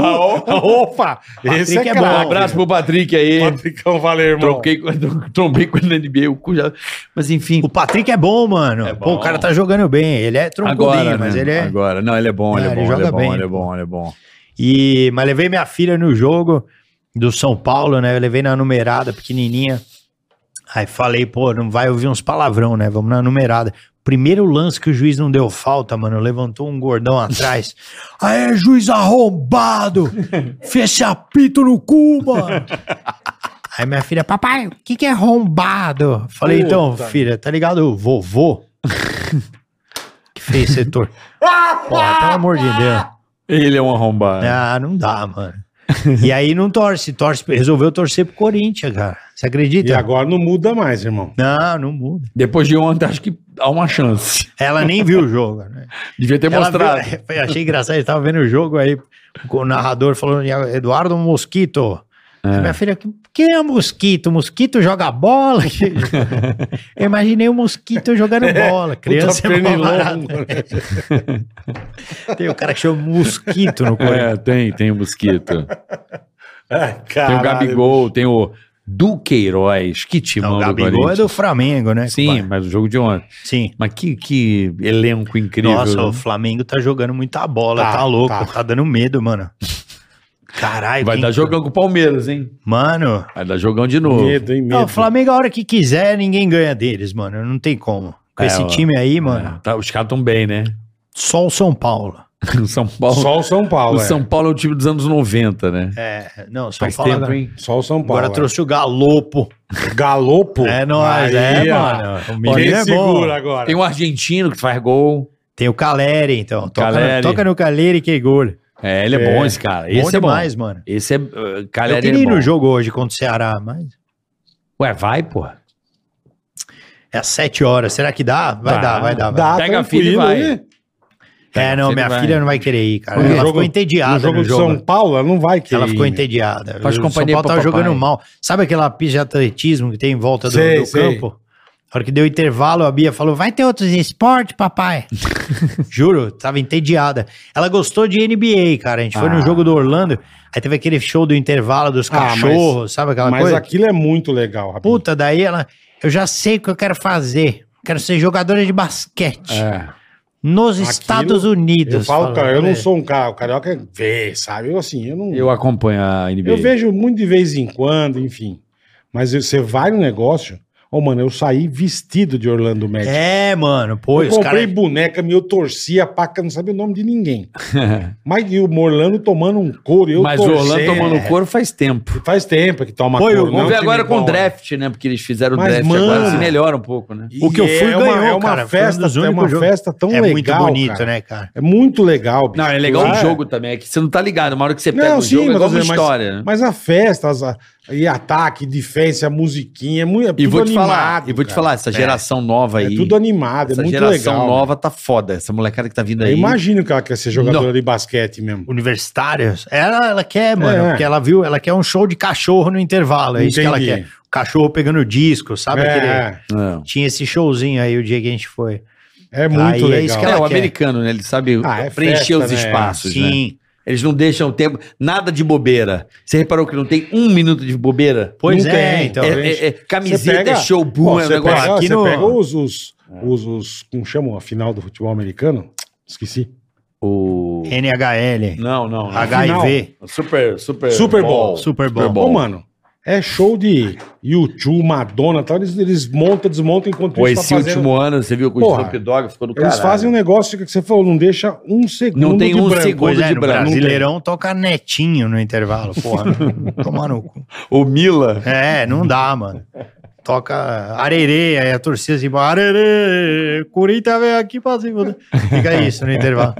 Opa! Esse Patrick é bom. Um craque. abraço pro Patrick aí. Patricão, valeu, irmão. Trombei com ele na NBA, o cu já... Mas enfim. O Patrick é bom, mano. É bom. Pô, o cara tá jogando bem. Ele é troncudinho, Agora, mas né? ele é... Agora. Não, ele é bom, ele é Ele bom, ele joga é bom, bem. ele é bom, ele é bom. Mas levei minha filha no jogo do São Paulo, né? Eu levei na numerada, pequenininha. Aí falei, pô, não vai ouvir uns palavrão, né? Vamos na numerada. Primeiro lance que o juiz não deu falta, mano, levantou um gordão atrás. Aê, juiz arrombado! Fecha apito no cu, mano! Aí minha filha, papai, o que é arrombado? Falei, então, filha, tá ligado o vovô? Que fez setor. Porra, pelo amor de Deus. Ele é um arrombado. Ah, não dá, mano. E aí não torce, resolveu torcer pro Corinthians, cara. Você acredita? E agora não muda mais, irmão. Não muda. Depois de ontem, acho que há uma chance. Ela nem viu o jogo, né? Devia ter Ela mostrado. viu, achei engraçado, ele tava vendo o jogo aí, o narrador falando, Eduardo Mosquito. Aí minha filha, quem é o Mosquito? Mosquito joga bola? Eu imaginei o Mosquito jogando bola. Criança Puta é pernilongo, barato. né? Tem o cara que chama Mosquito no Corinthians. Tem o Mosquito. Ai, Tem o caralho, Gabigol, tem o Duqueiroz. Que timão Não, o do Gabigol é Corinthians. do Flamengo, né? Sim, compadre? mas o jogo de ontem. Sim. Mas que elenco incrível. Nossa, né? o Flamengo tá jogando muita bola, Tá, tá louco, tá. tá dando medo, mano. Caralho. Vai dar jogão com o Palmeiras, hein? Mano, Vai dar jogão de novo. Medo, hein, medo. não, o Flamengo a hora que quiser, ninguém ganha deles, mano. Não tem como. Com esse ó. time aí, mano, Tá, os caras estão bem, né? só o São Paulo. O São Paulo. Só o São Paulo, O São Paulo é o time dos anos 90, né? Não, São Faz Paulo tempo, agora, hein? Só o São Paulo. agora trouxe o Galopo. Galopo? É nóis, Aí, ó. mano. O menino Quem é bom. segura agora? Tem um argentino que faz gol. Tem o Caleri, então. Caleri. Toca no Caleri que é gol. É, ele é bom, esse cara. Bom Esse é demais, bom. mano. Esse é. Eu Caleri queria é ir bom. no jogo hoje contra o Ceará, mas Ué, vai, porra. é às 7 horas. Será que dá? Vai dar, vai dar. Dá, Pega a filha e tranquilo, vai. né? Não, Você minha vai. filha não vai querer ir, cara. No Ela jogo- ficou entediada No jogo no de jogo. São Paulo, ela não vai querer. Ela ficou ir, entediada. Faz O companhia São Paulo pro tava papai. jogando mal. Sabe aquela pista de atletismo que tem em volta do, Sei, do sei. campo? Na hora que deu intervalo, a Bia falou, vai ter outros esportes, papai? Juro, tava entediada. Ela gostou de NBA, cara. A gente foi no jogo do Orlando, aí teve aquele show do intervalo dos cachorros, sabe aquela Mas coisa? aquilo é muito legal, rapaz. Puta, daí ela, eu já sei o que eu quero fazer. Quero ser jogadora de basquete nos Aquilo- Estados Unidos. Eu falo, Falou, cara, eu não falei, sou um cara, o carioca vê, sabe? Eu assim, eu não. Eu acompanho a NBA. Eu vejo muito de vez em quando, enfim. Mas você vai no negócio. Ô, mano, eu saí vestido de Orlando Magic. É, mano, pô, Eu os comprei caras... boneca, eu torcia pra cá, não sabia o nome de ninguém. Mas e o Orlando tomando um couro, eu Mas o Orlando torcendo. tomando couro faz tempo. Faz tempo que toma Pô, couro. vamos não é um Vamos ver time agora com o bom, draft, né? Porque eles fizeram o Mas, draft mano, agora, se melhora um pouco, né? E O que eu fui é uma, ganhou, é uma cara, foi um festa, dos é únicos uma jogos. festa tão É legal, muito bonito, cara. né, cara? É muito legal, bicho. Não, é legal o É. jogo também, é que você não tá ligado. Uma hora que você pega Não, o sim, jogo, é igual uma mas, história. né? mas a festa, e ataque, defesa, a musiquinha, é muito E tudo vou te animado, falar, cara. essa geração nova É aí. tudo animado, é essa muito geração legal. nova tá foda. Essa molecada que tá vindo Eu aí. imagino que ela quer ser jogadora Não. de basquete mesmo. Universitários. Ela quer, mano, É. porque ela viu, ela quer um show de cachorro no intervalo. É isso que ela Entendi. quer. O cachorro pegando disco, sabe? É, Não. Tinha esse showzinho aí o dia que a gente foi. é muito Aí é legal. isso que É, ela o quer. americano, né? Ele sabe É preencher festa, os né? espaços, né? Sim. Eles não deixam tempo, nada de bobeira. Você reparou que não tem um minuto de bobeira? Pois Não é, tem. então. Camiseta, pega- show, boom, Pô, é um você negócio. pega, aqui você no- pega como chamam a final do futebol americano? Esqueci. O... NHL. Não. HIV. Super Bowl. Super Bowl. Ô, mano, é show de YouTube, Madonna e tal. Eles montam, desmontam enquanto Pô, isso esse último ano, você viu com o Porra, Snoop Dogg, ficou do caralho. Eles fazem um negócio que você falou, não deixa um segundo Não tem um segundo Pois é, de no branco. Brasileirão toca Netinho no intervalo, porra. Toma no cu. O Mila. É, não dá, mano. Toca Arerê, aí a torcida assim, Arerê, Corinthians vem aqui pra cima. Fica isso no intervalo.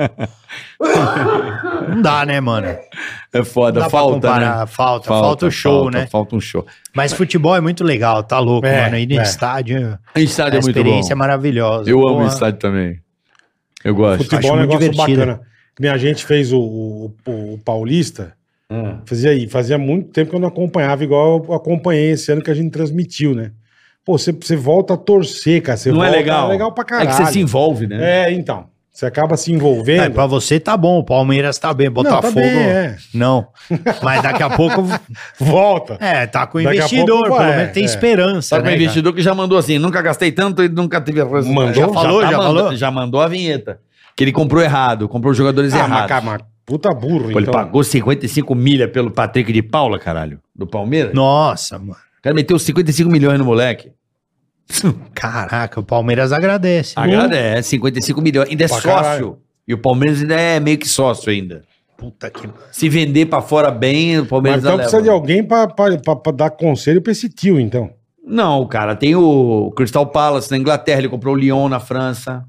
Não dá, né, mano? É foda, Não dá pra falta, comparar, né? Falta o show, né? Falta um show. Mas futebol é muito legal, tá louco, mano. Ir no estádio, O estádio a é muito bom. experiência é maravilhosa. Eu amo Porra. o estádio também. Eu gosto. Futebol Acho é um muito negócio divertido. bacana. Que nem a gente fez o Paulista. Fazia muito tempo que eu não acompanhava, igual eu acompanhei esse ano que a gente transmitiu, né? Pô, você volta a torcer, cara. Você Não volta, é legal? É legal pra caralho. É que você se envolve, né? É, então. Você acaba se envolvendo. É, pra você tá bom, o Palmeiras tá bem, Botafogo tá bem, é. não. Mas daqui a pouco, Volta. tá com o Daqui a investidor, pouco pelo vai, menos tem é. esperança, Sabe né, o investidor que já mandou assim, nunca gastei tanto e nunca teve... Mandou? Já Falou, já falou? Já mandou a vinheta. Que ele comprou errado, comprou os jogadores errados. Mas puta burro, Pô, ele então. pagou 55 milha pelo Patrick de Paula, caralho, do Palmeiras. Nossa, mano. O cara meteu 55 milhões no moleque. Caraca, o Palmeiras agradece. Agradece, 55 milhões. Ainda é Pra sócio. caralho. E o Palmeiras ainda é meio que sócio ainda. Puta que... Se vender pra fora bem, o Mas Palmeiras então leva. precisa de alguém pra dar conselho pra esse tio, então. Não, cara, tem o Crystal Palace na Inglaterra, ele comprou o Lyon na França.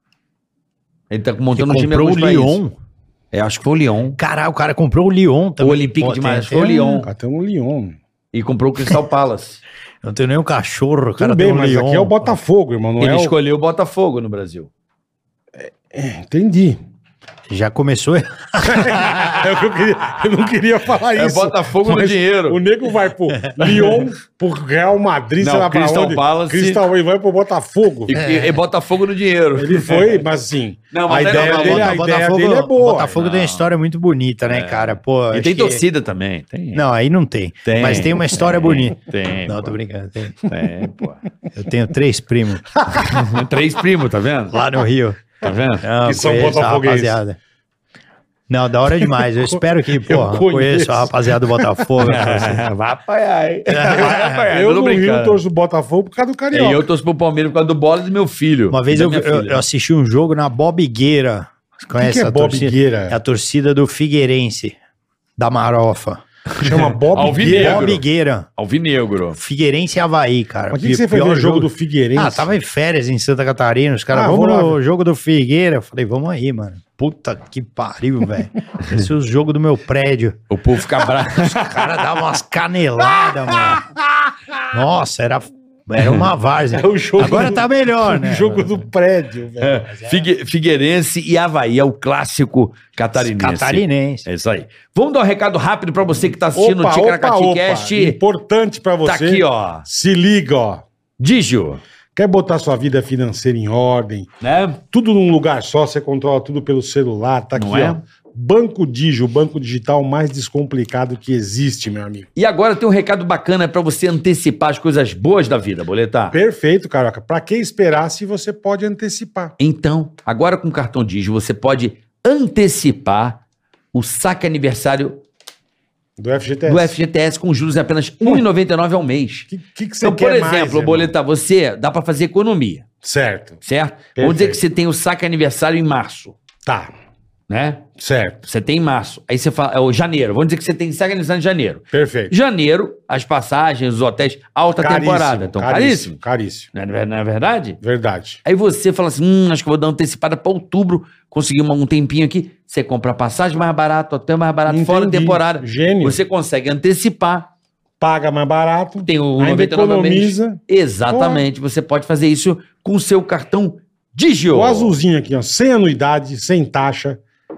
Ele tá montando um time em comprou o alguns países. Lyon. É, acho que foi o Lyon. Caralho, o cara comprou o Lyon O também. Olympique de tem Marseille até foi o Lyon. Cara, tem um Lyon. E comprou o Crystal Palace. Eu não tenho nem um cachorro, o cara Tudo bem, tem um mas Lyon. aqui é o Botafogo, irmão. Não Ele é o... escolheu o Botafogo no Brasil. Entendi. Já começou... É o que eu não queria falar É isso. Botafogo no Mas dinheiro. O nego vai pro Lyon, pro Real Madrid, Não, sei lá pra Crystal onde. Palace- Crystal, ele vai pro Botafogo. E Botafogo no dinheiro. Ele foi, mas assim, Não, a mas ideia não, dele, a ideia dele é boa. Botafogo tem uma história muito bonita, né, cara? Pô, E acho tem que- torcida também. Tem. Não, aí não tem. Tem. Mas tem uma história bonita. Tem. Não, pô. tô brincando. Tem. Tem, pô. Eu tenho 3 primos 3 primos, tá vendo? lá no Rio. Tá vendo? Não, Que são conheço a botafoguenses. rapaziada. Não, da hora demais. Eu espero que, porra, conheço. conheço a rapaziada do Botafogo. Vai apanhar, hein? Vai apanhar. Eu tô no Rio brincando. torço o Botafogo por causa do E Carioca. eu torço pro Palmeiras por causa do bola do meu filho. Uma vez Da eu, minha eu, filha. eu assisti um jogo na Bobigueira. Você conhece que é a torcida? Bobigueira? É a torcida do Figueirense, da Marofa. Chama Bob Alvinegro. Guerra. Bobigueira. Alvinegro. Figueirense e Havaí, cara. Mas o que você foi ver o jogo do Figueirense? Ah, tava em férias em Santa Catarina. Os caras, Ah, vamos vamos lá, no jogo do Figueira. Eu falei, vamos aí, mano. Puta que pariu, velho. Esse é o jogo do meu prédio. O povo fica bravo. Os caras davam umas caneladas, mano. Nossa, era uma várzea. É o jogo Agora do- tá melhor, né? O jogo do prédio, velho. Figueirense e Havaí é o clássico catarinense. Catarinense. É isso aí. Vamos dar um recado rápido pra você que tá assistindo o Ticaracati Cast. Importante pra você. Tá aqui, ó. Se liga, ó. Digio, Quer botar sua vida financeira em ordem? né? Tudo num lugar só, você controla tudo pelo celular. Tá aqui, Não é? ó. Banco Digio, o banco digital mais descomplicado que existe, meu amigo. E agora tem um recado bacana pra você antecipar as coisas boas da vida, Boletar. Perfeito, Caroca. Pra que esperar se você pode antecipar? Então, agora com o cartão Digio, você pode antecipar o saque aniversário Do FGTS. do FGTS com juros em apenas R$ 1,99 ao mês. O que você Então, quer por mais, exemplo, irmão? Boletar, você dá pra fazer economia, Certo. certo? Vamos dizer que você tem o saque aniversário em março, Tá. né? Certo. Você tem em março. Aí você fala, é o janeiro. Vamos dizer que você tem saque aniversário em janeiro. Perfeito. Janeiro, as passagens, os hotéis, alta temporada. Então, caríssimo. Caríssimo. Não é verdade? Verdade. Aí você fala assim, acho que eu vou dar uma antecipada para outubro, conseguir um tempinho aqui. Você compra a passagem mais barato, hotel mais barato, fora Entendi. temporada. Gênio. Você consegue antecipar. Paga mais barato. Tem o Ainda 99 ao mês. economiza. Exatamente. Você pode fazer isso com o seu cartão Digio. O azulzinho aqui, ó. Sem anuidade, sem taxa.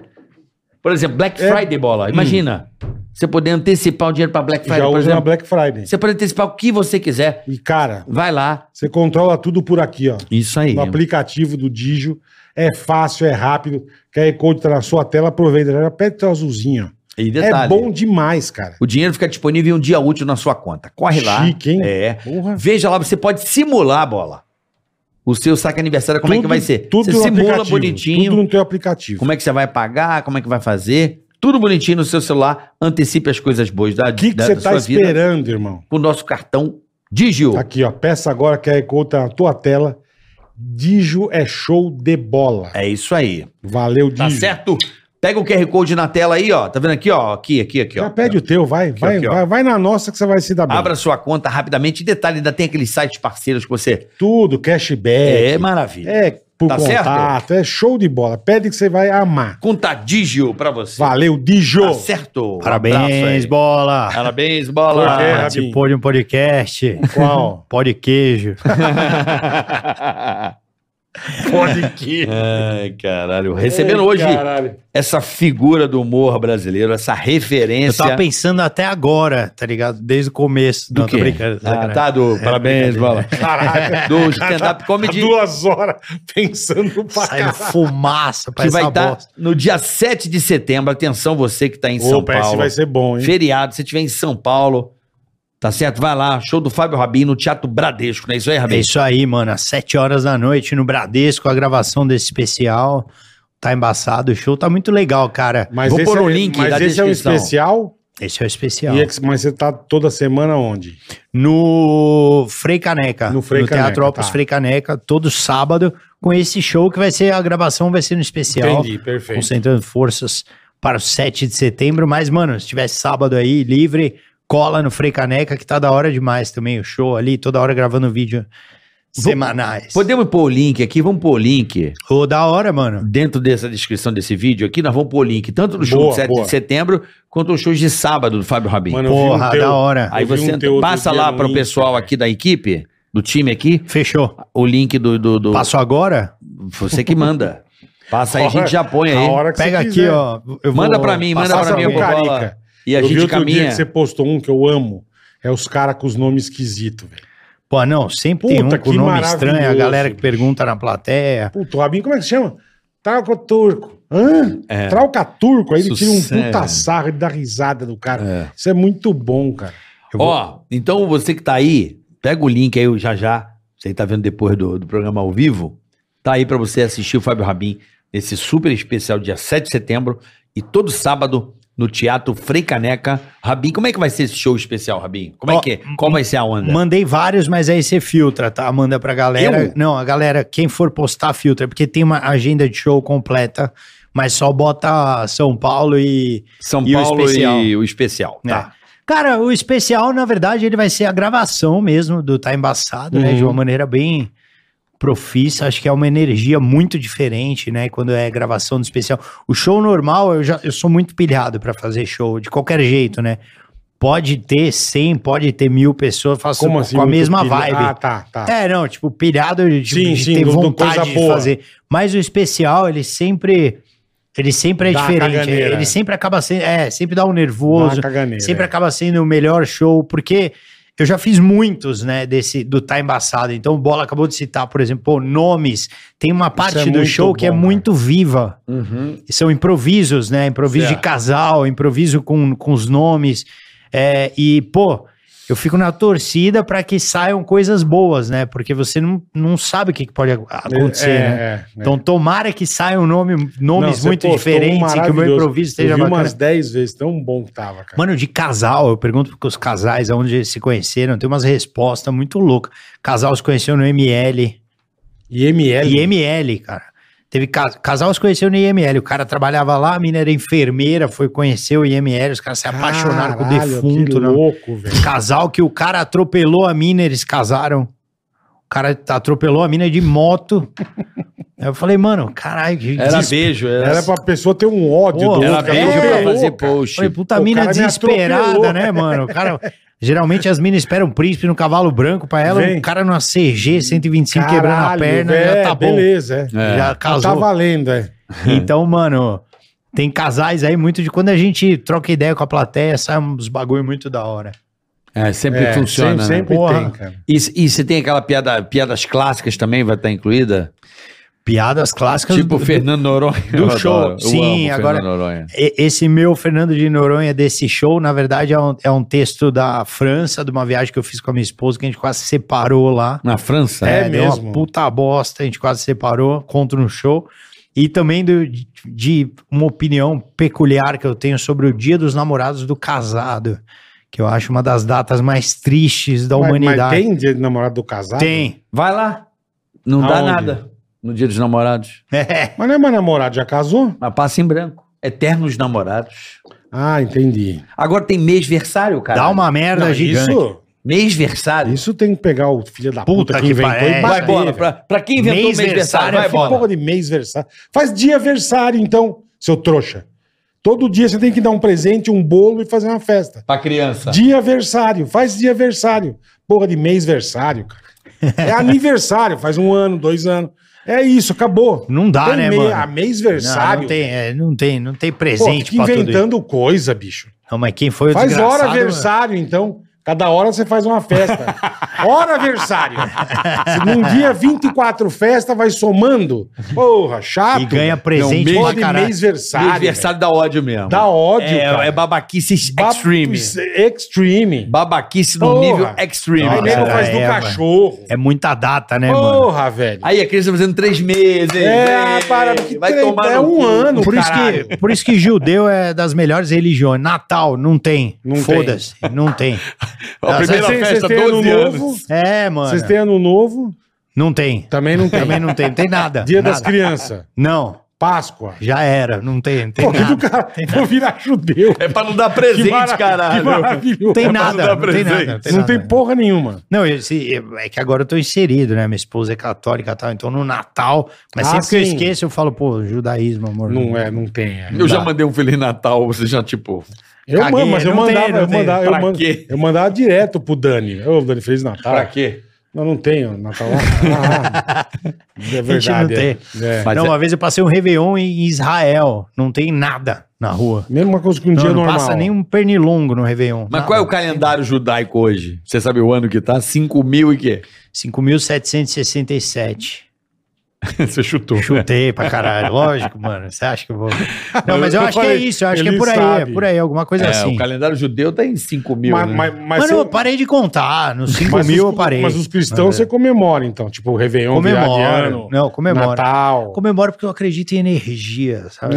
Por exemplo, Black É. Friday, Bola. Imagina, você poder antecipar o dinheiro para Black Friday, Já por usa na exemplo. Black Friday. Você pode antecipar o que você quiser. E, cara, Vai lá. você controla tudo por aqui, ó. Isso aí. No aplicativo do Digio. É fácil, é rápido. QR Code tá na sua tela, aproveita. Já pede teu azulzinho. ó. E detalhe, É bom demais, cara. o dinheiro fica disponível em um dia útil na sua conta. Corre lá. Chique, hein? É. Porra. Veja lá, você pode simular, Bola. o seu saque aniversário, como é que vai ser? Tudo Você no simula aplicativo, bonitinho. Tudo no teu aplicativo. Como é que você vai pagar, como é que vai fazer. Tudo bonitinho no seu celular. Antecipe as coisas boas da O que você da tá sua vida esperando, irmão? com o nosso cartão Digio. Aqui, ó. Peça agora, QR Code tá na tua tela. Digio é show de bola. É isso aí. Valeu, Digio. Tá certo? Pega o QR Code na tela aí, ó. Tá vendo aqui, ó? Aqui, Já ó. pede o teu, vai. aqui, ó. Vai na nossa que você vai se dar bem. Abra sua conta rapidamente. E detalhe, ainda tem aqueles sites parceiros que você... Tudo, cashback. É maravilha. É por Tá contato, é show de bola. Pede que você vai amar. Conta Digio pra você. Valeu, Digio. Tá certo? Um abraço Parabéns, aí. bola. Parabéns, bola. Por quê? Participou de um podcast. Qual? Pó de queijo. Pode que. Ai, caralho. Recebendo hoje Caralho. essa figura do humor brasileiro, essa Eu referência. tava pensando até agora, tá ligado? Desde o começo. Do Não, quê? tô brincando. Tá, do parabéns, bola. Caralho. Do stand-up comedy. 2 horas pensando pra Saindo caralho. fumaça pra Que essa vai estar bosta. no dia 7 de setembro. Atenção, você que tá em São Opa, esse Paulo. vai ser bom, hein? Feriado, se estiver em São Paulo, tá certo? Vai lá, show do Fábio Rabin no Teatro Bradesco, não é isso aí, É Rabin? isso aí, mano. Às 7 horas da noite no Bradesco, a gravação desse especial. Tá embaçado, o show tá muito legal, cara. Mas Vou esse pôr o é- link mas da esse é um descrição. especial? Esse é o especial. Mas você tá toda semana onde? No Frei Caneca. No Frei Caneca, Teatro Opus tá. Frei Caneca, todo sábado, com esse show que vai ser, a gravação vai ser no especial. Entendi, perfeito. Concentrando forças para o 7 de setembro. Mas, mano, se tivesse sábado aí, livre, cola no Frei Caneca, que tá da hora demais também, o show ali, toda hora gravando vídeo semanais. Podemos pôr o link aqui? Vamos pôr o link Ô, da hora, mano. dentro dessa descrição desse vídeo aqui. Nós vamos pôr o link tanto do show Boa, de 7 boa. de setembro quanto os shows de sábado do Fábio Rabin. Mano, eu vi Porra, da hora. Aí eu vi você um teu outro passa dia lá no para o Insta, pessoal velho. aqui da equipe, do time aqui, Fechou. o link do... Passo agora? Você que manda. Passa aí, a gente já põe A aí. hora que Pega você aqui, quiser. ó. Eu Manda vou pra mim, passar manda pra Passa mim, pro eu vou Carica. E a Eu vi gente outro dia caminha. que você postou um que eu amo. É os caras com os nomes esquisitos, velho. Pô, não, sempre Puta, tem um com que nome estranho, a maravilhoso, galera que bicho. pergunta na plateia. Puta, o Rabinho, como é que se chama? Trauca Turco. Hã? É. Trauca Turco. Aí ele tira um Sucesso. puta sarro, ele dá risada do cara. É. Isso é muito bom, cara. Ó, então você que tá aí, pega o link aí já. Você que tá vendo depois do programa ao vivo. Tá aí pra você assistir o Fábio Rabin nesse super especial dia 7 de setembro e todo sábado no Teatro Frei Caneca. Rabin, como é que vai ser esse show especial, Rabin? Como é Ó, que é? Qual vai ser a onda? Mandei vários, mas aí você filtra, tá? Manda pra galera. Eu? Não, a galera, quem for postar, filtra, porque tem uma agenda de show completa, mas só bota São Paulo e São e o Paulo especial. e o especial, tá? É. Cara, o especial, na verdade, ele vai ser a gravação mesmo do Tá Embaçado, né? De uma maneira bem profissa. Acho que é uma energia muito diferente, né? Quando é gravação do especial. O show normal, eu sou muito pilhado pra fazer show, de qualquer jeito, né? Pode ter 100, pode ter 1000 pessoas, eu faço Como assim? com a muito mesma pilha- vibe. Ah, tá. É, não, tipo, pilhado de, Sim, de sim, ter do vontade coisa de boa. fazer. Mas o especial, ele sempre é Dá uma diferente. caganeira. Ele sempre acaba sendo, sempre dá um Dá nervoso, uma caganeira, sempre é. acaba sendo o melhor show, porque eu já fiz muitos, né, do Tá Embaçado. Então o Bola acabou de citar, por exemplo, pô, nomes. Tem uma parte é do muito show que é bom, muito viva. Uhum. E são improvisos, né? Improviso Certo. de casal, improviso com os nomes. E, pô, eu fico na torcida pra que saiam coisas boas, né? Porque você não sabe o que pode acontecer, né? Então, tomara que saiam nomes Não, você muito postou um diferentes e que o meu maravilhoso. improviso esteja Eu vi bacana. umas 10 vezes, tão bom que tava, cara. Mano, de casal, eu pergunto porque os casais, onde eles se conheceram, tem umas respostas muito loucas. Casal se conheceu no IML. IML, cara. Teve casal se conheceu no IML. O cara trabalhava lá, a mina era enfermeira, foi conhecer o IML, os caras se apaixonaram com o defunto. Que Né? louco, velho. Casal que o cara atropelou a mina, eles casaram. O cara atropelou a mina de moto. Aí eu falei, mano, caralho, que Era desespero. beijo, Era pra pessoa ter um ódio Pô, do Era outro. beijo pra atropelou, fazer cara. post. Falei, puta O mina cara me desesperada, atropelou. né, mano? O cara, geralmente as minas esperam um príncipe no cavalo branco pra ela, Vem. o cara numa CG 125 quebrando a Caralho, perna, velho, já tá bom. beleza, É. Já Tá casou. valendo, é. Então, mano, tem casais aí muito de quando a gente troca ideia com a plateia, sai uns bagulho muito da hora. Sempre funciona, Sempre né? Porra. tem, cara. E você tem aquela piadas clássicas também, vai estar incluída? Piadas clássicas Tipo Fernando Noronha. do Eu show. adoro. Eu Sim, amo agora Fernando Noronha. esse meu Fernando de Noronha desse show, na verdade é um texto da França, de uma viagem que eu fiz com a minha esposa, que a gente quase se separou lá. Na França? É Deu mesmo? uma puta bosta, a gente quase se separou, conto no show. E também de uma opinião peculiar que eu tenho sobre o Dia dos Namorados do Casado, que eu acho uma das datas mais tristes da humanidade. Mas tem dia de namorado do casado? Tem. Vai lá. Não dá Aonde? nada no dia dos namorados. Mas não é mais namorado, já casou? Mas passa em branco. Eternos namorados. Ah, entendi. Agora tem mêsversário, cara. Dá uma merda Não, gigante. Mêsversário. Isso tem que pegar o filho da Puta puta que que inventou pariu. e Vai bater, bola. velho. Pra quem inventou o Mêsversário mêsversário, vai é Que bola. porra de mêsversário. Faz dia-versário, então, seu trouxa. Todo dia você tem que dar um presente, um bolo e fazer uma festa. Pra criança. Dia-versário, faz dia-versário. Porra de mêsversário, cara. É aniversário, faz 1 ano, 2 anos. É isso, acabou. Não dá, Tem né, mano? A mêsversário. Não tem Pô, presente fica pra tudo isso. inventando coisa, bicho. Não, mas quem foi o Faz desgraçado... hora-versário, então. Cada hora você faz uma festa. Hora-versário. Se num dia 24 festas, vai somando. Porra, chato. E ganha presente Porra pra de caralho. mêsversário. Mêsversário dá ódio mesmo. velho. Dá ódio, cara. É babaquice extreme. Extreme. Babaquice no Porra. nível extreme. Aí nego Nossa, faz do é, cachorro. É muita data, né, mano? Porra, velho. Aí a criança fazendo 3 meses. Para, que vai tomar é no 1 cu. ano, Por isso que judeu é das melhores religiões. Natal, não tem. Não Foda-se, não tem. A primeira Vocês festa, têm ano 12 anos. novo? É, mano. Vocês têm ano novo? Não tem. Também não tem. Também não tem. Não tem nada. Dia nada. das crianças. Não, Páscoa. já era. Não tem Pô, que do nada. cara vou virar judeu. É pra não dar presente, Que caralho. maravilhoso. Tem pra não nada. dar Não tem presente. nada. Não tem porra nenhuma. Não, é que agora eu tô inserido, né? Minha esposa é católica e tal, então no Natal. Mas Ah, sempre que eu sim. esqueço, eu falo, pô, judaísmo, amor. Não tem. Eu já mandei um Feliz Natal, você já, tipo... Eu Caguei, mando, mas eu não tem, mandava, não eu tem. mandava, eu Pra mandava, quê? eu mandava direto pro Dani. Ô, Dani, Feliz Natal. Pra quê? Não tenho Natal lá. É A gente verdade. não tem. É. Mas não, é- uma vez eu passei um Réveillon em Israel. Não tem nada na rua. Mesma coisa que um Não, dia não normal. passa nem um pernilongo no Réveillon. Mas qual é o calendário judaico hoje? Você sabe o ano que tá? 5.000 e quê? 5.767. Você chutou. Chutei pra caralho. Lógico, mano. Você acha que eu vou... Não, mas eu acho que é isso. Eu acho que é Ele por aí. sabe. É por aí. Alguma coisa É, assim. o calendário judeu tá em 5.000, Mas, né? mas Mano, você- eu parei de contar. Nos 5 mas mil os- eu parei. Mas os cristãos você comemora, então. Tipo, o Réveillon, virada de Comemoro. ano, Não, comemoro. Natal. Comemoro porque eu acredito em energia, sabe?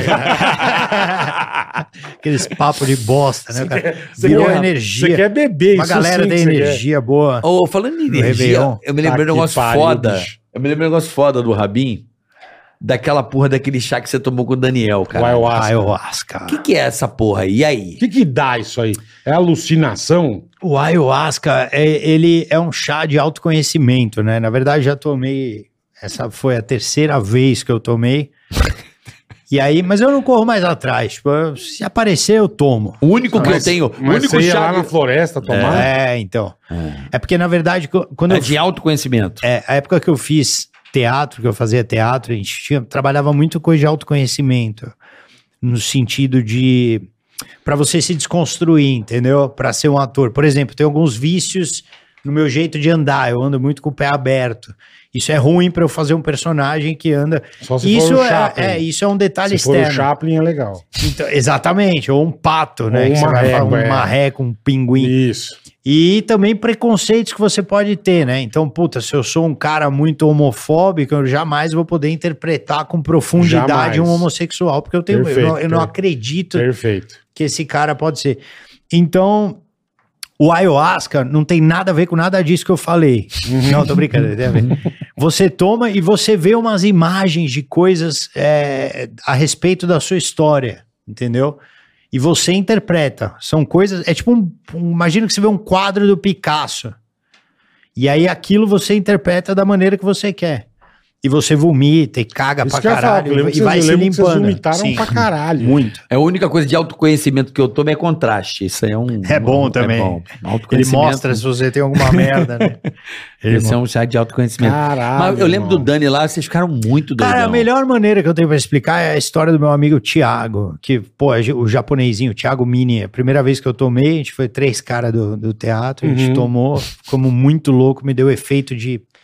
Aqueles papos de bosta, né, cara? Você Boa quer- energia. Você quer beber, Uma isso galera sim tem que você energia boa. Ô, falando em energia, Réveillon. eu me lembrei de Tá um que negócio pariu, foda. bicho. Eu me lembrei de um negócio foda do Rabin, daquela porra daquele chá que você tomou com o Daniel, quer. cara. O ayahuasca. Ayahuasca. O que é essa porra aí? E aí? O que dá isso aí? É alucinação? O ayahuasca, ele é um chá de autoconhecimento, né? Na verdade, já tomei... Essa foi a 3ª vez que eu tomei. E aí, mas eu não corro mais atrás. Tipo, se aparecer, eu tomo. O único que eu Mas- tenho, o Mas único você ia chá lá na floresta tomar? É, então. É porque, na verdade, quando é eu... de autoconhecimento. A época que eu fiz teatro, que eu fazia teatro, a gente trabalhava muito coisa de autoconhecimento. No sentido de... Pra você se desconstruir, entendeu? Pra ser um ator. Por exemplo, tem alguns vícios no meu jeito de andar. Eu ando muito com o pé aberto. Isso é ruim pra eu fazer um personagem que anda... Só se Isso for o Chaplin. isso é um detalhe Se for o externo. Chaplin, é legal. Então, exatamente, ou um pato, né? Ou que uma você vai falar, régua, um marreco, um pinguim. Isso. E também preconceitos que você pode ter, né? Então, puta, se eu sou um cara muito homofóbico, eu jamais vou poder interpretar com profundidade Jamais. um homossexual, porque eu não Perfeito. acredito Perfeito. que esse cara pode ser. Então, o ayahuasca não tem nada a ver com nada disso que eu falei. Não, tô brincando. Tem a ver. Você toma e você vê umas imagens de coisas a respeito da sua história, entendeu? E você interpreta. São coisas... É tipo imagina que você vê um quadro do Picasso. E aí aquilo você interpreta da maneira que você quer. E você vomita e caga Isso pra que eu ia falar, caralho. eu lembro que E vai vocês- se eu lembro que vocês limpando. vomitaram Sim. pra caralho. Muito. É a única coisa de autoconhecimento que eu tomo é contraste. Isso aí é um... É bom também. É bom. Ele Autoconhecimento. mostra se você tem alguma merda, né? Esse é um chá de autoconhecimento. Caralho, Mas eu lembro do irmão. Dani lá, vocês ficaram muito doidão. Cara, a melhor maneira que eu tenho pra explicar é a história do meu amigo Thiago, que, pô, é o japonesinho, o Thiago Mini. A primeira vez que eu tomei, a gente foi 3 caras do teatro, a gente tomou, como muito louco, me deu efeito de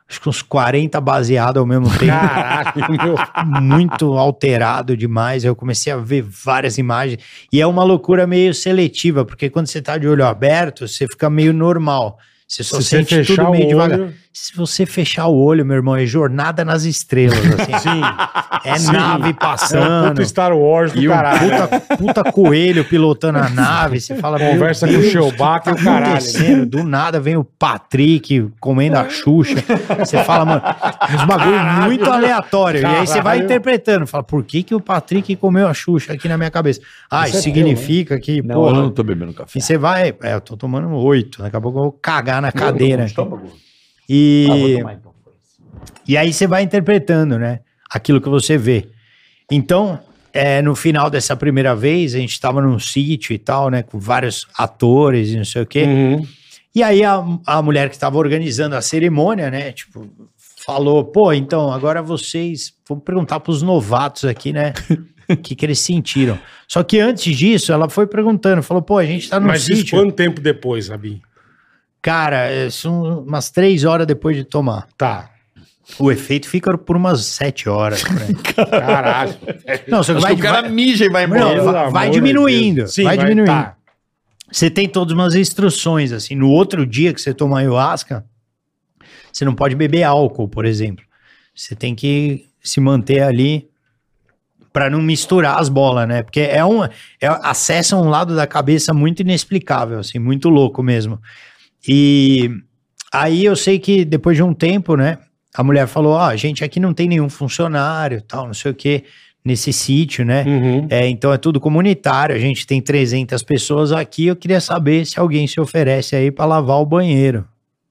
acho que uns 40 baseados ao mesmo tempo. Caralho, meu. Muito alterado demais. Eu comecei a ver várias imagens. E é uma loucura meio seletiva, porque quando você tá de olho aberto, você fica meio normal. Você só sente tudo meio devagar. Se você fechar o olho, meu irmão, é jornada nas estrelas, assim. Sim. É Sim. nave passando. Puta Star Wars do E caralho. puta coelho pilotando a nave. Você fala, Conversa meu com o Deus, Chewbacca e o tá caralho. acontecendo? Do nada vem o Patrick comendo a Xuxa. Você fala, mano, uns bagulho Caralho, muito aleatório. E aí você vai caralho. interpretando. Fala, por que o Patrick comeu a Xuxa aqui na minha cabeça? Ah, Isso isso é significa que, Não, porra... eu não tô bebendo café. E você vai... eu tô tomando 8. Daqui a pouco eu vou cagar na cadeira. Aqui. Vou E... tomar, então. E aí você vai interpretando, né? Aquilo que você vê. Então, no final dessa primeira vez, a gente estava num sítio e tal, né? Com vários atores e não sei o quê. Uhum. E aí a mulher que estava organizando a cerimônia, né? Tipo, falou, pô, então, agora vocês... Vamos perguntar para os novatos aqui, né? O que eles sentiram. Só que antes disso, ela foi perguntando. Falou, pô, a gente tá num Mas isso sítio... quanto tempo depois, Rabin? Cara, são umas 3 horas depois de tomar. Tá. O efeito fica por umas 7 horas. Né? Caralho. Não, só que Acho vai, que o cara vai, mija e vai embora. não, Pelo vai amor diminuindo. de Deus. Sim, vai diminuindo. tá. Você tem todas umas instruções, assim. No outro dia que você toma ayahuasca, você não pode beber álcool, por exemplo. Você tem que se manter ali para não misturar as bolas, né? Porque acessa um lado da cabeça muito inexplicável, assim, muito louco mesmo. E aí eu sei que depois de um tempo, né? A mulher falou, a gente aqui não tem nenhum funcionário, tal, não sei o quê, nesse sítio, né? Uhum. Então é tudo comunitário, a gente tem 300 pessoas aqui, eu queria saber se alguém se oferece aí para lavar o banheiro.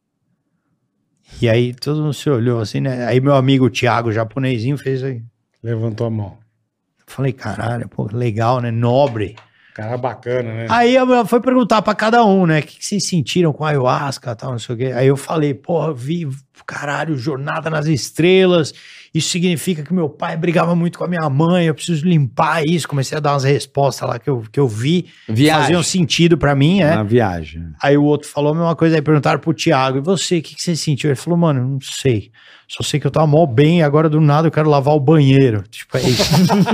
E aí todo mundo se olhou assim, né? Aí meu amigo Thiago, japonesinho, fez aí. Levantou a mão. Falei, caralho, pô, legal, né? Nobre. Cara bacana, né? Aí ela foi perguntar pra cada um, né? O que vocês sentiram com a ayahuasca e tal, não sei o quê. Aí eu falei, porra, vi, caralho, jornada nas estrelas. Isso significa que meu pai brigava muito com a minha mãe, eu preciso limpar isso. Comecei a dar umas respostas lá que eu vi. Viagem. Faziam sentido pra mim, Uma viagem. Aí o outro falou a mesma coisa, aí perguntaram pro Thiago, e você, o que você sentiu? Ele falou, mano, não sei. Só sei que eu tava mó bem e agora do nada eu quero lavar o banheiro. Tipo, é isso.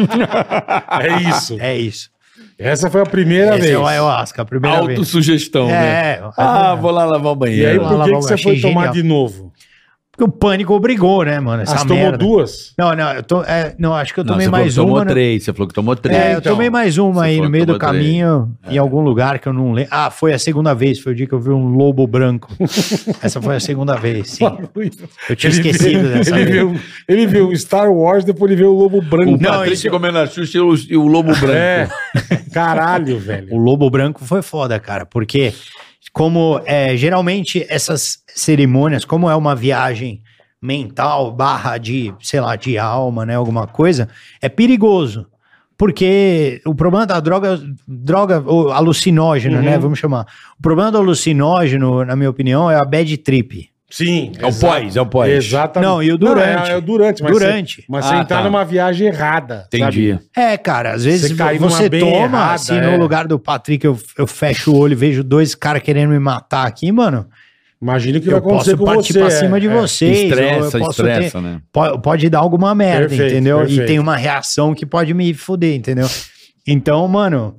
É isso. É isso. Essa foi a primeira Esse vez. é o ayahuasca, a primeira vez. Autossugestão, né? Vou lá lavar o E banheiro. aí, Lá, por lá, que lá, você achei foi tomar genial. de novo? Porque o pânico obrigou, né, mano? Essa Você tomou merda. duas? Não, não, acho que eu tomei você mais falou que uma. tomou 3, você falou que tomou 3. Eu então. tomei mais uma Você aí falou no que meio do tomou caminho, em algum lugar que eu não lembro. Ah, foi a segunda vez, foi o dia que eu vi um lobo branco. Essa foi a segunda vez, sim. Eu tinha esquecido dessa vez. Ele viu Star Wars, depois ele viu o Lobo Branco. O Patrick comendo a Xuxa e o Lobo Branco. É, caralho, velho. O lobo branco foi foda, cara, porque como geralmente essas cerimônias, como é uma viagem mental / de, sei lá, de alma, né, alguma coisa, é perigoso. Porque o problema da droga ou alucinógeno, né, vamos chamar. O problema do alucinógeno, na minha opinião, é a bad trip. Sim. É o pós, é o pós. Exatamente. Não, e o durante. É o durante. Mas Durante. Mas você Ah, entrar tá. numa viagem errada. Entendi. Sabe? Cara, às vezes Você cai numa você bem toma, errada, assim, no lugar do Patrick, eu fecho o olho e vejo 2 caras querendo me matar aqui, mano. Imagina o que vai Eu acontecer posso com partir você. pra cima de vocês. ou Estressa, eu posso estressa, né? Pode dar alguma merda, Perfeito, entendeu? perfeito. E tem uma reação que pode me foder, entendeu? Então, mano,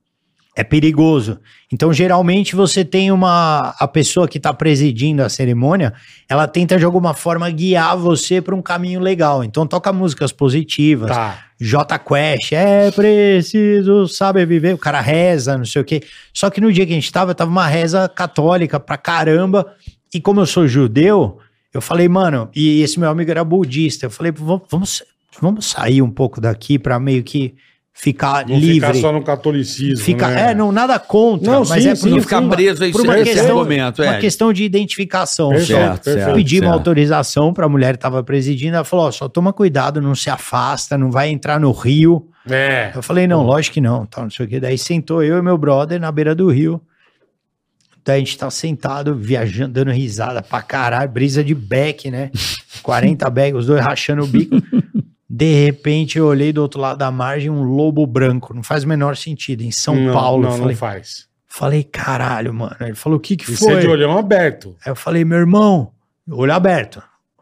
é perigoso. Então, geralmente, você tem a pessoa que tá presidindo a cerimônia, ela tenta de alguma forma guiar você para um caminho legal. Então, toca músicas positivas. Tá. J Quest, é preciso saber viver. O cara reza, não sei o quê. Só que no dia que a gente tava uma reza católica pra caramba. E como eu sou judeu, eu falei, mano, e esse meu amigo era budista. Eu falei, vamos sair um pouco daqui pra meio que ficar Não livre. ficar só no catolicismo, né? Não, nada contra. Não, mas sim, é sim, Não ficar preso aí por uma nesse questão, momento. uma questão de identificação. Perfeito, Certo, perfeito. certo. Pedi uma autorização para a mulher que estava presidindo, ela falou, só toma cuidado, não se afasta, não vai entrar no rio. É. Eu falei, não, lógico que não, tal, não sei o que. Daí sentou eu e meu brother na beira do rio. Daí a gente tá sentado, viajando, dando risada pra caralho, brisa de beck, né? 40 beck, os dois rachando o bico. De repente eu olhei do outro lado da margem um lobo branco, não faz o menor sentido, em São Paulo. Não, Falei, não faz. Falei, caralho, mano. Ele falou, o que Isso foi? é de olhão aberto. Aí eu falei, meu irmão, olho aberto.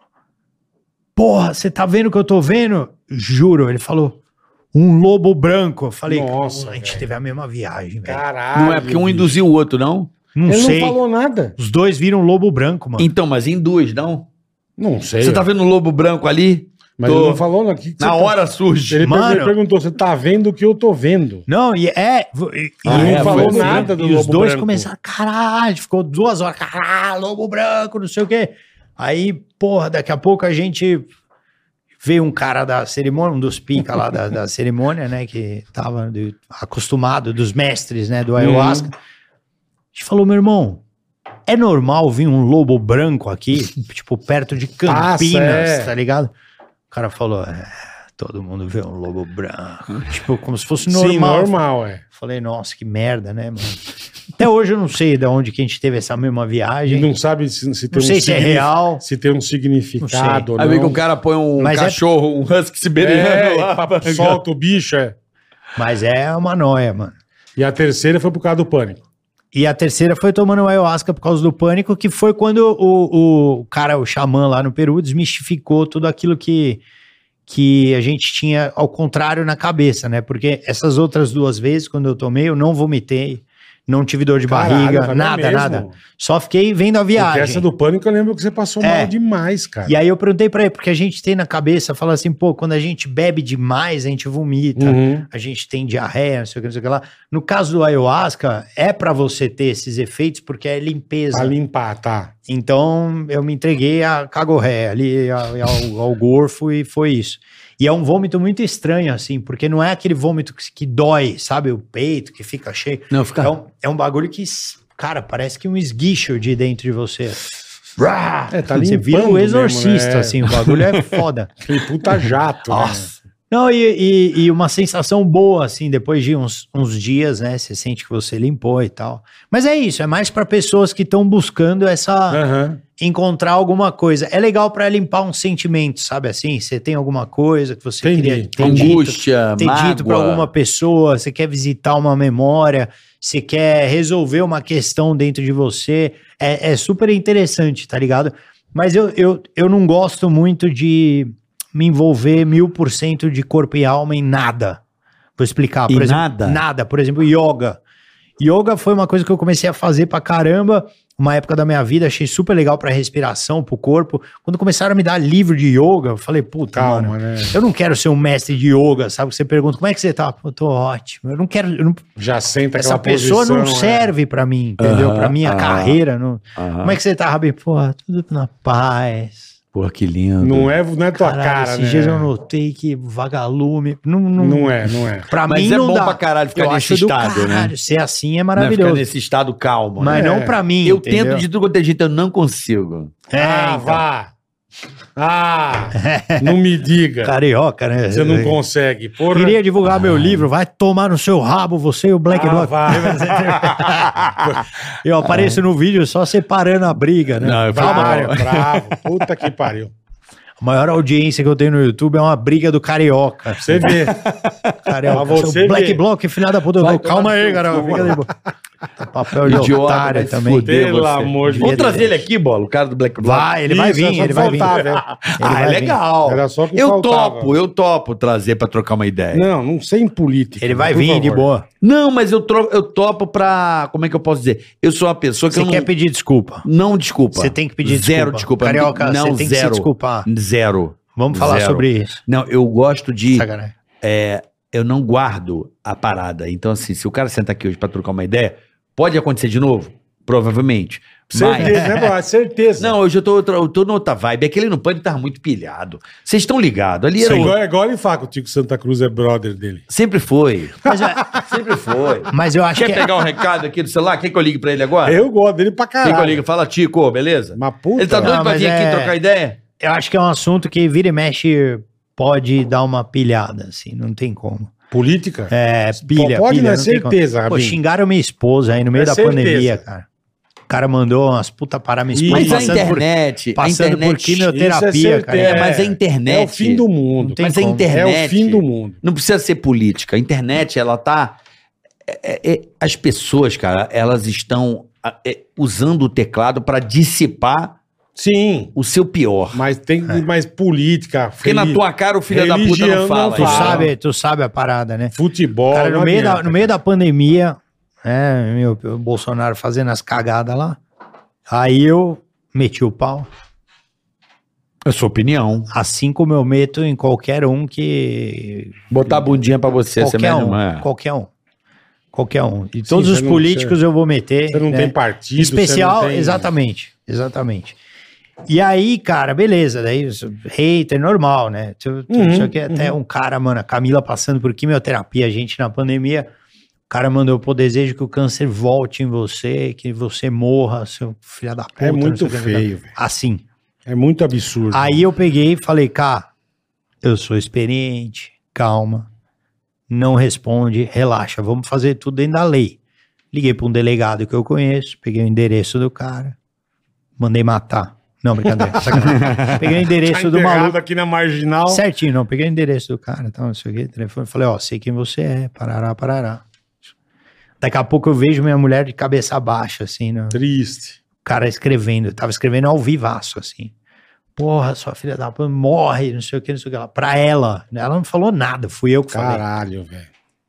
porra, você tá vendo o que eu tô vendo? Juro, ele falou, um lobo branco. Eu falei, Nossa, a gente velho. teve a mesma viagem, velho. Caralho. Não é porque um induziu o outro, não? Não Ele sei. não falou nada. Os dois viram um lobo branco, mano. Então, mas induz, não? Não sei. Você tá vendo um lobo branco ali? Mas Tô. ele não falou nada. Que Na você hora surge. Ele Mano. perguntou, você tá vendo o que eu tô vendo? Não, e Ah, não não falou foi nada do E os lobo dois branco. começaram, caralho, ficou 2 horas, caralho, lobo branco, não sei o quê. Aí, porra, daqui a pouco a gente veio um cara da cerimônia, um dos pica lá da cerimônia, né, que tava acostumado, dos mestres, né, do ayahuasca. A gente falou, meu irmão, é normal vir um lobo branco aqui, tipo, perto de Campinas, tá ligado? O cara falou, todo mundo vê um lobo branco. Tipo, como se fosse normal. Sim, normal, Falei, nossa, que merda, né, mano? Até hoje eu não sei de onde que a gente teve essa mesma E viagem. não sabe se tem Não sei se é real. Se tem um significado ou não. Aí vem que o cara põe um Mas cachorro, um husky siberiano lá. Solta o bicho, Mas é uma noia, mano. E a terceira foi por causa do pânico. E a terceira foi tomando ayahuasca por causa do pânico, que foi quando o cara, o xamã lá no Peru, desmistificou tudo aquilo que a gente tinha ao contrário na cabeça, né? Porque essas outras 2 vezes, quando eu tomei, eu não vomitei, não tive dor de barriga, tá nada, mesmo. nada. Só fiquei vendo a Porque viagem. essa do pânico eu lembro que você passou mal demais, cara. E aí eu perguntei pra ele, porque a gente tem na cabeça, fala assim, pô, quando a gente bebe demais, a gente vomita, a gente tem diarreia, não sei o que, não sei o que lá. No caso do ayahuasca, é pra você ter esses efeitos, porque é limpeza. Pra limpar, tá. Então, eu me entreguei a cagorré ali, ao gorfo, e foi isso. E é um vômito muito estranho, assim, porque não é aquele vômito que dói, sabe? O peito que fica cheio. Não, fica... É um bagulho que, cara, parece que um esguicho de dentro de você. Tá Você vira limpando o exorcista, mesmo, né? assim, o bagulho é foda. Aquele puta jato, Nossa. Não, e uma sensação boa, assim, depois de uns dias, né? Você sente que você limpou e tal. Mas é isso, é mais para pessoas que estão buscando encontrar alguma coisa. É legal para limpar um sentimento, sabe assim? Você tem alguma coisa que você queria ter angústia, dito, ter dito para alguma pessoa, você quer visitar uma memória, você quer resolver uma questão dentro de você. É super interessante, tá ligado? Mas eu não gosto muito de me envolver 1000% de corpo e alma em nada. Vou explicar. Por exemplo, nada? Nada. Por exemplo, yoga. Yoga foi uma coisa que eu comecei a fazer pra caramba, uma época da minha vida, achei super legal pra respiração, pro corpo. Quando começaram a me dar livro de yoga, eu falei, puta, Calma, mano, né? eu não quero ser um mestre de yoga, sabe? Você pergunta, como é que você tá? Pô, eu tô ótimo. Eu não quero... Já senta Essa aquela pessoa posição, não serve pra mim, entendeu? Pra minha carreira. Não... Como é que você tá, Rabi? Pô, tudo na paz. Pô, que lindo. Não é tua Caralho, cara, esses né? dias eu notei que vagalume. Não é. Pra Mas mim é não bom dá. pra caralho ficar Eu nesse acho do estado, né? caralho. Ser assim é Não é maravilhoso. ficar nesse estado calmo. Mas né? não pra mim. Eu entendeu? tento de tudo quanto é jeito, eu não consigo. Ah, então. vá. Não me diga. Carioca, né? Você não consegue. Porra. Queria divulgar meu livro, vai tomar no seu rabo, você e o Black Bloc. vá. Eu apareço no vídeo só separando a briga, né? Não, eu Bravo. Puta que pariu. A maior audiência que eu tenho no YouTube é uma briga do Carioca. Você vê. Carioca, Mas você seu Black vê. Bloc, filha da puta. Vai Calma tomar aí, no cara. seu Fica de boa. Papel de Idiota, otário vai se também. fuder Pelo você. amor de Vamos Deus. trazer ele aqui, Bola, o cara do Black Bloc. Vai, ele vai Isso, vir, só ele vai vir. faltava, é. Ah, é vir. legal. Era só o que eu faltava. topo trazer pra trocar uma ideia. Não sem política. Ele vai por vir favor. de boa. Não, mas eu topo pra... Como é que eu posso dizer? Eu sou uma pessoa que Você eu não... quer pedir desculpa. Não, desculpa. Você tem que pedir Zero desculpa. desculpa. Carioca, não, você tem que se zero. desculpar. Zero. Vamos falar Zero. sobre isso. Não, eu gosto de... Sacanagem. Eu não guardo a parada. Então, assim, se o cara sentar aqui hoje pra trocar uma ideia, pode acontecer de novo? Provavelmente. Certeza, né, Bola? Certeza. Não, hoje eu tô noutra vibe. Aquele no pânico tava muito pilhado. Vocês estão ligados. Ali era Igual ele fala que o Tico Santa Cruz é brother dele. Sempre foi. Mas, Sempre foi. mas eu acho Quer que... pegar um recado aqui do celular? Quer que eu ligue pra ele agora? Eu gosto dele pra Quer que eu caralho. ligue? Fala, Tico, beleza? Mas puta. Ele tá doido Não, pra mas vir aqui é- trocar ideia? Eu acho que é um assunto que vira e mexe pode dar uma pilhada, assim, não tem como. Política? É, pilha, Pode, pilha, não é não tem como. certeza, Pô, Rabinho. xingaram minha esposa aí no meio É da certeza. pandemia, cara. O cara mandou umas puta para minha esposa. Mas a passando por- internet... passando por quimioterapia, Isso é cara. certeza. mas a internet... É o fim do mundo. Não tem Mas a como. internet... É o fim do mundo. Não precisa ser política. A internet, ela tá... as pessoas, cara, elas estão usando o teclado para dissipar Sim. o seu pior. Mas tem mais política. Porque na tua cara o filho da puta não religião fala. não fala. Tu sabe a parada, né? Futebol. Cara, não no adianta, meio da pandemia, o Bolsonaro fazendo as cagadas lá, aí eu meti o pau. É a sua opinião. Assim como eu meto em qualquer um que... Botar a bundinha pra você, você Qualquer mesmo, um, é. qualquer um. E todos os você não- políticos eu vou meter. Você não né? tem partido. Especial, você não tem... exatamente. E aí, cara, beleza, daí hater, normal, né? Isso aqui até um cara, mano, a Camila passando por quimioterapia, a gente na pandemia, o cara mandou pô, desejo que o câncer volte em você, que você morra, seu filho da puta. É não muito sei o que, feio, velho. assim. É muito absurdo. Aí eu peguei e falei, cá, eu sou experiente, calma, não responde, relaxa, vamos fazer tudo dentro da lei. Liguei para um delegado que eu conheço, peguei o endereço do cara, mandei matar. Não, brincadeira. sacanagem. Peguei o endereço Tá do enterrado maluco. aqui na Marginal. Certinho, não. Peguei o endereço do cara, tal, não sei o que, telefone. Falei, ó, sei quem você é, parará. Daqui a pouco eu vejo minha mulher de cabeça baixa, assim, né? Triste. O cara escrevendo, eu tava escrevendo ao vivaço, assim. Porra, sua filha da puta morre, não sei o que lá. Pra ela, ela não falou nada, fui eu que falei. Caralho, velho.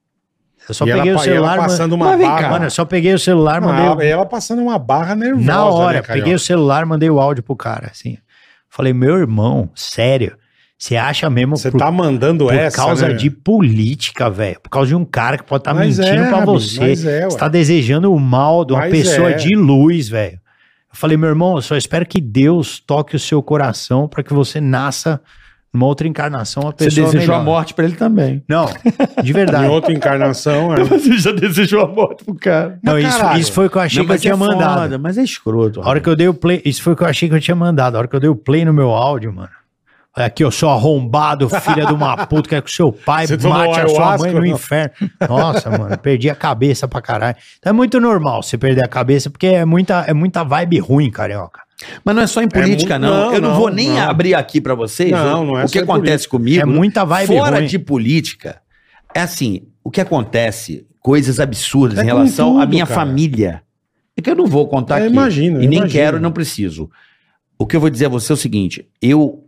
Eu só E peguei ela, o celular, e ela passando uma Mas vem barra. cá, mano, eu só peguei o celular, mandei... Ela passando uma barra nervosa. Na hora, né, Carioca? peguei o celular, mandei o áudio pro cara, assim. Falei, meu irmão, sério, você acha mesmo Você tá mandando por essa, causa né? de política, velho? Por causa de um cara que pode estar Mas mentindo pra Rabi, você. mas ué. Você tá desejando o mal de uma Mas pessoa é. de luz, velho. Eu falei, meu irmão, eu só espero que Deus toque o seu coração pra que você nasça numa outra encarnação, uma Você pessoa desejou melhor. a morte pra ele também. Não, de Em verdade. outra encarnação, Você já desejou a morte pro cara. Não, isso foi o que eu achei que eu tinha mandado. Mas é escroto. A hora que eu dei o play, isso foi o que eu achei que eu tinha mandado. A hora que eu dei o play no meu áudio, mano. Olha aqui, eu sou arrombado, filha de uma puta, quer que o seu pai Você tomou mate a sua ayahuasca, mãe no não? inferno. Nossa, mano, perdi a cabeça pra caralho. Então é muito normal você perder a cabeça, porque é muita vibe ruim, carioca. Mas não é só em política, muito- não. não, Eu não não, vou nem não. abrir aqui pra vocês Não é o só que em acontece política. comigo. É muita vibe Fora ruim. de política, é assim, o que acontece, coisas absurdas É em com relação à tudo, minha cara. família. É que eu não vou contar Eu aqui. imagino, E eu nem imagino. quero, não preciso. O que eu vou dizer a você é o seguinte, eu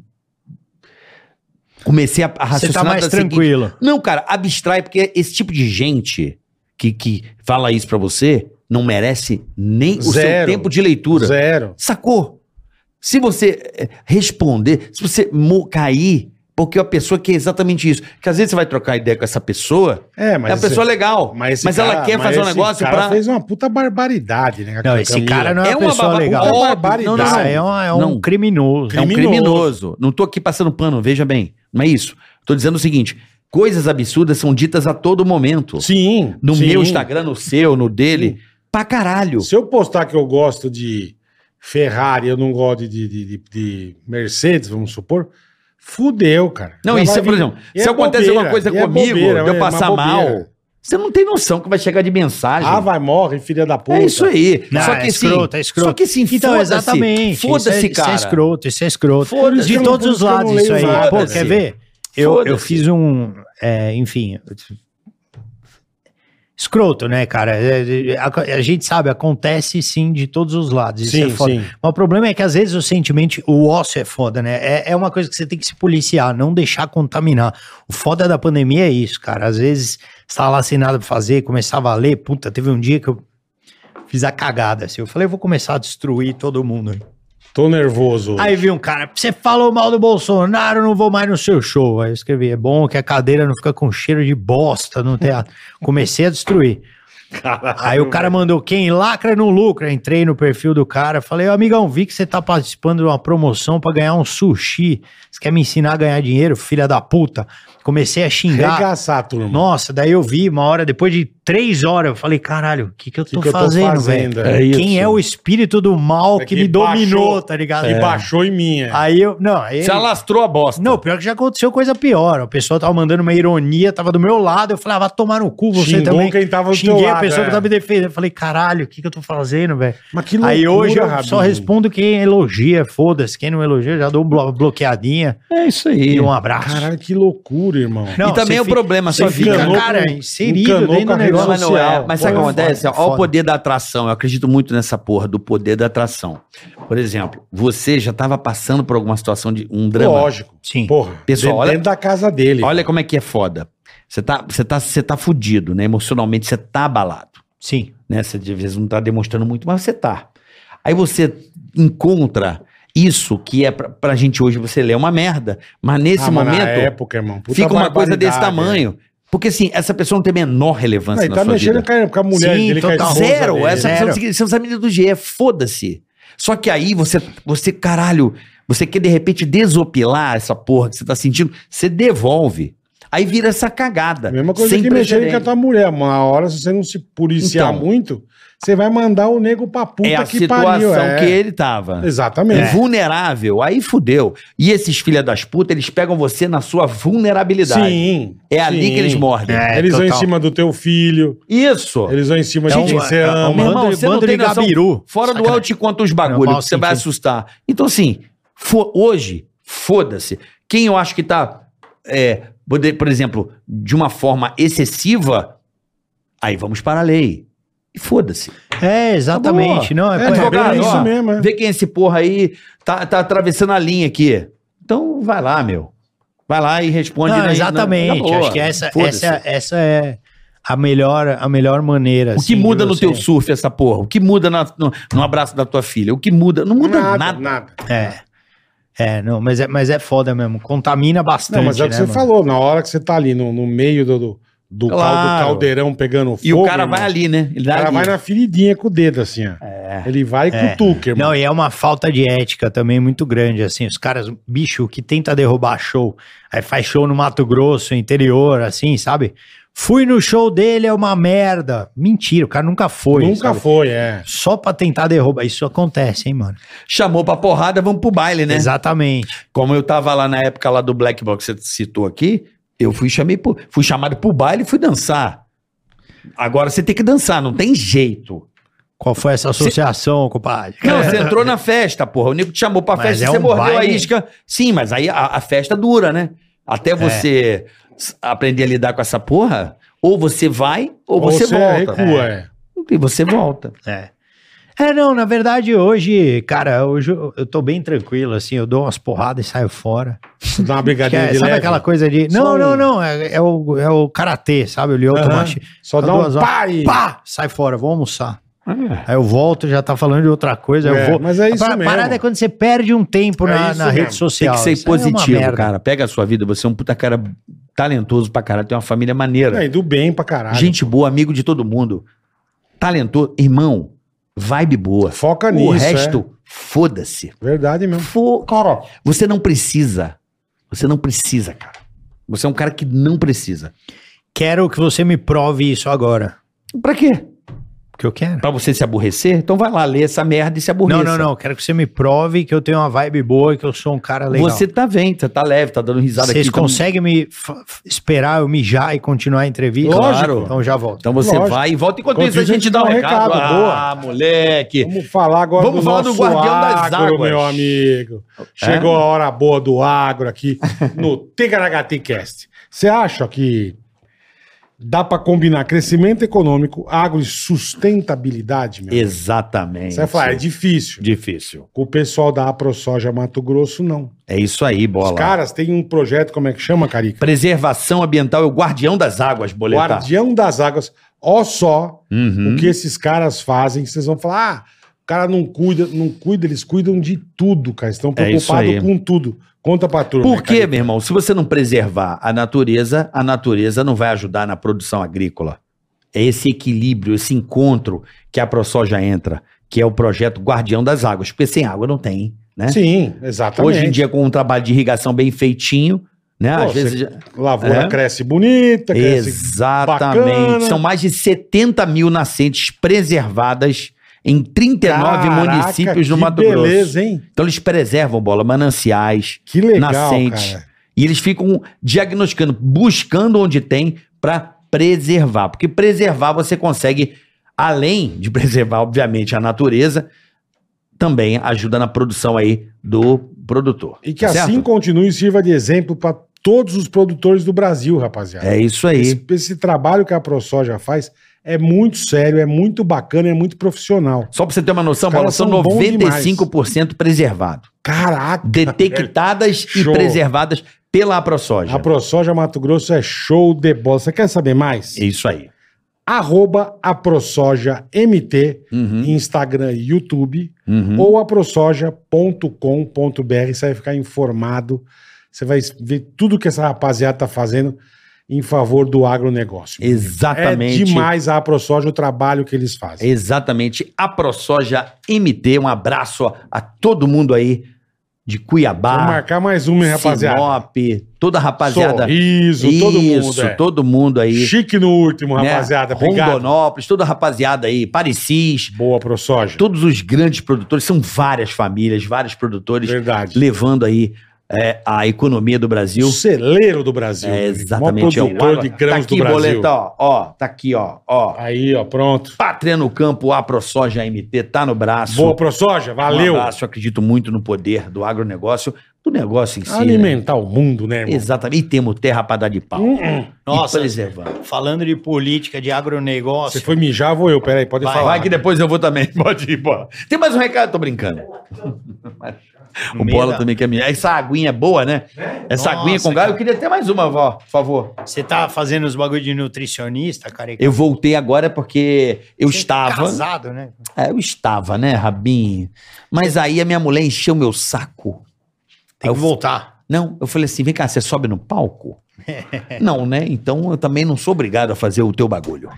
comecei a Você raciocinar tá mais da seguinte- tranquilo. Não, cara, abstrai, porque esse tipo de gente que fala isso pra você não merece nem o seu Zero. tempo de leitura. Zero. Sacou? Se você responder, se você cair, porque a pessoa quer exatamente isso. Porque às vezes você vai trocar ideia com essa pessoa, é uma pessoa legal, mas esse ela cara- quer fazer um esse negócio cara pra... fez uma puta barbaridade, né? Não, esse cara não é uma pessoa baba- legal. Uma Óbvio, barbaridade. não, Isso aí é um Não. criminoso. É um Criminoso. criminoso. Não tô aqui passando pano, veja bem. Não é isso. Tô dizendo o seguinte, coisas absurdas são ditas a todo momento. Sim. No sim. meu Instagram, no seu, no dele, pra caralho. Se eu postar que eu gosto de Ferrari, eu não gosto de Mercedes, vamos supor, fudeu, cara. Não, Já isso, vai por vir- exemplo, E se é acontece bobeira, alguma coisa e é comigo, bobeira, de eu é passar uma bobeira. mal, você não tem noção que vai chegar de mensagem. Ah, vai, morre, filha da puta. É isso aí. Não, só é que escroto, sim. é escroto. Só que sim, Então, foda-se. exatamente. Foda-se, Isso cara. é escroto, isso é escroto. Foda-se. De Eu não- todos por os isso que eu não lados isso aí. leio nada, Pô, assim. quer ver? Eu Foda-se. fiz um... enfim... Escroto, né, cara? A gente sabe, acontece sim de todos os lados. Isso é foda. sim. Mas o problema é que às vezes o sentimento, o ócio é foda, né? É uma coisa que você tem que se policiar, não deixar contaminar. O foda da pandemia é isso, cara. Às vezes você tá lá sem nada pra fazer, começava a ler. Puta, teve um dia que eu fiz a cagada, assim. Eu falei, eu vou começar a destruir todo mundo aí. Tô nervoso. Aí vi um cara, você falou mal do Bolsonaro, não vou mais no seu show. Aí eu escrevi, é bom que a cadeira não fica com cheiro de bosta no teatro. Comecei a destruir. Aí o cara mandou, quem lacra não lucra. Entrei no perfil do cara, falei, amigão, vi que você tá participando de uma promoção pra ganhar um sushi. Você quer me ensinar a ganhar dinheiro, filha da puta? Comecei a xingar. Regaçar, turma. Nossa, daí eu vi uma hora, depois de 3 horas, eu falei, caralho, o que eu tô fazendo, velho? É isso. Quem é o espírito do mal É que que me dominou, baixou. tá ligado? E baixou em mim, é. Aí eu, não, aí... Você alastrou a bosta. Não, pior que já aconteceu coisa pior. A pessoa tava mandando uma ironia, tava do meu lado. Eu falei, vai tomar no cu você Xingou também. quem tava do Xinguei teu a lado, pessoa é. que tava me defendendo. Eu falei, caralho, o que eu tô fazendo, velho? Mas que loucura, Aí hoje eu só Rabinho. respondo quem elogia, foda-se. Quem não elogia, eu já dou uma bloqueadinha É isso aí. e um abraço. Caralho, que loucura, irmão. Não, E também você o problema, Você só fica, encanou cara, com- inserido encanou dentro com a do negócio. Pressão Mas não social. é. Mas sabe o que Pô, acontece? Olha o foda. poder da atração. Eu acredito muito nessa porra do poder da atração. Por exemplo, você já estava passando por alguma situação de um drama. Lógico. Sim. Porra. Pessoal, Dentro da casa dele. Olha como é que é foda. Você tá fudido, né? Emocionalmente, você tá abalado. Sim. Né? Você às vezes não tá demonstrando muito, mas você tá. Aí você encontra isso que é pra gente hoje, você lê uma merda, mas nesse mas momento na época, irmão. Puta fica uma coisa desse barbaridade, tamanho. Porque assim, essa pessoa não tem a menor relevância Não, na tá sua mexendo vida. com a mulher Sim, dele, com a total. esposa Zero. dele. Essa Zero. pessoa, você não sabe nem do G, foda-se. Só que aí você, caralho, você quer de repente desopilar essa porra que você tá sentindo, você devolve. Aí vira essa cagada. Mesma coisa sem que mexer com a precedente. tua mulher. Uma hora, se você não se policiar Então. muito, você vai mandar o nego pra puta É a que situação pariu. É. que ele tava. Exatamente. Vulnerável, aí fudeu. E esses filha das putas, eles pegam você na sua vulnerabilidade. Sim. É ali sim. que eles mordem. Eles vão em total. cima do teu filho. Isso. Eles vão em cima de É um- quem você é um ama. Meu irmão, bando- você não bando tem de noção. gabiru. Fora do Sacanagem. alto, te conta os Não, bagulho mal que você vai sentido. assustar. Então, assim, hoje, foda-se. Quem eu acho que tá, por exemplo, de uma forma excessiva, aí vamos para a lei. E foda-se. É, exatamente. Não, É, é, mas Advogado, bem isso ó, mesmo, é. vê quem é esse porra aí, tá atravessando a linha aqui. Então, vai lá, meu. Vai lá e responde. Não, na- exatamente. na boa. Acho que essa Foda-se. é a melhor maneira. O que assim, muda de no você- teu surf, essa porra? O que muda no abraço da tua filha? O que muda? Não muda nada. Não, mas é foda mesmo. Contamina bastante. Não, mas é o que né, você mano? falou. Na hora que você tá ali no meio do Claro. caldeirão pegando fogo. E o cara irmão, vai ali, né? Ele O dá cara ali. vai na feridinha com o dedo, assim, ó. Ele vai com o tuque, irmão. Não, e é uma falta de ética também muito grande, assim, os caras, bicho, que tenta derrubar show, aí faz show no Mato Grosso, interior, assim, sabe? Fui no show dele, é uma merda. Mentira, o cara nunca foi. Nunca sabe? foi, é. Só pra tentar derrubar, isso acontece, hein, mano? Chamou pra porrada, vamos pro baile, né? Exatamente. Como eu tava lá na época lá do Black Box, que você citou aqui, eu fui chamado pro baile e fui dançar. Agora você tem que dançar, não tem jeito. Qual foi essa associação, compadre? Não, você entrou na festa, porra. O Nico te chamou pra Mas festa, é você um mordeu a baile. isca. Sim, mas aí a festa dura, né? Até você aprender a lidar com essa porra, ou você vai, ou você volta. recua, é. E você volta. Não, na verdade, hoje eu tô bem tranquilo, assim, eu dou umas porradas e saio fora. Você dá uma Que brigadinha é, de sabe leve. aquela coisa de. Só Não, é o karatê, sabe? O Lyoto Aham. Machi. Só dá um pá e... Pá! Sai fora, vou almoçar. Aí eu volto, já tá falando de outra coisa, eu vou. mas é isso A mesmo. parada é quando você perde um tempo É na isso rede mesmo. social. Tem que ser Isso aí é uma positivo, merda. cara. Pega a sua vida, você é um puta cara talentoso pra caralho, tem uma família maneira. É, e do bem pra caralho. Gente boa, amigo de todo mundo. Talentoso. Irmão, vibe boa. Foca O nisso, resto, foda-se. Verdade mesmo. Cara, você não precisa. Você não precisa, cara. Você é um cara que não precisa. Quero que você me prove isso agora. Pra quê? Porque eu quero. Pra você se aborrecer? Então vai lá, lê essa merda e se aborreça. Não. Quero que você me prove que eu tenho uma vibe boa e que eu sou um cara legal. Você tá bem, você tá leve, tá dando risada Vocês aqui. então- conseguem me esperar eu mijar e continuar a entrevista? Lógico. Então já volto. Então você Lógico. vai e volta. Enquanto Enquanto isso, a isso, gente dá um recado. boa. Ah, moleque. Vamos falar agora Vamos falar do nosso Guardião das agro, Águas. meu amigo. Chegou a hora boa do agro aqui no Ticaracati Cast. Você acha que dá pra combinar crescimento econômico, agro e sustentabilidade, meu? Exatamente. Você vai falar, é difícil. Difícil. Com o pessoal da AproSoja Mato Grosso, não. É isso aí, bola. Os caras têm um projeto, como é que chama, Carica? Preservação ambiental é o guardião das águas, boletar. Guardião das Águas. Ó só Uhum. o que esses caras fazem, que vocês vão falar, o cara não cuida, eles cuidam de tudo, cara. Estão É isso preocupados aí. com tudo. Conta pra turma. Por quê, Carica. meu irmão? Se você não preservar a natureza não vai ajudar na produção agrícola. É esse equilíbrio, esse encontro que a ProSoja entra, que é o projeto Guardião das Águas. Porque sem água não tem, né? Sim, exatamente. Hoje em dia, com um trabalho de irrigação bem feitinho, né? Pô, Às vezes. Lavoura É. cresce bonita, cresce Exatamente. bacana. São mais de 70 mil nascentes preservadas em 39 Caraca, municípios do que Mato beleza, Grosso. hein? Então eles preservam, bola, mananciais, Que legal, nascentes. cara. E eles ficam diagnosticando, buscando onde tem para preservar. Porque preservar você consegue, além de preservar, obviamente, a natureza, também ajuda na produção aí do produtor. E que Certo? assim continue e sirva de exemplo para todos os produtores do Brasil, rapaziada. É isso aí. Esse trabalho que a ProSoja faz é muito sério, é muito bacana, é muito profissional. Só pra você ter uma noção, Os caras Bola, são são bons 95% preservado. Caraca! Detectadas e Show. preservadas pela ProSoja. A ProSoja Mato Grosso é show de bola. Você quer saber mais? É isso aí. @aprosojamt, Instagram e YouTube, ou aprosoja.com.br. Você vai ficar informado. Você vai ver tudo que essa rapaziada tá fazendo em favor do agronegócio. Exatamente. É demais a ProSoja, o trabalho que eles fazem. Exatamente. A ProSoja MT. Um abraço a todo mundo aí de Cuiabá. Vamos marcar mais uma, hein, rapaziada? Sinop, toda a rapaziada. Sorriso, todo mundo. Todo mundo aí. Chique no último, né? rapaziada. Obrigado. Rondonópolis, toda a rapaziada aí. Parecis. Boa, ProSoja. Todos os grandes produtores. São várias famílias, vários produtores. Verdade. Levando aí a economia do Brasil. O celeiro do Brasil. Exatamente. O maior produtor de grãos tá aqui, do Brasil. Boleta, ó. Tá aqui, ó. Aí, ó, pronto. Pátria no campo, a ProSoja MT tá no braço. Boa, ProSoja. Valeu. Um abraço, eu acredito muito no poder do agronegócio, do negócio em si. Alimentar o mundo, né, irmão? Exatamente. E temos terra pra dar de pau. Nossa, E preservando. falando de política, de agronegócio. Você foi mijar, vou eu. Peraí, pode falar. Vai que depois eu vou também. Pode ir, bola. Tem mais um recado? Tô brincando. O Bola também quer me... Essa aguinha é boa, né? Essa Nossa, aguinha com gás. cara. Eu queria ter mais uma, vó, por favor. Você tá fazendo os bagulho de nutricionista, cara? Eu voltei agora porque eu Você é estava... casado, né? Eu estava, né, Rabinho? Mas aí a minha mulher encheu meu saco. Tem que voltar. Não, eu falei assim, vem cá, você sobe no palco? Não, né? Então eu também não sou obrigado a fazer o teu bagulho.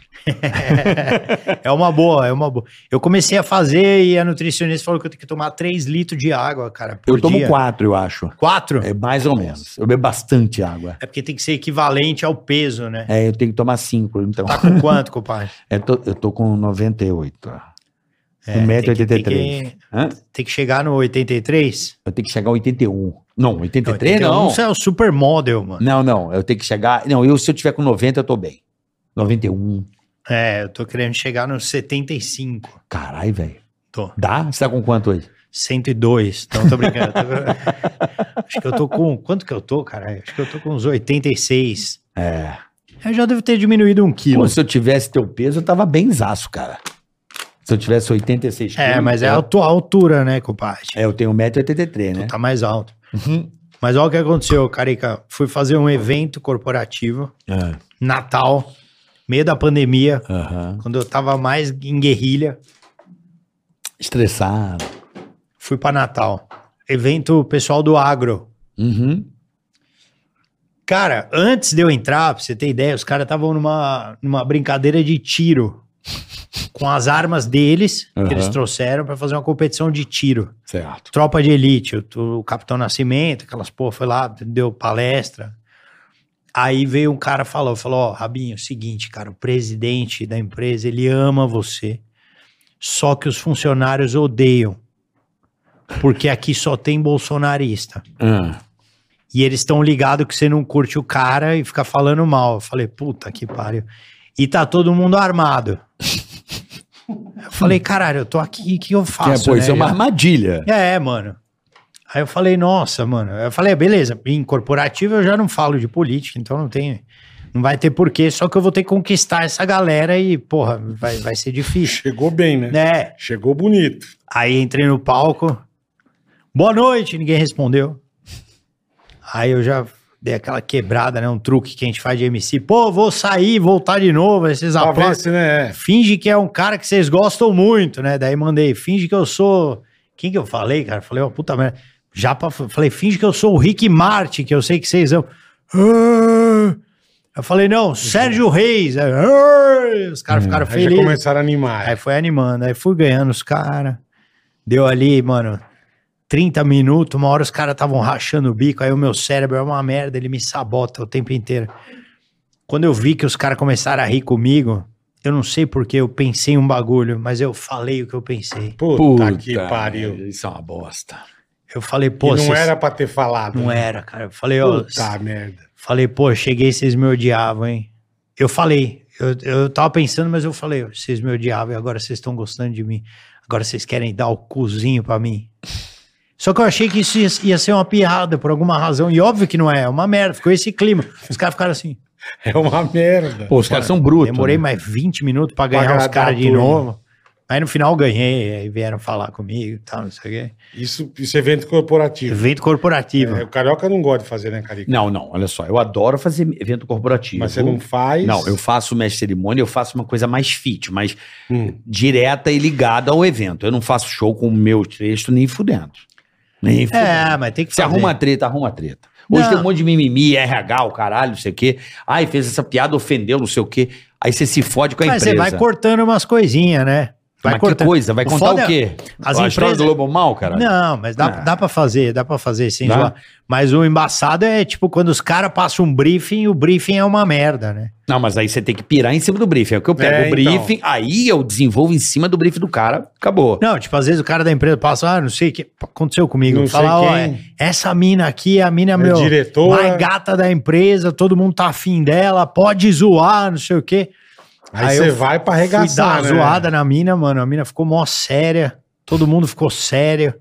É uma boa, é uma boa. Eu comecei a fazer e a nutricionista falou que eu tenho que tomar 3 litros de água, cara, por Eu tomo dia. 4, eu acho. 4? É mais ou menos. Eu bebo bastante água. É porque tem que ser equivalente ao peso, né? Eu tenho que tomar 5, então. Tá com quanto, compadre? Eu tô com 98. Tem que- 1,83m. Tem que chegar no 83? Eu tenho que chegar a 81. Não, 83 não. Você é o supermodel, mano. Não, eu tenho que chegar... Não, se eu tiver com 90, eu tô bem. 91. É, eu tô querendo chegar no 75. Caralho, velho. Tô. Dá? Você tá com quanto hoje? 102. Então, tô brincando. Acho que eu tô com... Quanto que eu tô, caralho? Acho que eu tô com uns 86. Eu já devo ter diminuído 1 quilo. Pô, se eu tivesse teu peso, eu tava benzaço, cara. Se eu tivesse 86 quilos... Mas é a tua altura, né, compadre? Eu tenho 1,83m, né? Tu tá mais alto. Mas olha o que aconteceu, Carica. Fui fazer um evento corporativo, Natal, meio da pandemia, quando eu tava mais em guerrilha. Estressado. Fui pra Natal. Evento pessoal do agro. Cara, antes de eu entrar, pra você ter ideia, os caras estavam numa brincadeira de tiro com as armas deles, que eles trouxeram pra fazer uma competição de tiro. Certo. Tropa de elite, o Capitão Nascimento, aquelas porra, foi lá, deu palestra. Aí veio um cara falou, ó, Rabinho, é o seguinte, cara, o presidente da empresa, ele ama você, só que os funcionários odeiam, porque aqui só tem bolsonarista. E eles estão ligados que você não curte o cara e fica falando mal. Eu falei, puta que pariu. E tá todo mundo armado. Eu falei, caralho, eu tô aqui, o que eu faço? Isso é uma armadilha. Mano. Aí eu falei, nossa, mano. Eu falei, beleza, em corporativo eu já não falo de política, então não vai ter porquê, só que eu vou ter que conquistar essa galera e, porra, vai ser difícil. Chegou bem, né? Chegou bonito. Aí entrei no palco, boa noite, ninguém respondeu. Aí eu já dei aquela quebrada, né? Um truque que a gente faz de MC. Pô, vou sair, voltar de novo. Aí vocês aplaudem. Né? Finge que é um cara que vocês gostam muito, né? Daí mandei, finge que eu sou... Quem que eu falei, cara? Falei, ó, puta merda. Falei, finge que eu sou o Rick Martin, que eu sei que vocês amam. Eu falei, não, Sérgio Reis. Os caras ficaram Aí felizes. já começaram a animar. Aí foi animando. Aí fui ganhando os caras. Deu ali, mano... 30 minutos, uma hora os caras estavam rachando o bico, aí o meu cérebro é uma merda, ele me sabota o tempo inteiro. Quando eu vi que os caras começaram a rir comigo, eu não sei porque eu pensei um bagulho, mas eu falei o que eu pensei. Puta que pariu. Isso é uma bosta. Eu falei, pô... E não era pra ter falado. Não né? era, cara. Eu falei, ó... Puta merda. Falei, pô, cheguei, vocês me odiavam, hein? Eu falei, eu tava pensando, mas eu falei, vocês me odiavam e agora vocês estão gostando de mim. Agora vocês querem dar o cozinho pra mim. Só que eu achei que isso ia ser uma piada por alguma razão. E óbvio que não é uma merda. Ficou esse clima. Os caras ficaram assim. É uma merda. Pô, os caras são brutos. Demorei né? mais 20 minutos pra ganhar os agradar caras a de turma. novo. Aí no final eu ganhei. Aí vieram falar comigo e tal, não sei o quê. Isso é evento corporativo. Evento corporativo. O Carioca não gosta de fazer, né, Carica? Não, olha só, eu adoro fazer evento corporativo. Mas você não faz... Não, eu faço mestre de cerimônia, eu faço uma coisa mais fit, mais direta e ligada ao evento. Eu não faço show com o meu texto nem fudendo. Nem fudendo. Mas tem que Se fazer. arruma treta, arruma treta. Hoje Não. tem um monte de mimimi, RH, o caralho, não sei o quê. Ai, fez essa piada, ofendeu, não sei o quê. Aí você se fode com a Mas empresa. você vai cortando umas coisinhas, né? Vai Mas que coisa? Vai contar foda o quê? As A história do Lobo Mal, cara? Não, mas dá pra fazer sem Dá? zoar. Mas o embaçado é tipo quando os caras passam um briefing, o briefing é uma merda, né? Não, mas aí você tem que pirar em cima do briefing. É o que eu pego o briefing, aí eu desenvolvo em cima do briefing do cara, acabou. Não, tipo, às vezes o cara da empresa passa, não sei o que aconteceu comigo. Não Fala, sei ó, quem. essa mina aqui, a mina, meu, diretora. mais gata da empresa, todo mundo tá afim dela, pode zoar, não sei o quê. Aí você eu vai pra fui arregaçar, dar né? uma zoada na mina, mano, a mina ficou mó séria, todo mundo ficou sério.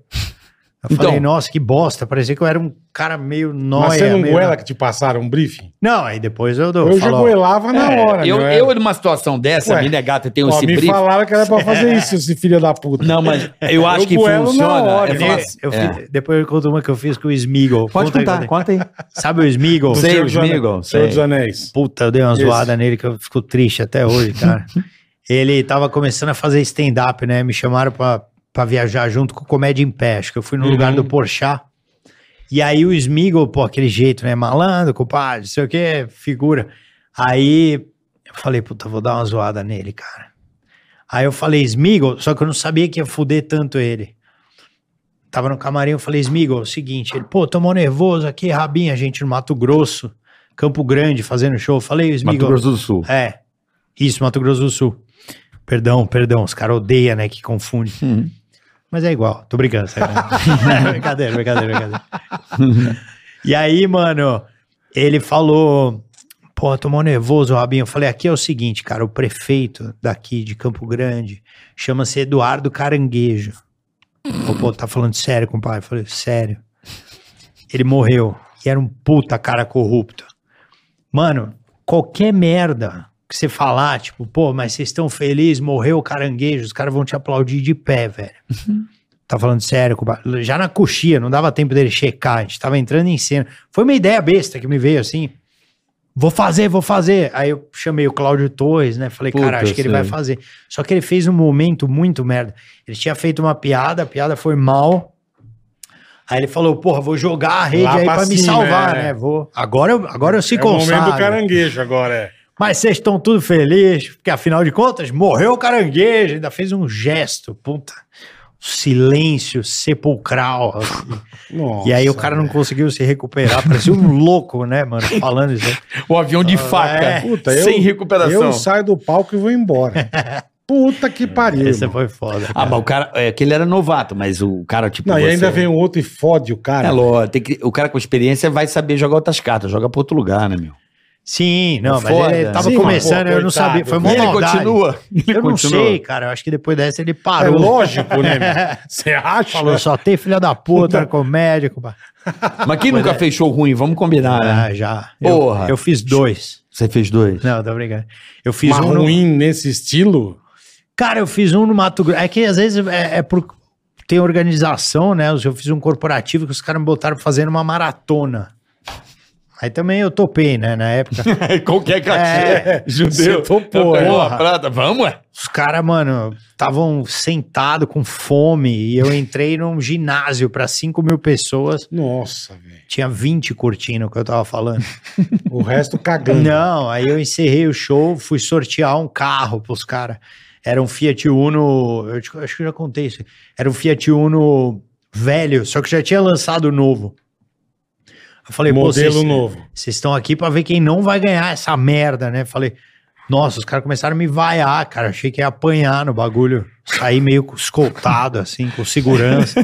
Eu Então- falei, nossa, que bosta, parecia que eu era um cara meio nóia. Mas você não meio- goela que te passaram um briefing? Não, aí depois eu dou. Eu já falo, ó, goelava na hora, eu, meu, é. eu, numa situação dessa, Ué, a mina é gata e tem Ó, esse me briefing. falaram que era pra fazer isso, esse filho da puta. Não, mas eu acho que goelo na funciona. hora, é né? eu falar- fiz- eu é. fiz- depois eu conto uma que eu fiz com o Smeagol. Pode Conta aí, contar, conta aí. Sabe o Smeagol? Sei, Senhor o dos Anéis. Smeagol, Senhor dos sei. Anéis. Puta, eu dei uma Esse. zoada nele que eu fico triste até hoje, cara. Ele tava começando a fazer stand-up, né? Me chamaram pra viajar junto com o Comédia em Pé. Acho que eu fui no lugar do Porchat. E aí o Smeagol, pô, aquele jeito, né? Malandro, compadre, não sei o que, figura. Aí eu falei, puta, vou dar uma zoada nele, cara. Aí eu falei, Smeagol, só que eu não sabia que ia fuder tanto ele. Tava no camarim, eu falei, Smeagol, é o seguinte, ele, pô, tô mó nervoso aqui, Rabinho, a gente no Mato Grosso, Campo Grande, fazendo show. Eu falei, Smeagol... Mato Grosso do Sul. É, isso, Mato Grosso do Sul. Perdão, os caras odeiam, né, que confunde. Mas é igual, tô brincando. Sabe? brincadeira. E aí, mano, ele falou, pô, tô mó nervoso, Rabinho. Eu falei, aqui é o seguinte, cara, o prefeito daqui de Campo Grande chama-se Eduardo Caranguejo. Pô, tá falando sério, compadre? Eu falei, sério. Ele morreu e era um puta cara corrupto. Mano, qualquer merda que você falar, tipo, pô, mas vocês estão felizes, morreu o Caranguejo, os caras vão te aplaudir de pé, velho. Tá falando sério, compadre? Já na coxia, não dava tempo dele checar, a gente tava entrando em cena. Foi uma ideia besta que me veio assim, vou fazer. Aí eu chamei o Cláudio Torres, né, falei, Puta, cara, acho que ele vai fazer. Só que ele fez um momento muito merda. Ele tinha feito uma piada, a piada foi mal. Aí ele falou, porra, vou jogar a rede Lá aí pra pra me cima, salvar, é. né? Vou. Agora eu se É o momento consagro. do caranguejo agora, é. Mas vocês estão tudo felizes, porque afinal de contas, morreu o Caranguejo, ainda fez um gesto, puta. Silêncio sepulcral. Assim. Nossa, E aí o cara não conseguiu se recuperar, parecia um louco, né, mano, falando isso. O avião de faca. é. Puta, sem recuperação. Eu saio do palco e vou embora. Puta que pariu. Esse irmão. foi foda. Ah, mas o cara, é que ele era novato, mas o cara, tipo. Não, e você- ainda vem o outro e fode o cara. É lógico, o cara com experiência vai saber jogar outras cartas, joga pra outro lugar, né, meu? Sim, não, mas Foda. ele tava Sim, mas, começando, pô, eu não coitado, sabia, foi e mó ele maldade. continua. Eu não sei, cara, eu acho que depois dessa ele É parou. lógico, né? meu? Você acha? Falou, só tem filha da puta na comédia, compadre. Mas quem nunca fez show ruim? Vamos combinar, né? Ah, já. Porra. Eu fiz 2. Você fez 2? Não, tô brincando. Eu fiz Mas um no... ruim nesse estilo? Cara, eu fiz um no Mato Grosso. É que às vezes tem organização, né? Eu fiz um corporativo que os caras me botaram pra fazer uma maratona. Aí também eu topei, né? Na época. Qualquer cachê. Judeu. Você topou, Pegou porra. a prata. Vamos, ué. Os caras, mano, estavam sentados com fome e eu entrei num ginásio pra 5 mil pessoas. Nossa, velho. Tinha 20 curtindo o que eu tava falando. O resto cagando. Não, aí eu encerrei o show, fui sortear um carro pros caras. Era um Fiat Uno, acho que eu já contei isso. Era um Fiat Uno velho, só que já tinha lançado novo. Eu falei, pô, Modelo novo. vocês estão aqui pra ver quem não vai ganhar essa merda, né? Falei, nossa, os caras começaram a me vaiar, cara. Achei que ia apanhar no bagulho. Saí meio escoltado, assim, com segurança.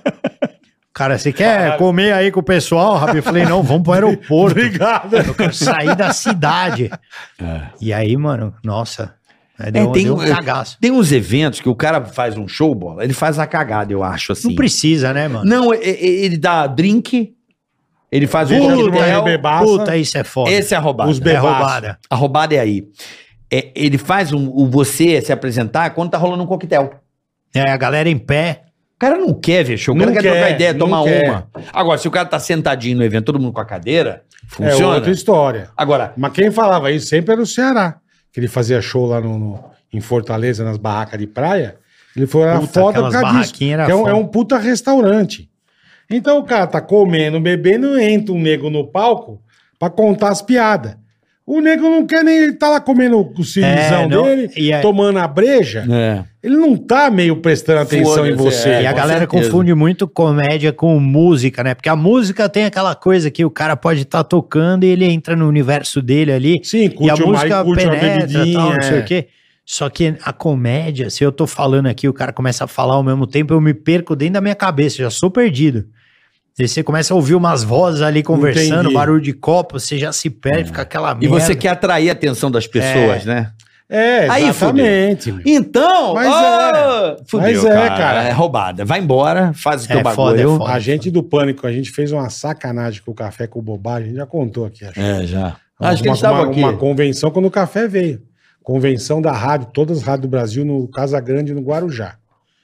Cara, você quer comer aí com o pessoal, Rabi? Eu falei, não, vamos pro aeroporto. Obrigado. Eu quero sair da cidade. E aí, mano, nossa, Deu um cagaço. Tem uns eventos que o cara faz um show, Bola, ele faz a cagada, eu acho, assim. Não precisa, né, mano? Não, ele dá drink, ele faz o Puta, bebaça. Puta, isso é foda. Esse é a roubada. Os É bebaços. roubada. A roubada é aí. Ele faz você se apresentar quando tá rolando um coquetel. A galera em pé. O cara não quer ver show, o cara Não quer trocar quer, ideia, não tomar quer. uma. Agora, se o cara tá sentadinho no evento, todo mundo com a cadeira, É funciona. outra história. Agora, Mas quem falava isso sempre era o Ceará. Que ele fazia show lá em Fortaleza, nas barracas de praia. Ele foi lá Puta, foda por aquelas causa disso. barraquinhas era Que é foda. um puta restaurante. Então o cara tá comendo, bebendo, entra um nego no palco pra contar as piadas. O nego não quer nem... Ele tá lá comendo o cirizão não, dele, e aí- tomando a breja. é. Ele não tá meio prestando atenção em Foda-se, você. É, E a com galera certeza. confunde muito comédia com música, né? Porque a música tem aquela coisa que o cara pode estar tocando e ele entra no universo dele ali. Sim, E a curte música curte uma penetra e bebidinha. tal, não sei é. o quê. Só que a comédia, se eu tô falando aqui, o cara começa a falar ao mesmo tempo, eu me perco dentro da minha cabeça, já sou perdido. E você começa a ouvir umas vozes ali conversando, Entendi. barulho de copo, você já se perde, fica aquela E merda. você quer atrair a atenção das pessoas, né? É, Aí, exatamente. meu. Então, Mas fudeu, Mas cara. É roubada. Vai embora, faz o teu bagulho. foda, é foda. A gente do Pânico, a gente fez uma sacanagem com o Café com Bobagem, a gente já contou aqui, acho. Já. Acho que ele uma, estava aqui. uma convenção quando o Café veio. Convenção da rádio, todas as rádios do Brasil, no Casa Grande, no Guarujá.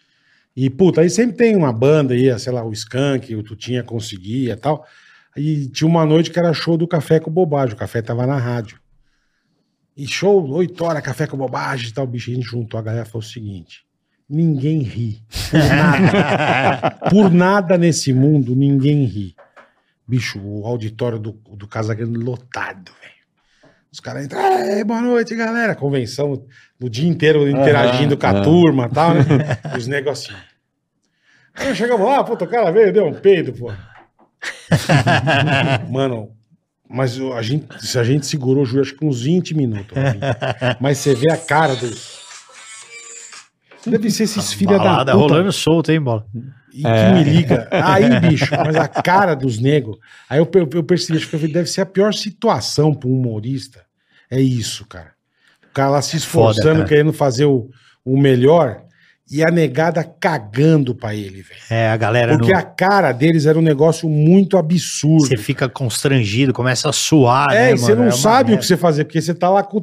E, puta, aí sempre tem uma banda aí, sei lá, o Skank, o Tutinha Conseguia e tal. E tinha uma noite que era show do Café com Bobagem, o Café tava na rádio. E show, 8 horas, Café com Bobagem e tal, bicho, a gente juntou a galera e falou o seguinte, ninguém ri, por nada. Por nada nesse mundo, ninguém ri. Bicho, o auditório do Casa Grande lotado, velho. Os caras entram, boa noite, galera. Convenção o dia inteiro interagindo com a turma e tal, né? Os negocinhos. Aí chegamos lá, puta, o cara veio, deu um peido, pô. Mano, mas se a gente segurou, juro, acho que uns 20 minutos. Robinho. Mas você vê a cara dos... Deve ser esses filha da Balada puta. rolando solto, hein, Bola? E que me liga. Aí, bicho, mas a cara dos negros. Aí eu percebi, acho que deve ser a pior situação para um humorista. É isso, cara. O cara lá se esforçando, Foda, cara. querendo fazer o melhor e a negada cagando pra ele, velho. A galera Porque a cara deles era um negócio muito absurdo. Você fica constrangido, começa a suar, né, E você não sabe o que você fazer, porque você tá lá com o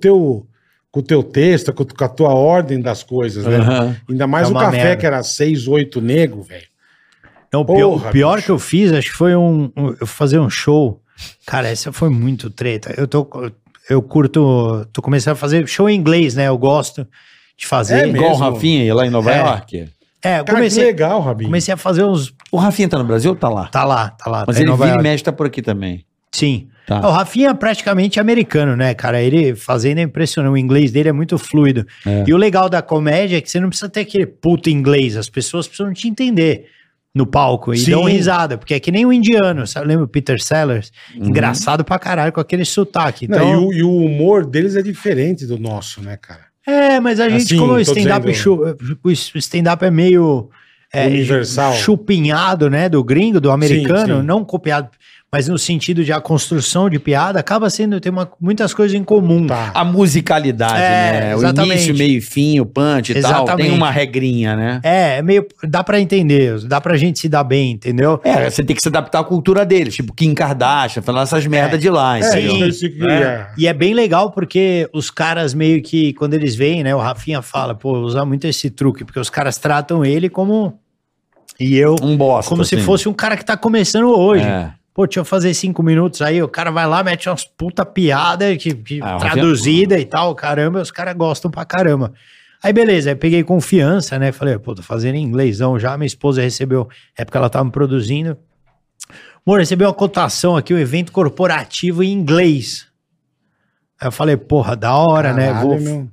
teu texto, com a tua ordem das coisas, né? Aham. Ainda mais É o uma café, merda. que era 6, 8 nego, velho. Não, o Porra, pior bicho. que eu fiz, acho que foi eu fazer um show. Cara, essa foi muito treta. Eu curto, tô começando a fazer show em inglês, né? Eu gosto de fazer. É Igual o mesmo? Rafinha lá em Nova É. York. Eu Cara, que comecei, legal, Rabinho. comecei a fazer uns... O Rafinha tá no Brasil ou tá lá? Tá lá. Mas tá em ele Nova vira e York. mexe, tá por aqui também. Sim. Tá. O Rafinha é praticamente americano, né, cara? Ele fazendo é impressionante. O inglês dele é muito fluido. É. E o legal da comédia é que você não precisa ter aquele puto inglês. As pessoas precisam te entender no palco e Sim. dão risada. Porque é que nem o indiano, sabe? Lembra o Peter Sellers? Engraçado pra caralho com aquele sotaque. Não, Então, e o humor deles é diferente do nosso, né, cara? mas a gente, Assim, como o tô stand-up dizendo- o stand-up é meio Universal. chupinhado, né, do gringo, do americano, sim. não copiado, mas no sentido de a construção de piada, acaba sendo, muitas coisas em comum. Tá. A musicalidade, né? O exatamente. início, meio e fim, o punch e tal. Exatamente. Tem uma regrinha, né? Meio, dá pra entender, dá pra gente se dar bem, entendeu? Você tem que se adaptar à cultura deles, tipo Kim Kardashian, falando essas merdas de lá, entendeu? isso que é. E é bem legal porque os caras meio que, quando eles veem, né, o Rafinha fala, pô, usar muito esse truque, porque os caras tratam ele como... E eu, Um bosta. como se assim. fosse um cara que tá começando hoje. É. Pô, deixa eu fazer 5 minutos aí, o cara vai lá, mete umas puta piada Ah, o traduzida e tal, caramba, os caras gostam pra caramba. Aí beleza, aí peguei confiança, né, falei, pô, tô fazendo em inglêsão já, minha esposa recebeu, época ela tava me produzindo, amor, recebeu uma cotação aqui, um evento corporativo em inglês. Aí eu falei, porra, da hora, né, Caralho, meu.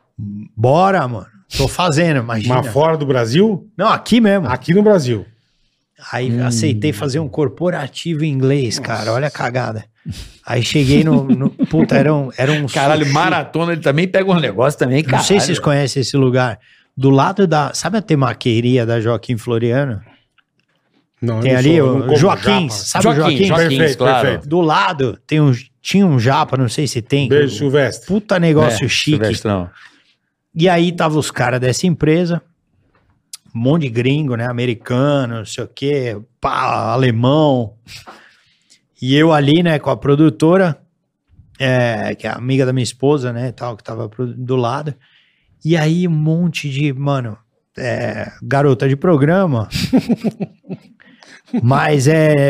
bora, mano, tô fazendo, imagina. Mas fora do Brasil? Não, aqui mesmo. Aqui no Brasil. Aí aceitei fazer um corporativo em inglês, cara. Olha a cagada. Aí cheguei puta, era um Caralho, sushi. maratona, ele também pega um negócio também, cara. Não sei se vocês conhecem esse lugar. Do lado sabe a temaqueria da Joaquim Floriano? Não, Tem eu não ali sou- eu não o como Joaquim, japa. sabe o Joaquim? Perfeito, claro. perfeito. Do lado tinha um japa, não sei se tem. Beijo, Silvestre. Puta negócio chique. Silvestrão. E aí tava os caras dessa empresa, um monte de gringo, né? Americano, não sei o quê, pá, alemão. E eu ali, né, com a produtora, que é amiga da minha esposa, né, tal, que tava do lado. E aí um monte de, mano, garota de programa, mas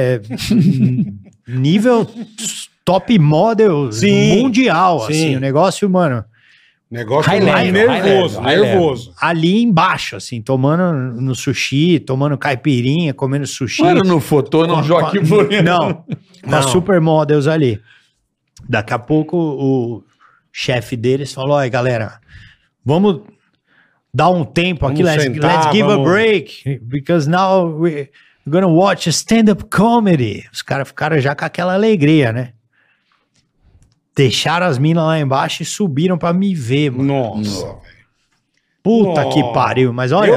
nível top model mundial, assim, o negócio, mano. Negócio nervoso. Ali embaixo, assim, tomando no sushi, tomando caipirinha, comendo sushi. Mano, no Fotô, não Joaquim Floriano. Não, com as supermodels ali. Daqui a pouco o chefe deles falou, olha galera, vamos dar um tempo aqui, let's give a break, because now we're gonna watch stand-up comedy. Os caras ficaram já com aquela alegria, né? Deixaram as minas lá embaixo e subiram pra me ver, mano. Nossa. Puta que pariu, mas olha...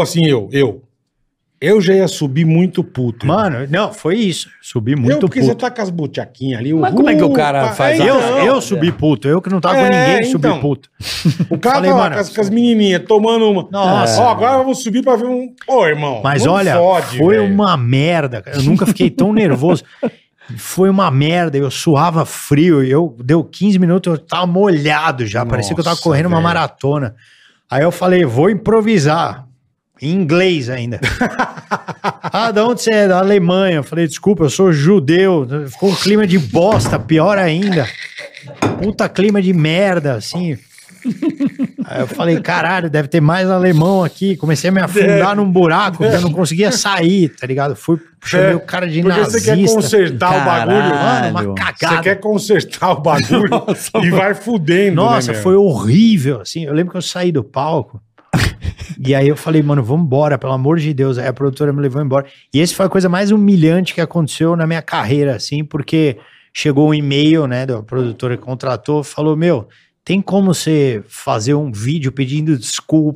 Eu já ia subir muito puto. Mano, não, foi isso. Subi muito porque puto. Você tá com as buchaquinhas ali. Mas como é que o cara faz Eu subi puto. Eu que não tava com ninguém, subi puto. O cara Falei, tá lá mano, com as menininhas tomando uma. Nossa. Ó, agora vamos subir pra ver um... Ô, irmão. Mas não olha, fode, foi velho. uma merda. Eu nunca fiquei tão nervoso. Foi uma merda. Eu suava frio. Deu 15 minutos, eu tava molhado já. Parecia que eu tava correndo uma maratona. Aí eu falei, vou improvisar. Em inglês ainda. De onde você é? Da Alemanha. Eu falei, desculpa, eu sou judeu. Ficou um clima de bosta, pior ainda. Puta clima de merda, assim. Aí eu falei, caralho, deve ter mais alemão aqui. Comecei a me afundar num buraco, que eu não conseguia sair, tá ligado? Chamei o cara de porque nazista. Você quer consertar o bagulho, mano, uma cagada. Você quer consertar o bagulho e vai fudendo, Nossa, né, foi horrível, assim. Eu lembro que eu saí do palco. E aí eu falei, mano, vamos embora, pelo amor de Deus. Aí a produtora me levou embora. E esse foi a coisa mais humilhante que aconteceu na minha carreira, assim, porque chegou um e-mail, né, da produtora que contratou, falou, meu, tem como você fazer um vídeo pedindo desculpa?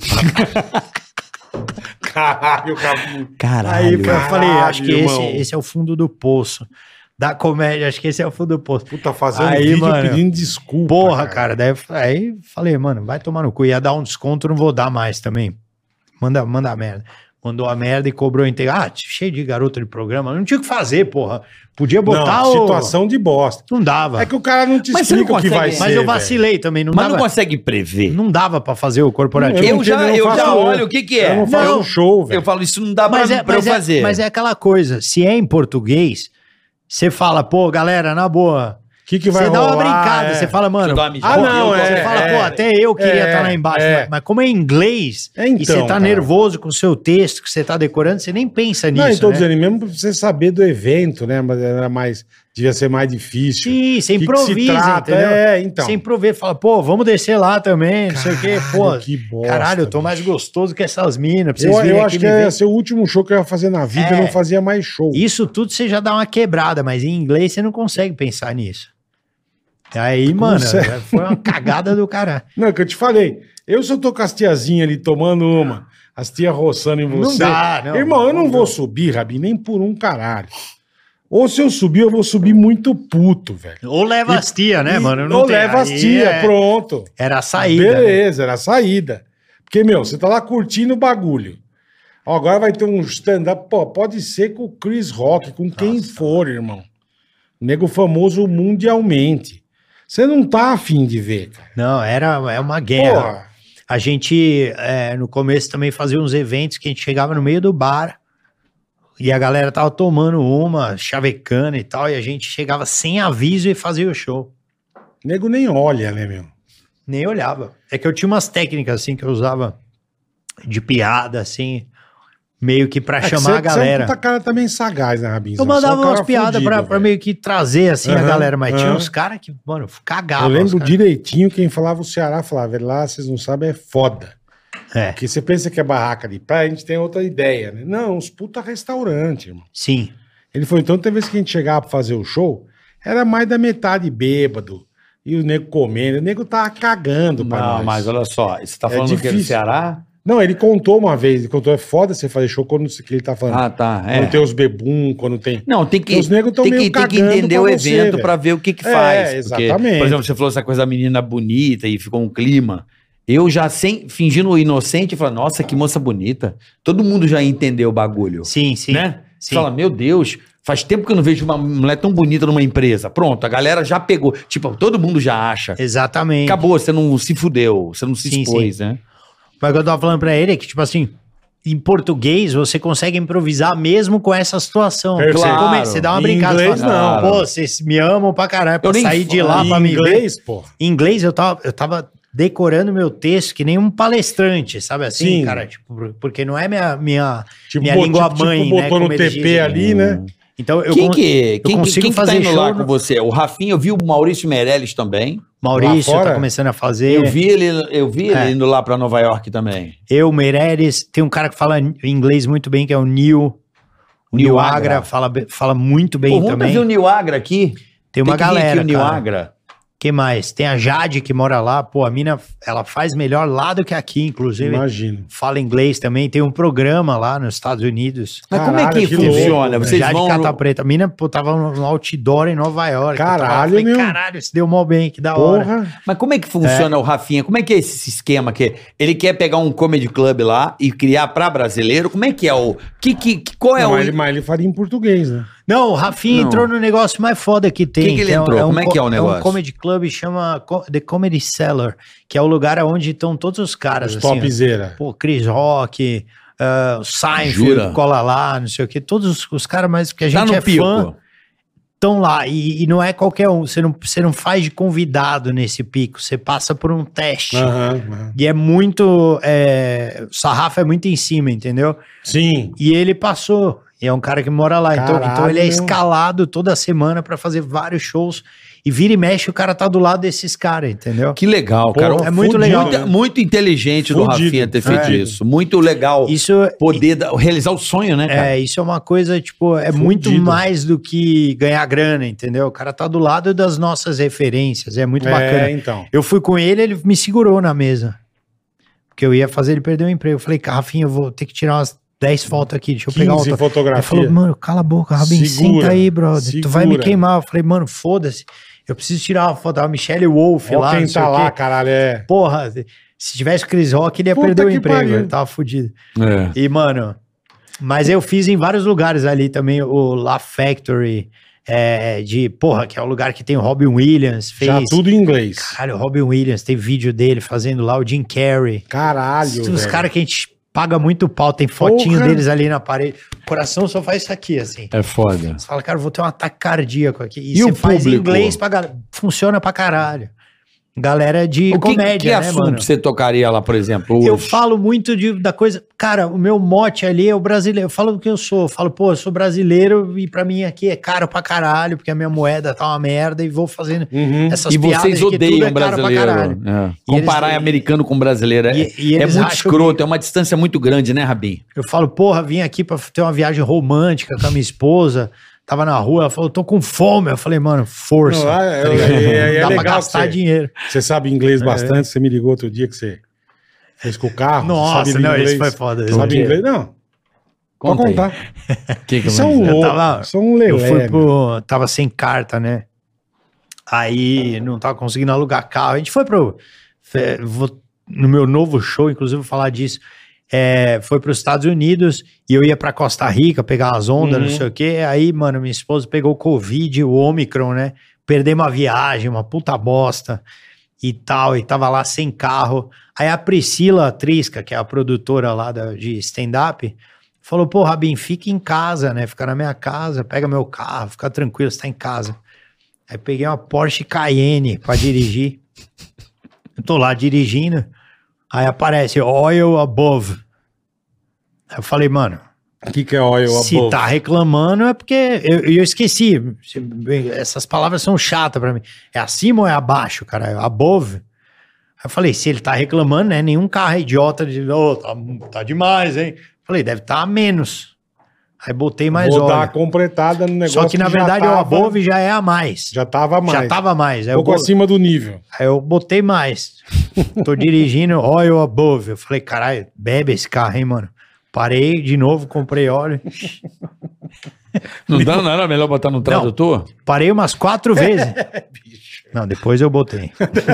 Caralho. Aí eu falei, acho que irmão. esse é o fundo do poço. Da comédia, acho que esse é o fundo do poço. Puta, fazer um Aí, vídeo mano, pedindo desculpa. Porra, cara. Daí aí falei, mano, vai tomar no cu. Ia dar um desconto, não vou dar mais também. Manda a merda. Mandou a merda e cobrou inteiro. Cheio de garota de programa. Não tinha o que fazer, porra. Podia botar situação de bosta. Não dava. É que o cara não te Mas você explica não o que vai consegue- ser. Mas eu vacilei também. Não Mas dava, não consegue prever. não dava pra fazer o corporativo. Eu já olho o que é. Eu não faço um show, velho. Eu falo, isso não dá Mas pra eu fazer. mas é aquela coisa. Se é em português, você fala, pô, galera, na boa. O que vai Você dá rolar? uma brincada. Você fala, mano... Você dá uma mijada. Você fala, pô, até eu queria estar lá embaixo. Mas como é em inglês, Então, e você tá cara. nervoso com o seu texto que você tá decorando, você nem pensa nisso, Não, eu tô né? dizendo, mesmo pra você saber do evento, né? Mas era mais... Devia ser mais difícil. Sim, você Que improvisa, se trata? entendeu? Então. Você improvisa, fala, pô, vamos descer lá também, não sei o quê. Pô, que bosta, caralho, eu tô mais gostoso que essas minas, pra vocês Eu virem acho aqui que me ver. ia ser o último show que eu ia fazer na vida, eu não fazia mais show. Isso tudo você já dá uma quebrada, mas em inglês você não consegue pensar nisso. Aí, mano, Consegue. foi uma cagada do caralho. Não, é que eu te falei. Eu só tô com as tiazinhas ali tomando uma, as tias roçando em você. dá, não. Irmão, eu não vou subir, Rabi, nem por um caralho. Ou se eu subir, eu vou subir muito puto, velho. Ou leva as tia, né, mano? Ou Não tem- leva as aí tias, pronto. Era a saída. Né? Beleza, era a saída. Porque, meu, você tá lá curtindo o bagulho. Ó, agora vai ter um stand-up, pô, pode ser com o Chris Rock, com quem for, irmão. Nego famoso mundialmente. Você não tá afim de ver, cara. Não, é uma guerra. Porra. A gente, no começo, também fazia uns eventos que a gente chegava no meio do bar e a galera tava tomando uma, chavecando e tal, e a gente chegava sem aviso e fazia o show. Nego nem olha, né, meu? Nem olhava. É que eu tinha umas técnicas, assim, que eu usava de piada, assim, meio que pra chamar a Você é galera. um puta cara também sagaz, né, Rabinho? Eu mandava Você é um umas cara piadas fudido, pra velho. meio que trazer, assim, a Aham, galera, mas tinha aham. uns caras que, mano, Eu cagavam. lembro os caras. direitinho quem falava o Ceará, falava, lá, vocês não sabem, é foda. É, Porque você pensa que é barraca de praia, a gente tem outra ideia, né? Não, os puta restaurante, irmão. sim. Ele falou, então, tem vezes que a gente chegava pra fazer o show, era mais da metade bêbado, e o nego comendo, o nego tava cagando pra Não, nós. mas olha só, você tá É falando que é do difícil. Ceará? Não, ele contou uma vez, ele contou, é foda você fazer show quando que ele tá falando. Ah, tá. Quando tem os bebum, quando tem... Não, tem que, Os negros tão tem meio que cagando entender pra o você, evento velho. pra ver o que É, faz. Porque, exatamente. por exemplo, você falou essa coisa da menina bonita e ficou um clima. eu já fingindo inocente, falando, nossa, que moça bonita. Todo mundo já entendeu o bagulho. Sim, sim. Né? Você Sim. fala, meu Deus, faz tempo que eu não vejo uma mulher tão bonita numa empresa. Pronto, a galera já pegou. Tipo, todo mundo já acha. Exatamente. Acabou, você não se fudeu, você não se Sim, expôs, né? Mas o que eu tava falando pra ele é que, tipo assim, em português você consegue improvisar mesmo com essa situação. Claro. Você dá uma Em brincada. inglês, você fala, não. Pô, vocês me amam pra caralho. Pra Eu nem sair de falo. lá pra me ver. inglês, pô. Em inglês eu tava decorando meu texto que nem um palestrante, sabe assim, Sim. cara? Tipo, porque não é minha Tipo, língua mãe, tipo, né? botou no como eles TP dizem. ali, né? Então eu Quem consigo que tá fazer indo lá show com você? O Rafinha, eu vi o Maurício Meirelles também. Maurício Lá fora? tá começando a fazer. Eu vi ele É. indo lá pra Nova York também. Eu, Meireles, tem um cara que fala inglês muito bem, que é o Neil. O Neil Neil Agra. Agra fala muito bem Pô, vamos também. trazer o Nil Agra aqui. Tem uma que vir galera, aqui, o Nil cara. Agra. Quem mais? Tem a Jade que mora lá. Pô, a mina, ela faz melhor lá do que aqui, inclusive. Imagino. Fala inglês também. Tem um programa lá nos Estados Unidos. Mas como é Caralho, que que funciona? louco, Vocês Jade vão... Cata Preta. A mina, pô, tava no outdoor em Nova York. Caralho, eu falei, meu. caralho, se deu mal bem, que da hora. Porra. Mas como é que funciona o Rafinha? Como é que é esse esquema? Que ele quer pegar um comedy club lá e criar pra brasileiro? Como é que é o... Qual é Não, o... mas ele faria em português, né? Não, o Rafinha Não. entrou no negócio mais foda que tem. Que ele entrou? Como é que é o negócio? É um comedy club, chama The Comedy Cellar, que é o lugar onde estão todos os caras. Os assim, ó. topzera. Pô, Chris Rock, o Seinfeld, Jura? cola lá, não sei o quê. Todos os caras mais que a Tá gente no é pico. fã estão lá. E não é qualquer um. Você não faz de convidado nesse pico. Você passa por um teste. Aham. E é muito... o sarrafo é muito em cima, entendeu? Sim. E ele passou. E é um cara que mora lá. Então Caralho, ele é meu. escalado toda semana pra fazer vários shows. E vira e mexe, o cara tá do lado desses caras, entendeu? Que legal, Pô, cara. é muito legal. Muito inteligente do Fudido. Rafinha ter feito É. isso. Muito legal Isso poder realizar o sonho, né, cara? isso é uma coisa, tipo, é Fudido. muito mais do que ganhar grana, entendeu? O cara tá do lado das nossas referências. É muito bacana. então. Eu fui com ele me segurou na mesa. Porque eu ia fazer ele perder o emprego. Eu falei, Rafinha, eu vou ter que tirar umas 10 fotos aqui, deixa eu pegar 15 outra. fotografia. Ele falou, mano, cala a boca, Rabin, Segura, senta aí, brother. Tu vai me segura. queimar. Eu falei, mano, foda-se. Eu preciso tirar uma foto. A Michelle Wolf Ó lá, quem não sei tá o lá, quê. caralho, é. Porra, se tivesse o Chris Rock, ele ia Puta perder o que emprego. pariu. Ele tava fudido. É. E, mano, mas eu fiz em vários lugares ali também, o La Factory, que é o lugar que tem o Robin Williams, fez. Já tudo em inglês. Caralho, o Robin Williams, tem vídeo dele fazendo lá, o Jim Carrey. Caralho, Os velho. caras que a gente paga muito pau, tem fotinho Porra. deles ali na parede. O coração só faz isso aqui, assim. É foda. Você fala, cara, eu vou ter um ataque cardíaco aqui. E você o faz em público? inglês pra galera. Funciona pra caralho. Galera de O que comédia, né, assunto mano? você tocaria lá, por exemplo, hoje? Eu falo muito da coisa. Cara, o meu mote ali é o brasileiro. Eu falo do que eu sou. Eu falo, pô, eu sou brasileiro e pra mim aqui é caro pra caralho, porque a minha moeda tá uma merda e vou fazendo Uhum. essas E piadas vocês de que tudo odeiam é caro pra caralho. brasileiro. É. E Comparar eles- americano com brasileiro e é eles muito acham escroto, é uma distância muito grande, né, Rabin? Eu falo, porra, vim aqui pra ter uma viagem romântica com a minha esposa. Tava na rua, ela falou, tô com fome. Eu falei, mano, força. Não, tá é ligado? legal Dá pra gastar você- dinheiro. Você sabe inglês bastante, você me ligou outro dia que você fez com o carro. Nossa, sabe não, inglês, isso foi foda. Sabe inglês? Não, Conta pode aí. contar. Que Isso é vai um dizer? louco, tava- isso é um Eu lelé. fui meu. tava sem carta, né? Aí não tava conseguindo alugar carro. A gente foi no meu novo show, inclusive vou falar disso. Foi para os Estados Unidos e eu ia para Costa Rica pegar as ondas, não sei o quê. Aí, mano, minha esposa pegou o Covid, o Omicron, né? Perdemos a viagem, uma puta bosta e tal. E tava lá sem carro. Aí a Priscila Trisca, que é a produtora lá de stand-up, falou: pô, Rabin, fica em casa, né? Fica na minha casa, pega meu carro, fica tranquilo, você tá em casa. Aí peguei uma Porsche Cayenne pra dirigir. Eu tô lá dirigindo. Aí aparece oil above. Aí eu falei, mano, O que é oil se above? tá reclamando é porque eu esqueci. Essas palavras são chatas pra mim. É acima ou é abaixo, cara? Above. Aí eu falei, se ele tá reclamando, né? Nenhum carro é idiota de, tá demais, hein? Falei, deve estar a menos. Aí botei mais Vou dar uma óleo. completada no negócio. Só que na já verdade o tava- above já é a mais. Já tava mais. Já tava mais. Aí Um eu pouco acima do nível. Aí eu botei mais. Tô dirigindo oil above. Eu falei, caralho, bebe esse carro, hein, mano? Parei de novo, comprei óleo. Não era melhor botar no tradutor? Parei umas 4 vezes. Não, depois eu botei.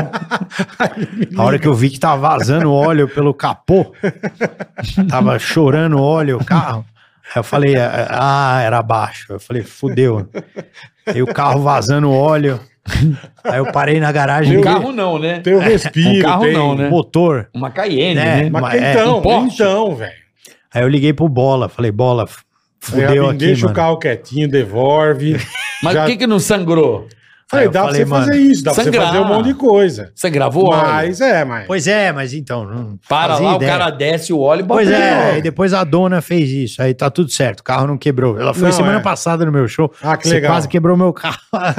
A hora que eu vi que tava vazando óleo pelo capô, tava chorando óleo o carro. Aí eu falei, era baixo. Eu falei, fudeu. Aí o carro vazando óleo. Aí eu parei na garagem. Um carro não, né? Tem o respiro, Um carro tem não, né? Motor. Uma Cayenne, É, né? Mas um Porsche. então, velho. Aí eu liguei pro Bola. Falei, Bola, fudeu aqui, Deixa mano. o carro quietinho, devolve. Mas Já- por que não sangrou? Falei, eu dá falei, pra você fazer mano, isso, dá pra você sangrar. fazer um monte de coisa. Você gravou óleo? Mas, Pois é, mas então... Não Para fazia lá, ideia. o cara desce o óleo e bota Pois de é, novo. aí depois a dona fez isso. Aí tá tudo certo, o carro não quebrou. Ela foi Não, semana é. passada no meu show. Ah, que Você legal. quase quebrou meu carro.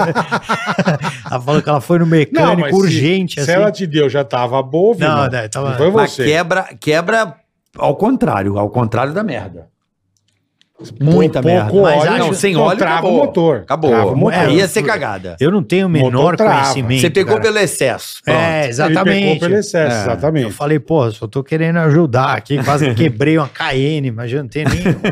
Ela falou que ela foi no mecânico urgente, se assim. ela te deu, já tava boa, Não, irmão. né, tava- Não foi Mas você. quebra ao contrário da merda. Muita merda. Pouco Mas óleo, acho- Não, sem não, óleo, trava acabou. o motor. Acabou. Trava o motor. Aí ia ser cagada. Eu não tenho o menor Motor trava. conhecimento. Você pegou cara. pelo excesso. Pronto. É, Ele exatamente. pegou pelo excesso, É. exatamente. Eu falei, pô, só tô querendo ajudar aqui. Quase quebrei uma Cayenne, mas eu não tenho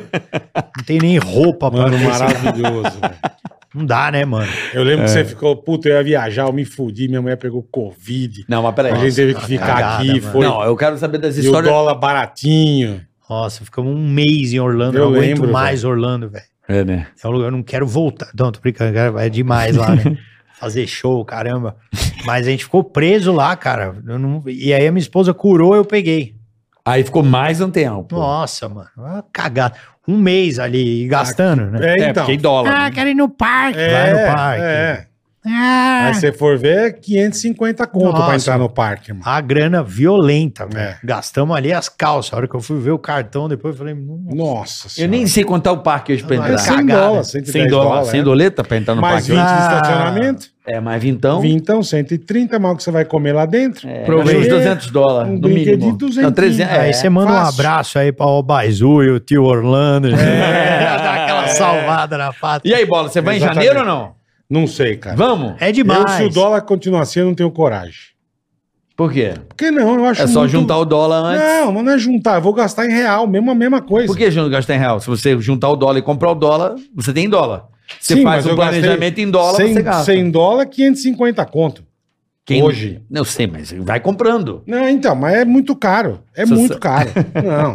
nem roupa pra Mano, ver se- maravilhoso, velho. Não dá, né, mano? Eu lembro que você ficou, puta, eu ia viajar, eu me fudi, minha mulher pegou Covid. Não, mas peraí. A gente teve que ficar cagada, aqui, mano. foi. Não, eu quero saber das E o histórias. dólar baratinho. Nossa, ficamos um mês em Orlando. Eu Eu não aguento lembro, mais Orlando, velho. É, né? É um lugar, eu não quero voltar. Não, tô brincando, cara, é demais lá, né? Fazer show, caramba. Mas a gente ficou preso lá, cara. E aí a minha esposa curou, eu peguei. Aí ficou mais um tempo. Nossa, mano, uma cagada. Um mês ali gastando, né? É, É, então. porque em dólar. né? quero ir no parque. É, Vai no parque. é. Ah, Aí você for ver, é 550 conto pra Nossa. entrar no parque, irmão. a grana violenta, velho. É. Gastamos ali as calças. A hora que eu fui ver o cartão, depois eu falei, Nossa Eu senhora. nem sei quanto é o parque hoje pra Não, entrar. É 100 cagada. dólares, 110 100 dólares. 100 é. doleta pra entrar no Mais parque 20 hoje? de estacionamento. É, mais vintão. Vintão, 130, mal que você vai comer lá dentro. É, Aproveita. uns 200 dólares, Um no brinquedinho mínimo. de 200. Não, 300, Aí você manda um fácil. abraço aí pra o Baizu e o tio Orlando. Dá aquela salvada na pata. E aí, Bola, você vai Exatamente. em janeiro ou não? Não sei, cara. Vamos? É Eu, demais. se o dólar continua assim, eu não tenho coragem. Por quê? Por que não? Eu acho É só muito- juntar o dólar antes. Não, mas não é juntar. Eu vou gastar em real, a mesma coisa. Por que gastar em real? Se você juntar o dólar e comprar o dólar, você tem dólar. Você Sim, faz mas um eu gastei planejamento em dólar, 100, você gasta. 100 dólares, 550 conto. Hoje. Não sei, mas vai comprando. Não, então, mas é muito caro. É Se muito você- caro. Não.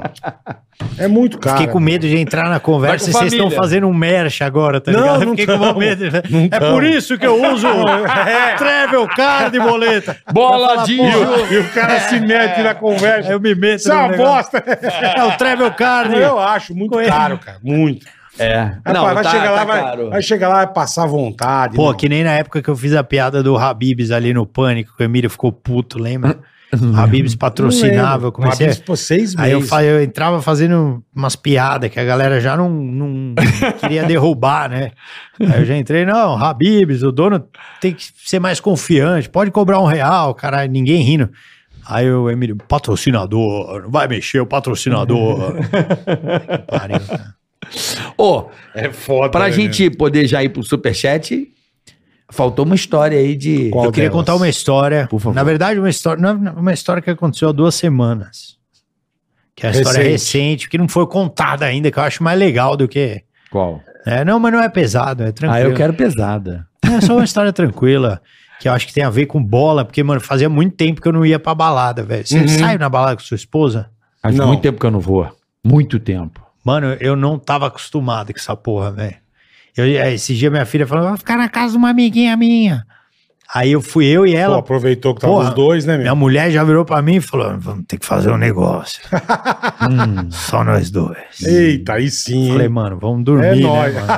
É muito caro. Fiquei com medo de entrar na conversa Vai e com vocês estão família. fazendo um merch agora, tá Não, ligado? não Fiquei com tamo. medo. Não É tamo. por isso que eu uso Travel Card, boleta. Bola de... E o cara se mete na conversa. Eu me meto Isso é uma no negócio. bosta. É o Travel Card. Eu acho muito caro, cara. Muito. É. Rapaz, vai chegar lá, caro. vai chegar lá, vai passar vontade. Pô, irmão. que nem na época que eu fiz a piada do Habibs ali no Pânico, que o Emílio ficou puto, lembra? Habibs patrocinava, eu comecei... Por 6 meses. Aí eu entrava fazendo umas piadas que a galera já não queria derrubar, né? Aí eu já entrei, não, Habibs, o dono tem que ser mais confiante, pode cobrar R$1, caralho, ninguém rindo. Aí o Emílio, patrocinador, não vai mexer o patrocinador. Que pariu, cara. Ô, É foda. pra né, gente poder já ir pro superchat, faltou uma história aí de... Qual Eu queria delas? contar uma história, Por favor. na verdade uma história que aconteceu há 2 semanas. Que é uma história recente, que não foi contada ainda, que eu acho mais legal do que... Qual? Não, mas não é pesado, é tranquilo. Ah, eu quero pesada. É só uma história tranquila, que eu acho que tem a ver com bola, porque, mano, fazia muito tempo que eu não ia pra balada, velho. Você sai na balada com sua esposa? Faz Não. muito tempo que eu não vou. Muito tempo. Mano, eu não tava acostumado com essa porra, velho. Esse dia minha filha falou, vai ficar na casa de uma amiguinha minha. Aí eu e Pô, ela, aproveitou que tava Porra, os dois, né, minha meu? mulher já virou pra mim e falou, vamos ter que fazer um negócio. Só nós dois. Eita, aí sim, Falei, hein? mano, vamos dormir, É né, nóis. mano?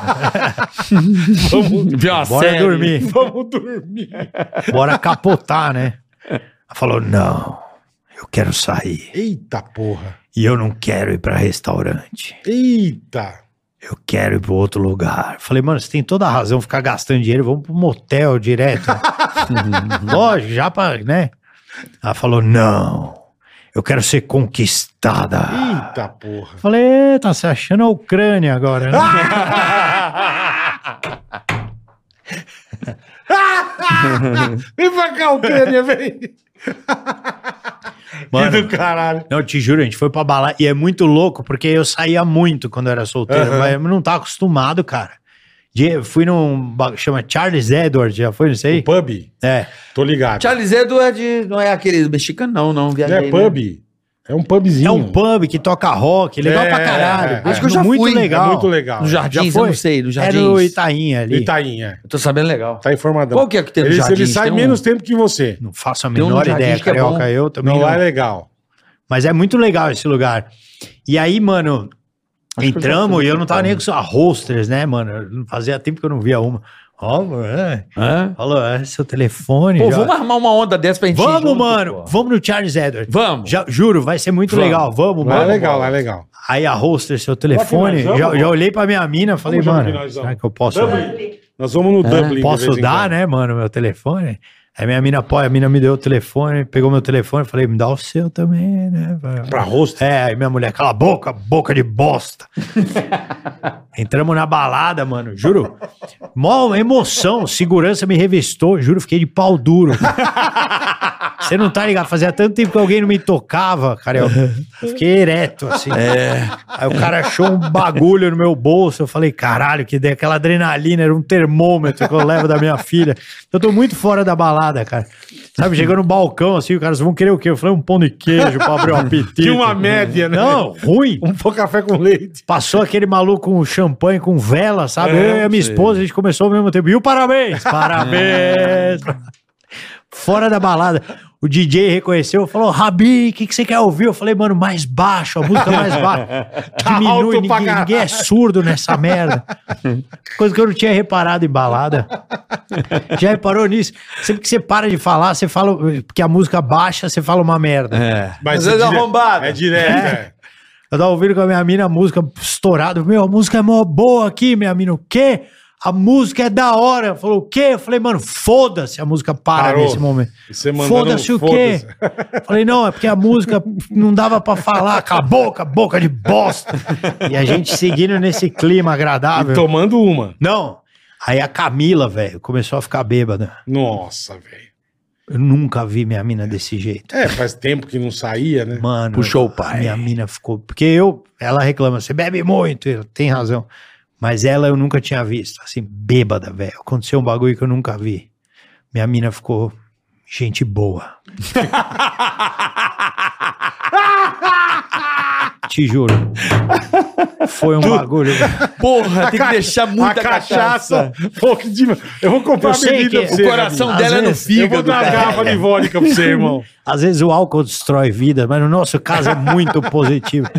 Viu uma Bora série? dormir. Vamos dormir. Bora capotar, né? Ela falou, não, eu quero sair. Eita, porra. E eu não quero ir pra restaurante. Eita. Eu quero ir para outro lugar. Falei, mano, você tem toda a razão ficar gastando dinheiro, vamos pro motel direto. Lógico, já pra, né? Ela falou, não, eu quero ser conquistada. Eita, porra. Falei, tá se achando a Ucrânia agora, né? Vem pra cá, Ucrânia, vem. Mano, Que do caralho. não, te juro, a gente foi pra balada. E é muito louco, porque eu saía muito quando eu era solteiro, Aham. mas eu não tava acostumado, cara. Fui chama Charles Edward, já foi, não sei? O pub? É. Tô ligado. Charles Edward não é aquele mexicano, não Não viajei, é pub? É um pubzinho. É um pub que toca rock, legal pra caralho. Acho que eu já muito fui. legal. É muito legal. No Jardins, Já foi? eu não sei, no É Jardins. no Itaim ali. Itaim, é. Eu tô sabendo legal. Tá informadão. Qual que é que tem no Ele Jardins? sai Tem um- menos tempo que você. Não faço a Tem um menor Jardins ideia, que é carioca. bom. Eu também Não, não. lá é legal. Mas é muito legal esse lugar. E aí, mano, Acho que eu já entramos fui. e eu não tava nem com a hosters, né, mano? Fazia tempo que eu não via uma. Ó, mano, Hã? falou, é seu telefone. Pô, já. vamos armar uma onda dessa pra gente ir Vamos, junto, mano. pô. Vamos no Charles Edward. Vamos. Juro, vai ser muito Vamos. legal. Vamos, Lá é mano. legal, lá é legal. Aí a hoster, seu telefone. Lá que nós vamos, Já mano. olhei pra minha mina, falei, Vamos, mano, que nós vamos. será que eu posso... Dublin. Nós vamos no Dublin. de Posso vez em dar, quando. né, mano, meu telefone? Aí minha mina, a mina me deu o telefone, pegou meu telefone, falei, me dá o seu também, né? Pra rosto? É, aí minha mulher, cala a boca, boca de bosta. Entramos na balada, mano, juro. Mó emoção, segurança me revistou, juro, fiquei de pau duro. Você não tá ligado? Fazia tanto tempo que alguém não me tocava, cara. Eu fiquei ereto, assim. Aí o cara achou um bagulho no meu bolso. Eu falei, caralho, que dei aquela adrenalina, era um termômetro que eu levo da minha filha. Eu tô muito fora da balada, cara. Sabe, chegando no balcão, assim, os caras vão querer o quê? Eu falei, um pão de queijo pra abrir o apetite. Tinha uma média, né? Não, ruim. Um pão café com leite. Passou aquele maluco com champanhe, com vela, sabe? Eu e a minha esposa, a gente começou ao mesmo tempo. E o parabéns! Parabéns! Fora da balada. O DJ reconheceu, falou, Rabi, o que você quer ouvir? Eu falei, mano, mais baixo, a música mais baixa. Diminui, alto pra ninguém é surdo nessa merda. Coisa que eu não tinha reparado em balada. Já reparou nisso? Sempre que você para de falar, você fala, porque a música baixa, você fala uma merda. É. Mas Às vezes dire- arrombado. É direto, é. Eu tava ouvindo com a minha mina a música estourada. Meu, a música é mó boa aqui, minha mina. O quê? A música é da hora. Falou, o quê? Eu falei, mano, foda-se a música para Parou. nesse momento. E você mandando Foda-se o quê? foda-se. Falei, não, é porque a música não dava pra falar. Cala a boca de bosta. E a gente seguindo nesse clima agradável. E tomando uma. Não. Aí a Camila, velho, começou a ficar bêbada. Nossa, velho. Eu nunca vi minha mina desse jeito. É, faz tempo que não saía, né? Mano, Puxou o pai. Minha mina ficou. Porque ela reclama, você bebe muito, tem razão. Mas ela eu nunca tinha visto, assim, bêbada, velho. Aconteceu um bagulho que eu nunca vi. Minha mina ficou gente boa. Te juro. Foi um bagulho. Porra, tem que deixar muita a cachaça. Pô, que demais. Eu vou comprar Eu sei bebida que pra O você. coração Gabi. dela é no vezes, Eu vou fígado, dar uma cara. garrafa de vodka pra você, irmão. Às vezes o álcool destrói vidas, mas no nosso caso é muito positivo.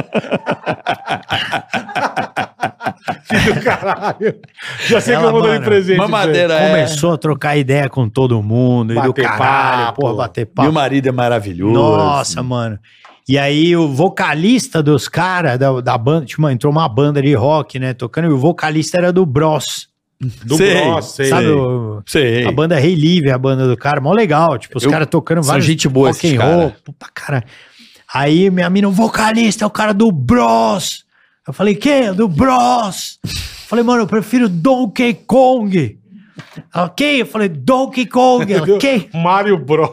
Que do caralho. Já sei que Ela, eu vou dar de mano, presente. pra você. Mamadeira Começou a trocar ideia com todo mundo. E do Bater caralho, papo. porra, bater E papo. o marido é maravilhoso. Nossa, mano. E aí o vocalista dos caras da banda, tipo, entrou uma banda de rock, né, tocando, e o vocalista era do Bros. Do Sei, Bros, sei. Sabe, Sei. a banda Rei Live, a banda do cara, mó legal, tipo, os caras tocando são vários gente boa rock esses and roll, cara. puta cara. Aí minha mina, o vocalista é o cara do Bros. Eu falei, quem? Do Bros. Falei, mano, eu prefiro Donkey Kong. Ela, quem? Eu falei, Donkey Kong. Ela, quem? Mario Bros.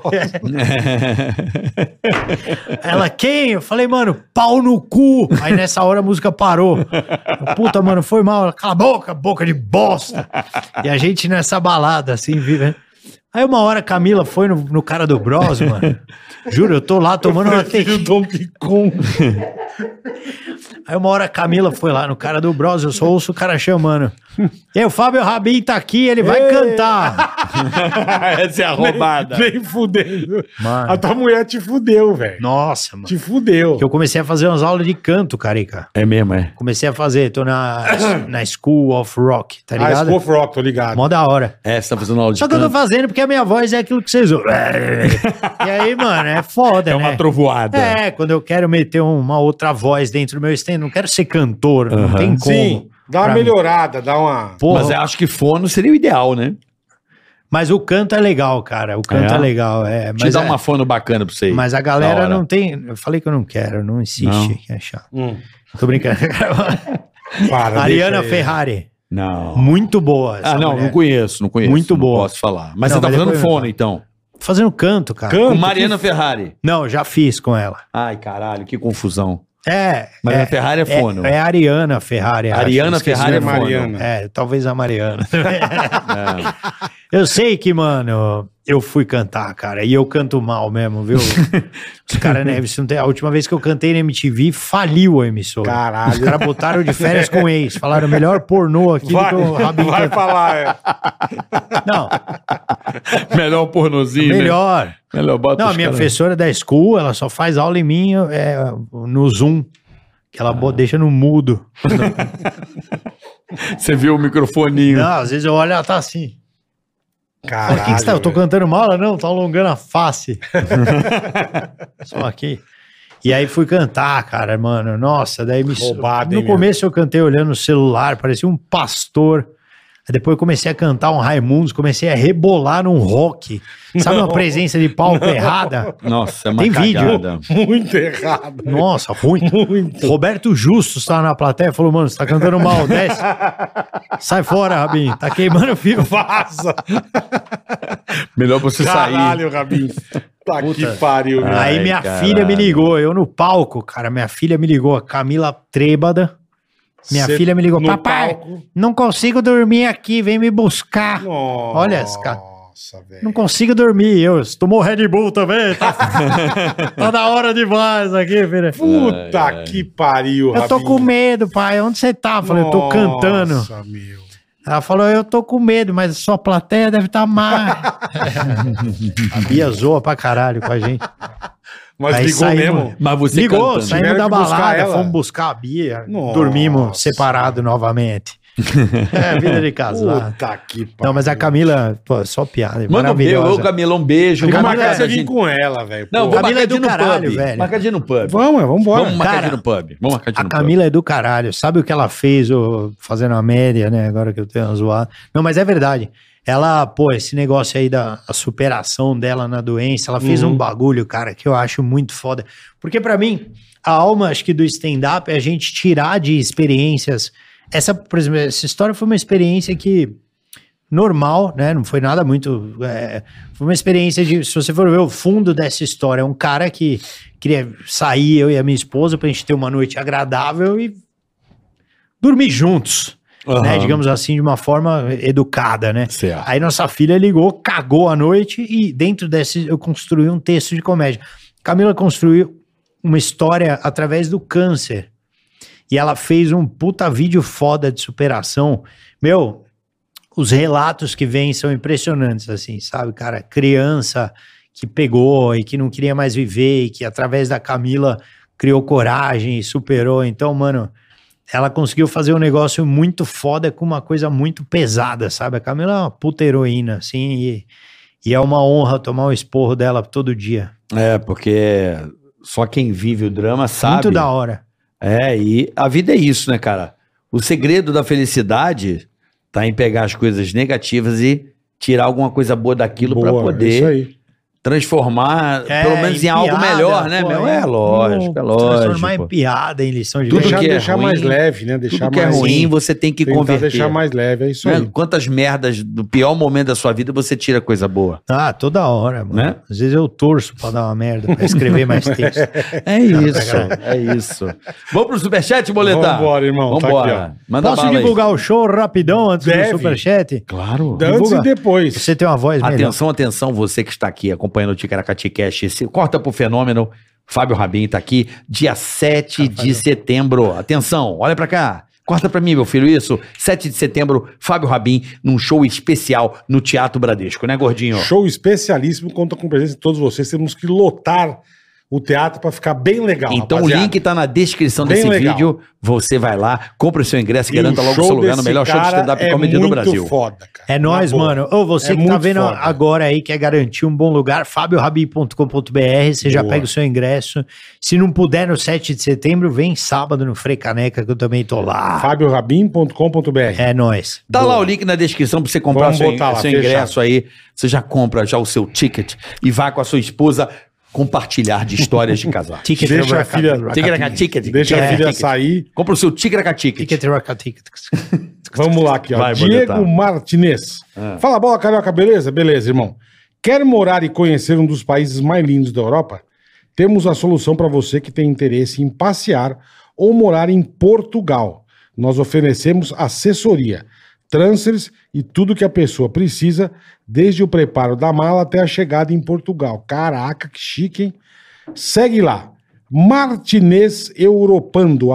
Ela, quem? Eu falei, mano, pau no cu. Aí nessa hora a música parou. Eu, puta, mano, foi mal. Ela, cala a boca, boca de bosta. E a gente nessa balada, assim, vive. Aí uma hora a Camila foi no cara do Bros, mano. Juro, eu tô lá tomando uma Prefiro tequila. Donkey Kong. Aí uma hora a Camila foi lá no cara do Bros, eu só ouço o cara chamando. E aí o Fábio Rabin tá aqui, ele vai cantar. Essa é a roubada. Nem fudendo. Mano. A tua mulher te fudeu, velho. Nossa, mano. Te fudeu. Que eu comecei a fazer umas aulas de canto, carica. É mesmo, é. Comecei a fazer, tô na School of Rock, tá Ah, ligado? School of Rock, tô ligado. Mó da hora. É, você tá fazendo aula de Só que eu tô canto. fazendo porque a minha voz é aquilo que vocês ouvem. E aí, mano, é foda, É né? uma trovoada. É, quando eu quero meter uma outra voz dentro do meu stand, não quero ser cantor, não tem como. Sim, dá uma Pra mim. melhorada, dá uma... Porra, Mas eu acho que fono seria o ideal, né? mas o canto é legal, cara. O canto é, É? legal. É, Te mas, dá uma fono bacana pra você ir. mas a Da galera hora. não tem. Eu falei que eu não quero, não insiste, Não. que é chato. Tô Tô brincando. Para, Ariana deixa aí. Ferrari. Não. Muito boa. essa Ah, não, mulher. não conheço. Muito não boa. posso falar. Mas Não, você tá mas fazendo depois- fono, então. Fazendo canto, cara. Canto? Com Mariana Ferrari. Não, já fiz com ela. Ai, caralho, que confusão. Mas a Ferrari é fono. É a Ariana Ferrari. Ariana Ferrari é fono. Mariana. Talvez a Mariana. Eu sei que, mano, eu fui cantar, cara, e eu canto mal mesmo, viu? Os caras, né, a última vez que eu cantei na MTV, faliu a emissora. Caralho. Os caras botaram de férias com ex, falaram, melhor pornô aqui do que o Rabinho Vai canta. falar, Não, Melhor pornozinho, melhor. né? Melhor, bota Não, a os minha caras. professora da school, ela só faz aula em mim no Zoom, que ela deixa no mudo. Você viu o microfoninho. Não, às vezes eu olho, ela tá assim. Caralho. O que você tá? Eu tô cantando mal? Ela, não, tá alongando a face. Só aqui. E aí fui cantar, cara, mano. Nossa, daí me... Roubado, No hein, começo eu cantei olhando o celular, parecia um pastor. Aí depois eu comecei a cantar um Raimundos, comecei a rebolar num rock. Sabe uma presença de palco errada? Nossa, é uma Tem vídeo. cagada. Muito errado. Nossa, ruim. Muito. Roberto Justo estava na plateia e falou, mano, você tá cantando mal, desce. Sai fora, Rabinho, tá queimando o fio. Vaza. Melhor você sair. Caralho, Rabinho. Tá que pariu, meu. Aí minha filha me ligou, eu no palco, cara, minha filha me ligou, a Camila Trêbada. Minha Cê filha me ligou, no papai, palco. não consigo dormir aqui, vem me buscar. Nossa, Olha esse cara. velho. Não consigo dormir, tomou Red Bull também, tá da hora demais aqui, filha. Puta que pariu, Eu tô com medo, pai, onde você tá? Eu falei, eu tô cantando. Nossa, meu. Ela falou, eu tô com medo, mas sua plateia deve estar má. A Bia zoa pra caralho com a gente. Mas Aí ligou saímos- mesmo. Mas você Ligou, cantando. saímos Tiveram da que buscar balada, ela. fomos buscar a Bia, Nossa. dormimos separados novamente. É, vida de casar. Puta que pariu. Não, mas a Camila, pô, só piada, Manda um beijo, maravilhosa. ô Camila, um beijo. Vamos Camila, marcar você a vir gente- com ela, velho. Não, Pô. vamos Camila marcar é de ir do no caralho, pub. velho. Marcar de ir no pub. Vamos embora. Vamos marcar Cara, de ir no pub. Vamos marcar de ir A no Camila é do caralho. Sabe o que ela fez, fazendo a média, né? Agora que eu tenho uma zoada. Não, mas é verdade. Ela, pô, esse negócio aí da superação dela na doença, ela fez um bagulho, cara, que eu acho muito foda. Porque pra mim, a alma, acho que do stand-up é a gente tirar de experiências. Essa, por exemplo, essa história foi uma experiência que normal, né? Não foi nada muito. Foi uma experiência de. Se você for ver o fundo dessa história, é um cara que queria sair, eu e a minha esposa, pra gente ter uma noite agradável e dormir juntos. Né, digamos assim, de uma forma educada, né? Certo. Aí nossa filha ligou, cagou a noite e dentro desse eu construí um texto de comédia. Camila construiu uma história através do câncer e ela fez um puta vídeo foda de superação. Meu, os relatos que vêm são impressionantes, assim, sabe, cara? Criança que pegou e que não queria mais viver e que através da Camila criou coragem e superou. Então, mano, ela conseguiu fazer um negócio muito foda com uma coisa muito pesada, sabe? A Camila é uma puta heroína, assim, e é uma honra tomar um esporro dela todo dia. É, porque só quem vive o drama sabe. Muito da hora. É, e a vida é isso, né, cara? O segredo da felicidade tá em pegar as coisas negativas e tirar alguma coisa boa daquilo pra Boa, é isso poder aí. transformar, pelo menos em algo piada, melhor, né, pô, meu? É lógico, é lógico. Transformar em piada, em lição de Tudo vida. que é Deixar ruim, mais leve, né? Deixar Tudo que é mais ruim, você tem que tentar converter. deixar mais leve, é isso Né? aí. Quantas merdas do pior momento da sua vida você tira coisa boa. Ah, toda hora, mano. Né? Às vezes eu torço pra dar uma merda, pra escrever mais texto. É isso, é isso. Vamos pro superchat, Boletar? Vambora, irmão, tá Vambora. aqui, Manda Posso bala aí. divulgar o show rapidão antes Deve. do superchat? Claro. Antes Divulga. e depois. Você tem uma voz melhor. Atenção, atenção, você que está aqui acompanhando o Ticaracati Cash, esse Corta pro Fenômeno, Fábio Rabin tá aqui, dia 7 de setembro. Atenção, olha pra cá. Corta pra mim, meu filho, isso. 7 de setembro, Fábio Rabin, num show especial no Teatro Bradesco, né, gordinho? Show especialíssimo, conta com a presença de todos vocês. Temos que lotar o teatro pra ficar bem legal, Então rapaziada. o link tá na descrição Bem desse legal. vídeo. Você vai lá, compra o seu ingresso e E garanta o logo o show seu lugar no desse melhor show de cara stand-up é comedy do muito Brasil. foda, cara. É nóis, Na boa. mano. Ô, você É que tá muito vendo foda. agora aí, quer garantir um bom lugar, fabiorabi.com.br, você já Boa. pega o seu ingresso. Se não puder no 7 de setembro, vem sábado no Frei Caneca, que eu também tô lá. fabiorabim.com.br. É nóis. Tá lá o link na descrição pra você comprar Vamos seu botar lá, ingresso aí. Você já compra já o seu ticket e vai com a sua esposa compartilhar de histórias de casal. Ticket Deixa a filha- Ticket. Deixa a filha sair. Compra o seu Ticket. Ticket Rock Ticket. Vamos lá aqui, ó. Vai, Diego Boletar. Martinez. Fala, bola, carioca, beleza? Beleza, irmão. Quer morar e conhecer um dos países mais lindos da Europa? Temos a solução para você que tem interesse em passear ou morar em Portugal. Nós oferecemos assessoria, transfers e tudo que a pessoa precisa, desde o preparo da mala até a chegada em Portugal. Caraca, que chique, hein? Segue lá, Martinez Europando,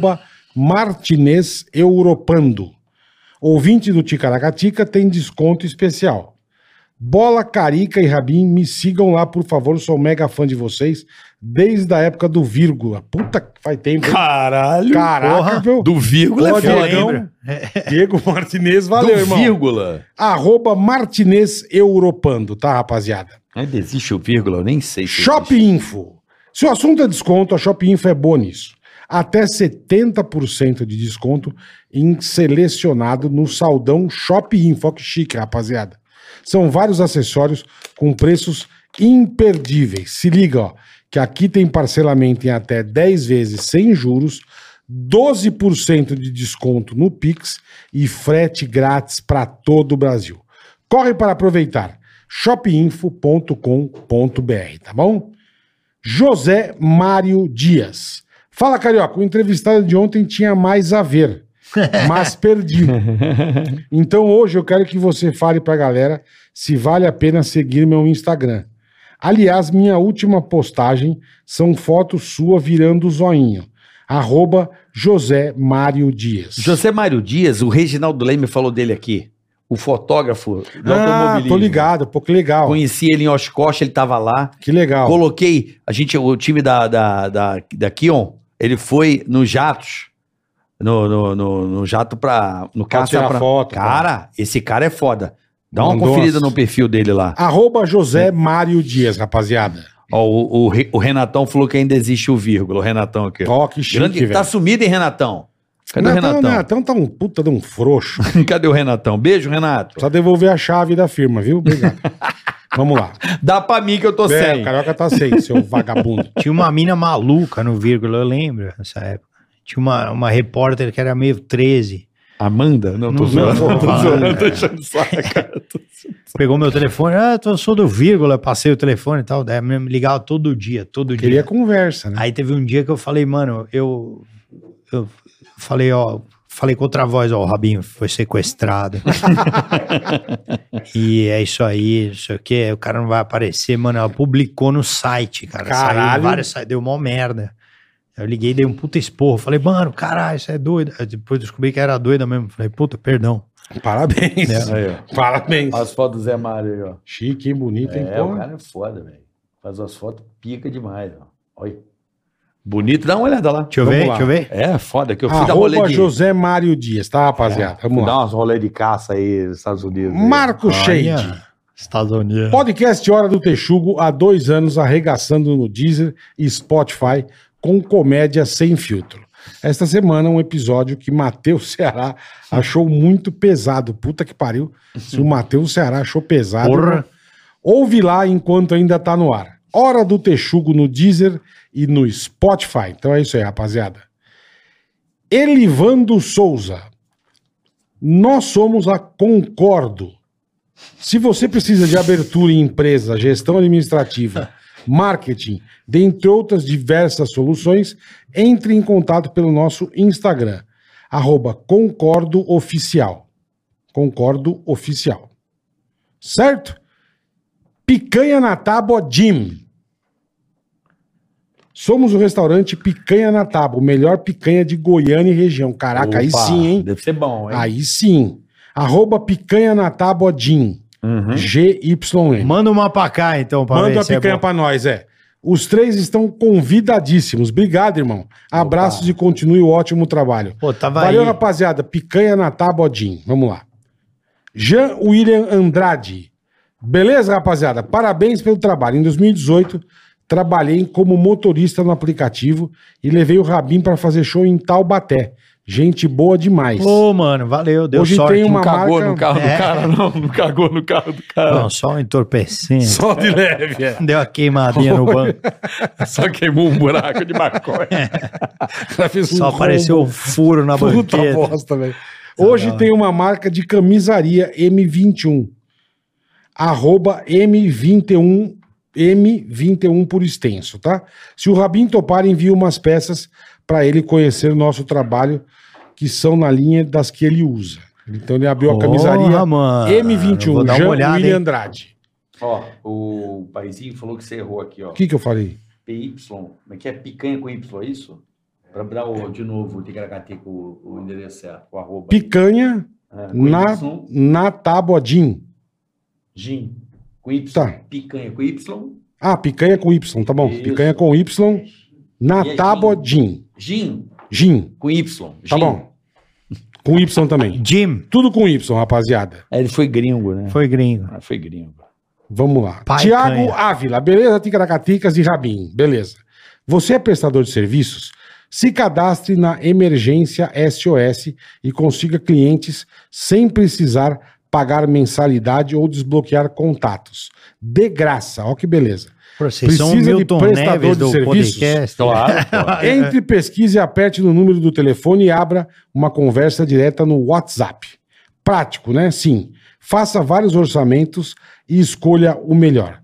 @Martinez Europando. Ouvinte do Ticaracatica tem desconto especial. Bola, Carica e Rabin, me sigam lá, por favor. Sou mega fã de vocês desde a época do vírgula. Puta que faz tempo. Hein? Caralho. Caraca, meu. Do vírgula Pô, é foda. Diegão, Diego Martinez, valeu, Do irmão. vírgula. @Martinez Europando, tá, rapaziada? Ainda existe o vírgula, eu nem sei. Shop Info. Se o assunto é desconto, a Shop Info é boa nisso. Até 70% de desconto em selecionado no saldão Shop Info. Olha que chique, rapaziada. São vários acessórios com preços imperdíveis. Se liga, ó, que aqui tem parcelamento em até 10 vezes sem juros, 12% de desconto no Pix e frete grátis para todo o Brasil. Corre para aproveitar. shopinfo.com.br, tá bom? José Mário Dias. Fala, Carioca, o entrevistado de ontem tinha mais a ver, mas perdi. Então hoje eu quero que você fale pra galera se vale a pena seguir meu Instagram. Aliás, minha última postagem são fotos sua virando o zoinho. @José Mário Dias. José Mário Dias, o Reginaldo Leme falou dele aqui. O fotógrafo do automobilismo. Tô ligado, pô, que legal. Conheci ele em Oshkosh, ele tava lá. Que legal. Coloquei, o time da Kion, ele foi nos jatos, no jato no caça tirar foto, cara, esse cara é foda. Dá uma Mandou conferida as- no perfil dele lá. @José Mário Dias, rapaziada. Ó, o Renatão falou que ainda existe o vírgula, o Renatão aqui. Ó, que chique, Grande, velho. tá sumido, hein, Renatão? Cadê o Renatão? Renatão tá um puta de um frouxo. Cadê o Renatão? Beijo, Renato. Só devolver a chave da firma, viu? Obrigado. Vamos lá. Dá pra mim que eu tô O sem. Carioca tá sem, seu vagabundo. Tinha uma mina maluca no vírgula, eu lembro nessa época. Tinha uma repórter que era meio 13. Amanda? Não, tô Não, zoando. não, Tô não, zoando, não. tô deixando de saco, cara. Pegou meu telefone, eu sou do vírgula, passei o telefone e tal. Daí me ligava todo dia. Queria conversa, né? Aí teve um dia que eu falei, mano, eu falei, falei com outra voz, o Rabinho foi sequestrado. E é isso aí, não sei o que, o cara não vai aparecer, mano. Ela publicou no site, cara. Caralho. Saiu em vários sites, deu mó merda. Eu liguei, dei um puta esporro. Falei, mano, caralho, isso é doido. Aí depois descobri que era doida mesmo. Falei, puta, perdão. Parabéns. Aí, ó. Parabéns. As fotos do Zé Mário aí, ó. Chique, hein? Bonito, hein? É, o Pô. cara é foda, velho. Faz as fotos, pica demais, ó. Olha. Bonito, dá uma olhada lá. Deixa eu Vamos ver, lá. deixa eu ver. É, foda, que eu fui dar rolê @ de... José Mário Dias, tá, rapaziada? Fui Vamos dar lá. umas rolê de caça aí nos Estados Unidos. aí. Marco Shade. Olha, Estados Unidos. Podcast Hora do Texugo, há 2 anos arregaçando no Deezer e Spotify com comédia sem filtro. Esta semana, um episódio que Matheus Ceará achou muito pesado. Puta que pariu. Se o Matheus Ceará achou pesado, Porra. ouve lá enquanto ainda tá no ar. Hora do Texugo no Deezer e no Spotify. Então é isso aí, rapaziada. Elivando Souza. Nós somos a Concordo. Se você precisa de abertura em empresa, gestão administrativa, marketing, dentre outras diversas soluções, entre em contato pelo nosso Instagram, @ConcordoOficial. Concordo Oficial. Certo? Picanha na Tábua Jim. Somos o restaurante Picanha na Tábua, o melhor picanha de Goiânia e região. Caraca, aí Opa, sim, hein? Deve ser bom, hein? Aí sim. @Picanha na Tábua Jim. Uhum. GYM. Manda uma pra cá, então, pra Manda ver a se é picanha bom. pra nós, é. Os 3 estão convidadíssimos. Obrigado, irmão. Abraços e continue o ótimo trabalho. Pô, tava Valeu, aí. rapaziada. Picanha na Tábua Jim. Vamos lá. Jean William Andrade. Beleza, rapaziada? Parabéns pelo trabalho. Em 2018, trabalhei como motorista no aplicativo e levei o Rabin pra fazer show em Taubaté. Gente boa demais. Ô, mano, valeu, deu Hoje sorte. tem uma Não cagou marca- no carro É. do cara, não. Não cagou no carro do cara. Não, só um entorpecente. Só de leve, é. Deu uma queimadinha no banco. Só queimou um buraco de maconha. Ela fez um Só apareceu um combo. furo na Puta banqueta. bosta, velho. Hoje tem uma marca de camisaria M21. @M21 M21 por extenso, tá? Se o Rabin topar, envie umas peças para ele conhecer o nosso trabalho, que são na linha das que ele usa. Então ele abriu a camisaria mano. M21, Vou dar uma Jean olhada, William hein? Andrade. Ó, o Paizinho falou que você errou aqui, ó. O que eu falei? PY, como é que é? Picanha com Y, é isso? Pra dar de novo o Ticaracati com o endereço certo, o arroba. Picanha com Y, na tábua Jim. Gin, com Y. Tá. Picanha com Y. Ah, picanha com Y, tá bom. Isso. Picanha com Y na E é tábua Jim. Gin, Jim, com Y. tá Gin. bom. Com Y também. Jim. Tudo com Y, rapaziada. Ele foi gringo, né? Foi gringo. Foi gringo. Vamos lá. Pai Tiago canha. Ávila, beleza? Ticaracaticas e Rabin, beleza. Você é prestador de serviços? Se cadastre na Emergência SOS e consiga clientes sem precisar pagar mensalidade ou desbloquear contatos. De graça, ó que beleza. Vocês são o Precisa de Milton prestador Neves de do serviços? podcast. Claro. pô. Entre, pesquise e aperte no número do telefone e abra uma conversa direta no WhatsApp. Prático, né? Sim. Faça vários orçamentos e escolha o melhor.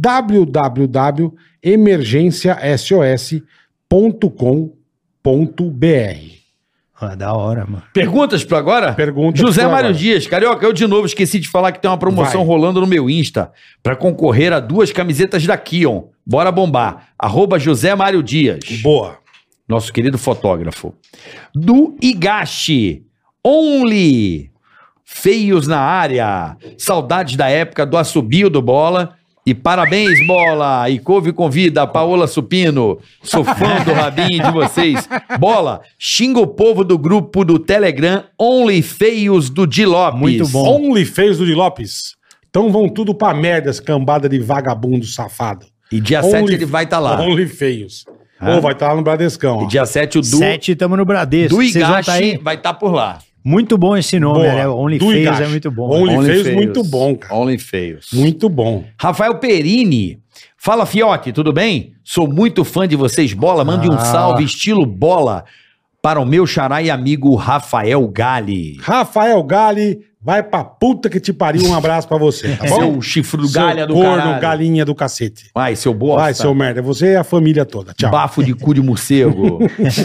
www.emergenciasos.com.br. Ah, da hora, mano. Perguntas para agora? Perguntas José por Mário agora. Dias, Carioca, eu de novo esqueci de falar que tem uma promoção Vai. rolando no meu Insta para concorrer a 2 camisetas da Kion. Bora bombar. @José Mário Dias. Boa. Nosso querido fotógrafo. Do Igashi. Only. Feios na área. Saudades da época do assobio do Bola. E parabéns, Bola. E couve convida a Paola Supino. Sou fã do Rabin de vocês. Bola, xinga o povo do grupo do Telegram Only Feios do Di Lopes. Muito bom. Only feios do Di Lopes. Então vão tudo pra merda, essa cambada de vagabundo safado. E dia 7 ele vai estar lá. Only feios. Ah. Ou vai estar lá no Bradescão. Ó. E dia 7 o Du, 7, tamo no Bradesco. do Vocês vão Igashi tá aí? vai estar por lá. Muito bom esse nome, Boa. né? Only Do Feios Igashi. é muito bom. Only Feios, muito bom, cara. Only Feios. Muito bom. Rafael Perini. Fala, Fiote, tudo bem? Sou muito fã de vocês, Bola. Mande um Ah. salve estilo Bola para o meu xará e amigo Rafael Gali. Rafael Gali, vai pra puta que te pariu. Um abraço pra você, tá bom? Seu chifre do Seu galha do corno, caralho. galinha do cacete. Vai, seu bosta. Vai, seu merda. Você e a família toda. Tchau. Bafo de cu de morcego.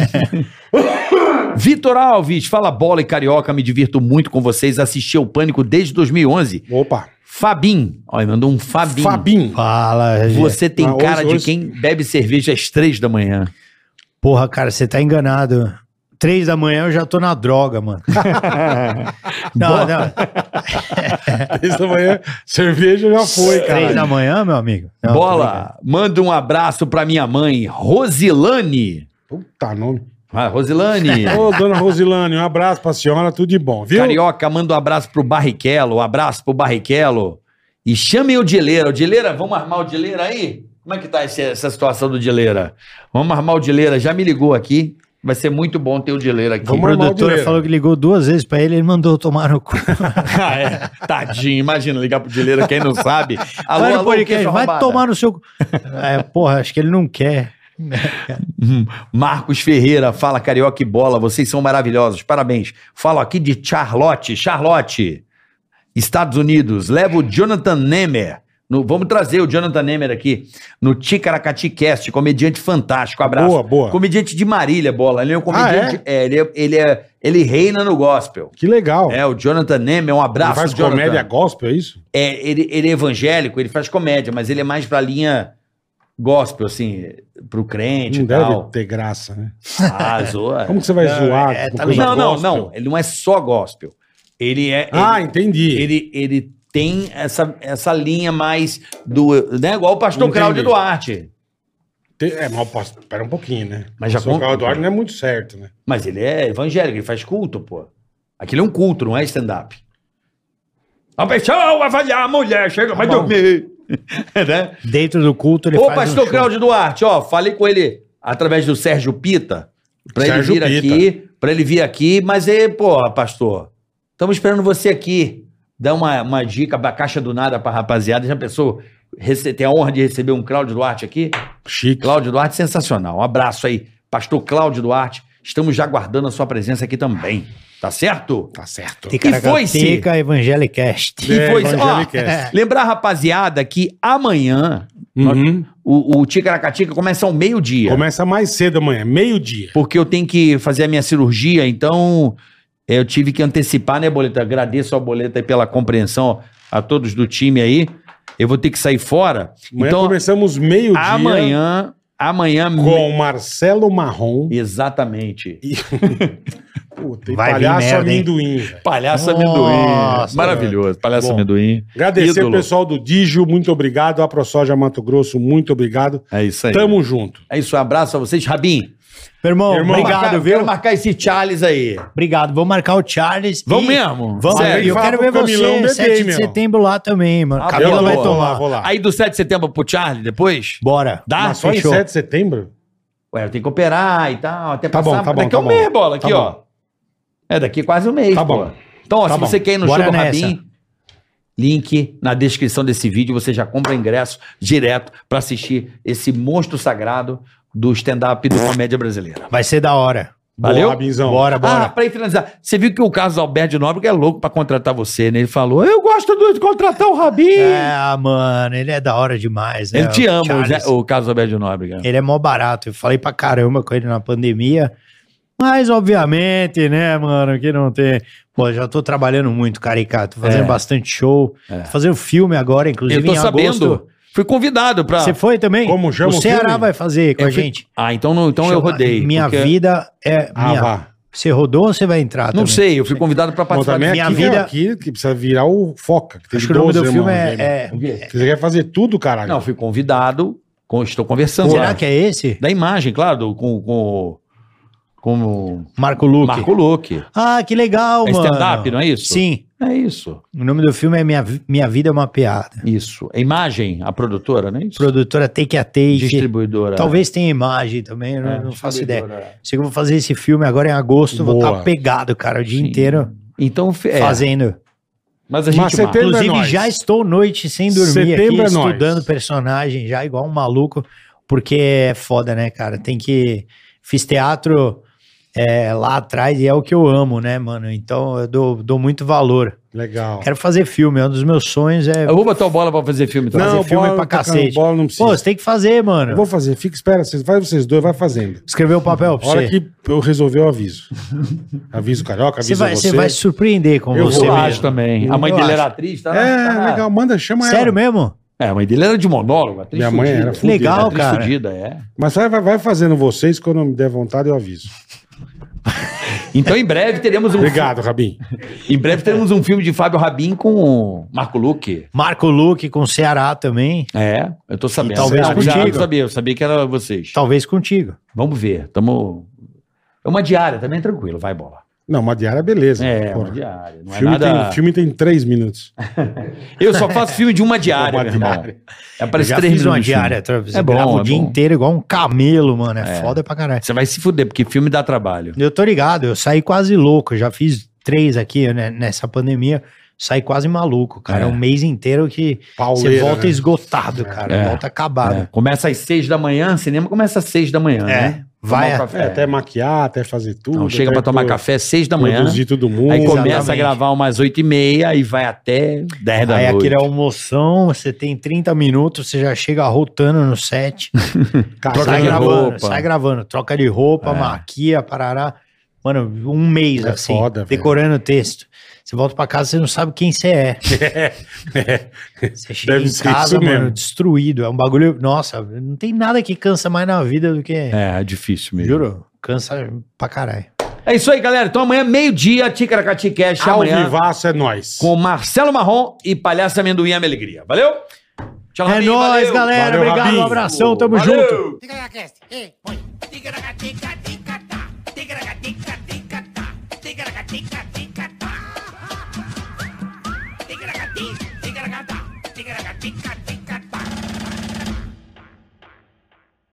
Vitor Alves, fala Bola e Carioca, me divirto muito com vocês, assisti ao Pânico desde 2011. Opa. Fabim, olha, mandou um Fabim. Fabim. Fala, Você tem Ah, cara hoje- de quem bebe cerveja às 3 da manhã. Porra, cara, você tá enganado. 3 da manhã eu já tô na droga, mano. Não, não. Essa manhã, cerveja já foi, 3 cara. da manhã, meu amigo? Não, tô brincando. Bola, manda um abraço pra minha mãe, Rosilane. Puta nome. Ah, Rosilane. Ô, dona Rosilane, um abraço pra senhora, tudo de bom, viu? Carioca, manda um abraço pro Barrichello, um abraço pro Barrichello. E chamem o Dileira. O Dileira, vamos armar o Dileira aí? Como é que tá essa situação do Dileira? Vamos armar o Dileira, já me ligou aqui. Vai ser muito bom ter o Dileira aqui. A Vamos armar o produtora Dileira. falou que ligou 2 vezes pra ele, ele mandou tomar no cu. Ah, é. Tadinho, imagina ligar pro Dileira, quem não sabe. Alô, Vai no alô, podcast, queijo vai arrombada. tomar no seu... É, porra, acho que ele não quer. Marcos Ferreira, fala Carioca e Bola, vocês são maravilhosos, parabéns. Falo aqui de Charlotte, Estados Unidos. Leva o Jonathan Nemer. Vamos trazer o Jonathan Nemer aqui no Ticaracati Cast, comediante fantástico. Abraço. Boa, boa. Comediante de Marília, Bola. Ele é um comediante. Ele reina no gospel. Que legal. É, o Jonathan Nemer, um Ele abraço. faz Jonathan. comédia gospel, é isso? Ele é evangélico, ele faz comédia, mas ele é mais pra linha gospel, assim, pro crente Não e deve tal. ter graça, né? Ah, zoa. Como que você vai zoar? é, com tá coisa Não, gospel? não. Ele não é só gospel. Ele é. Ah, entendi. Ele tem essa linha mais do. Né, igual o pastor Entendi. Cláudio Duarte. Mas espera um pouquinho, né? Mas já o seu conta- Carlos Eduardo não é muito certo, né? Mas ele é evangélico, ele faz culto, pô. Aquilo é um culto, não é stand-up. A pessoa vai avaliar a mulher, chega, vai bom. dormir. Né? Dentro do culto ele Ô, faz pastor um show. Cláudio Duarte, ó, falei com ele através do Sérgio Pita, pra ele Sérgio vir Pita. aqui, mas pô, pastor, estamos esperando você aqui. Dá uma dica da caixa do nada pra rapaziada. Já pensou, tem a honra de receber um Cláudio Duarte aqui? Chique. Cláudio Duarte, sensacional. Um abraço aí, pastor Cláudio Duarte. Estamos já aguardando a sua presença aqui também. Tá certo? Tá certo. Ticaracateca Evangelicast. E É, foi isso. Ó, Evangelicast. lembrar, rapaziada, que amanhã Uhum. O Ticaracatica começa ao meio-dia. Começa mais cedo amanhã, meio-dia. Porque eu tenho que fazer a minha cirurgia, então eu tive que antecipar, né, Boleta? Agradeço ao Boleta aí pela compreensão, a todos do time aí. Eu vou ter que sair fora. Amanhã Então, começamos meio-dia. Amanhã... Com Marcelo Marrom. Exatamente. Puta, e Vai vir palhaço merda, hein? amendoim, velho. Palhaço Nossa, amendoim. Maravilhoso. Palhaço Bom, amendoim. Agradecer Ídolo. o pessoal do Digio, muito obrigado. A ProSoja Mato Grosso, muito obrigado. É isso aí. Tamo junto. É isso, um abraço a vocês. Rabin, Meu irmão, Irmão, obrigado, viu? Quero marcar esse Charles aí. Obrigado. Vamos marcar o Charles. Vamos e- mesmo? Vamos. Sério? Eu quero Fala ver pro Camilão você beber, 7 de meu. setembro lá também, mano. Ah, Camila eu vai vou tomar. vou lá. Aí do 7 de setembro pro Charles, depois? Bora. Dá? Mas só fechou. em 7 de setembro? Ué, eu tenho que operar e tal, até Tá passar. bom, tá bom, daqui tá a um bom. mês, bola, aqui, Tá ó. É, daqui quase um mês, Tá pô. bom. Então, ó, Tá se bom. você quer ir no Bora show do nessa. Rabin, link na descrição desse vídeo, você já compra ingresso direto pra assistir esse monstro sagrado do stand-up do comédia brasileira. Vai ser da hora. Valeu? Boa, Rabinzão. Bora, Ah, bora. pra ir finalizar, você viu que o Carlos Alberto de Nóbrega é louco pra contratar você, né? Ele falou, eu gosto de contratar o Rabin. Mano, ele é da hora demais. Né? Ele te O ama, Charles, o Carlos Alberto de Nóbrega. Ele é mó barato. Eu falei pra caramba com ele na pandemia. Mas, obviamente, né, mano, que não tem... Pô, já tô trabalhando muito, caricato. Tô fazendo bastante show. Tô fazendo filme agora, inclusive Eu tô em sabendo. agosto. Fui convidado pra... Você foi também? Como chama o o Ceará filme? vai fazer com a gente. Ah, então, não, então eu Chama rodei. Minha porque- vida é... Ah, vá. Você rodou ou você vai entrar Não também? sei, eu fui convidado pra Bom, participar. também Minha aqui, vida- aqui que precisa virar o Foca. Que tem Acho que o nome 12 do filme irmãos, né? Você quer fazer tudo, caralho? Não, fui convidado, estou conversando Será lá. que é esse? Da imagem, claro, com o Marco Luque. Marco Luque. Ah, que legal, É mano. stand-up, não é isso? Sim. É isso. O nome do filme é Minha Vida é uma Piada. Isso. É imagem, a produtora, não é isso? Produtora Take a Take. Distribuidora. Talvez tenha imagem também, eu É, não faço ideia. distribuidora. Sei que eu vou fazer esse filme agora em agosto, vou Boa. estar pegado, cara, o dia Sim. inteiro Então, fazendo. Mas a Mas gente setembro marca. é Inclusive, nóis. já estou noite sem dormir Setembro aqui, é nóis. estudando personagem já, igual um maluco, porque é foda, né, cara? Tem que... Fiz teatro lá atrás e é o que eu amo, né, mano? Então eu dou muito valor. Legal. Quero fazer filme, um dos meus sonhos é Eu vou botar o bola pra fazer filme. Então. fazer filme pra cacete. Bola não precisa. Pô, você tem que fazer, mano. Eu vou fazer. Fica, espera. Vocês dois, vai fazendo. Escrever o papel pra A hora você. que eu resolver, eu aviso. Aviso o Carioca, Você aviso vai se surpreender com Eu você vou Eu lá, acho também. A mãe Eu dele acho. era atriz, tá? É, Tá. legal. Manda, chama ela. Sério mesmo? É, a mãe dele era de monólogo, atriz Minha mãe fudida. era fudida. Legal, Atriz cara. fudida, é. Mas vai fazendo vocês, quando eu me der vontade, eu aviso. Então, em breve teremos Obrigado, Rabin. Em breve teremos um filme de Fábio Rabin com Marco Luque. Marco Luque com o Ceará também. É, eu tô sabendo. E talvez contigo. Eu sabia que era vocês. Talvez contigo. Vamos ver. É uma diária, também é tranquilo, vai bola. Não, uma diária, beleza. É, Porra. uma diária. Não é Filme, nada... filme tem 3 minutos. Eu só faço filme de uma diária, Uma meu irmão. diária. É para Já 3 fiz minutos. uma de filme. diária. Você É bom, grava o é dia bom. inteiro igual um camelo, mano. É foda pra caralho. Você vai se fuder, porque filme dá trabalho. Eu tô ligado, eu saí quase louco. Eu já fiz 3 aqui, né, nessa pandemia. Saí quase maluco, cara. É. Um mês inteiro que Pauleira, você volta né? esgotado, cara. É. Volta acabado. É, começa às 6 da manhã, cinema começa às 6 da manhã, né? vai Tomar um a- café. Até maquiar, até fazer tudo. Não, chega até pra tomar café às 6 da manhã. Produzir todo mundo. Aí começa Exatamente. a gravar umas 8h30 e vai até 10 da Aí noite. aquele almoção, você tem 30 minutos, você já chega rotando no set. Café, sai de gravando, roupa. sai gravando. Troca de roupa, maquia, parará. Mano, um mês É assim, foda, velho. decorando o texto. Você volta pra casa, você não sabe quem você é. Você chega Deve em ser casa, isso mano, mesmo. destruído. É um bagulho... Nossa, não tem nada que cansa mais na vida do que... É difícil mesmo. Juro, cansa pra caralho. É isso aí, galera. Então amanhã, meio-dia, Ticaracati Cash, Ao amanhã, vivaço é nóis. com Marcelo Marrom e Palhaço Amendoim Alegria. Valeu? Tchau, É Rabin, nóis, valeu. galera. Valeu, Obrigado, Rabin. um abração, tamo Valeu. junto. Ticaracast, põe. Ticaracati,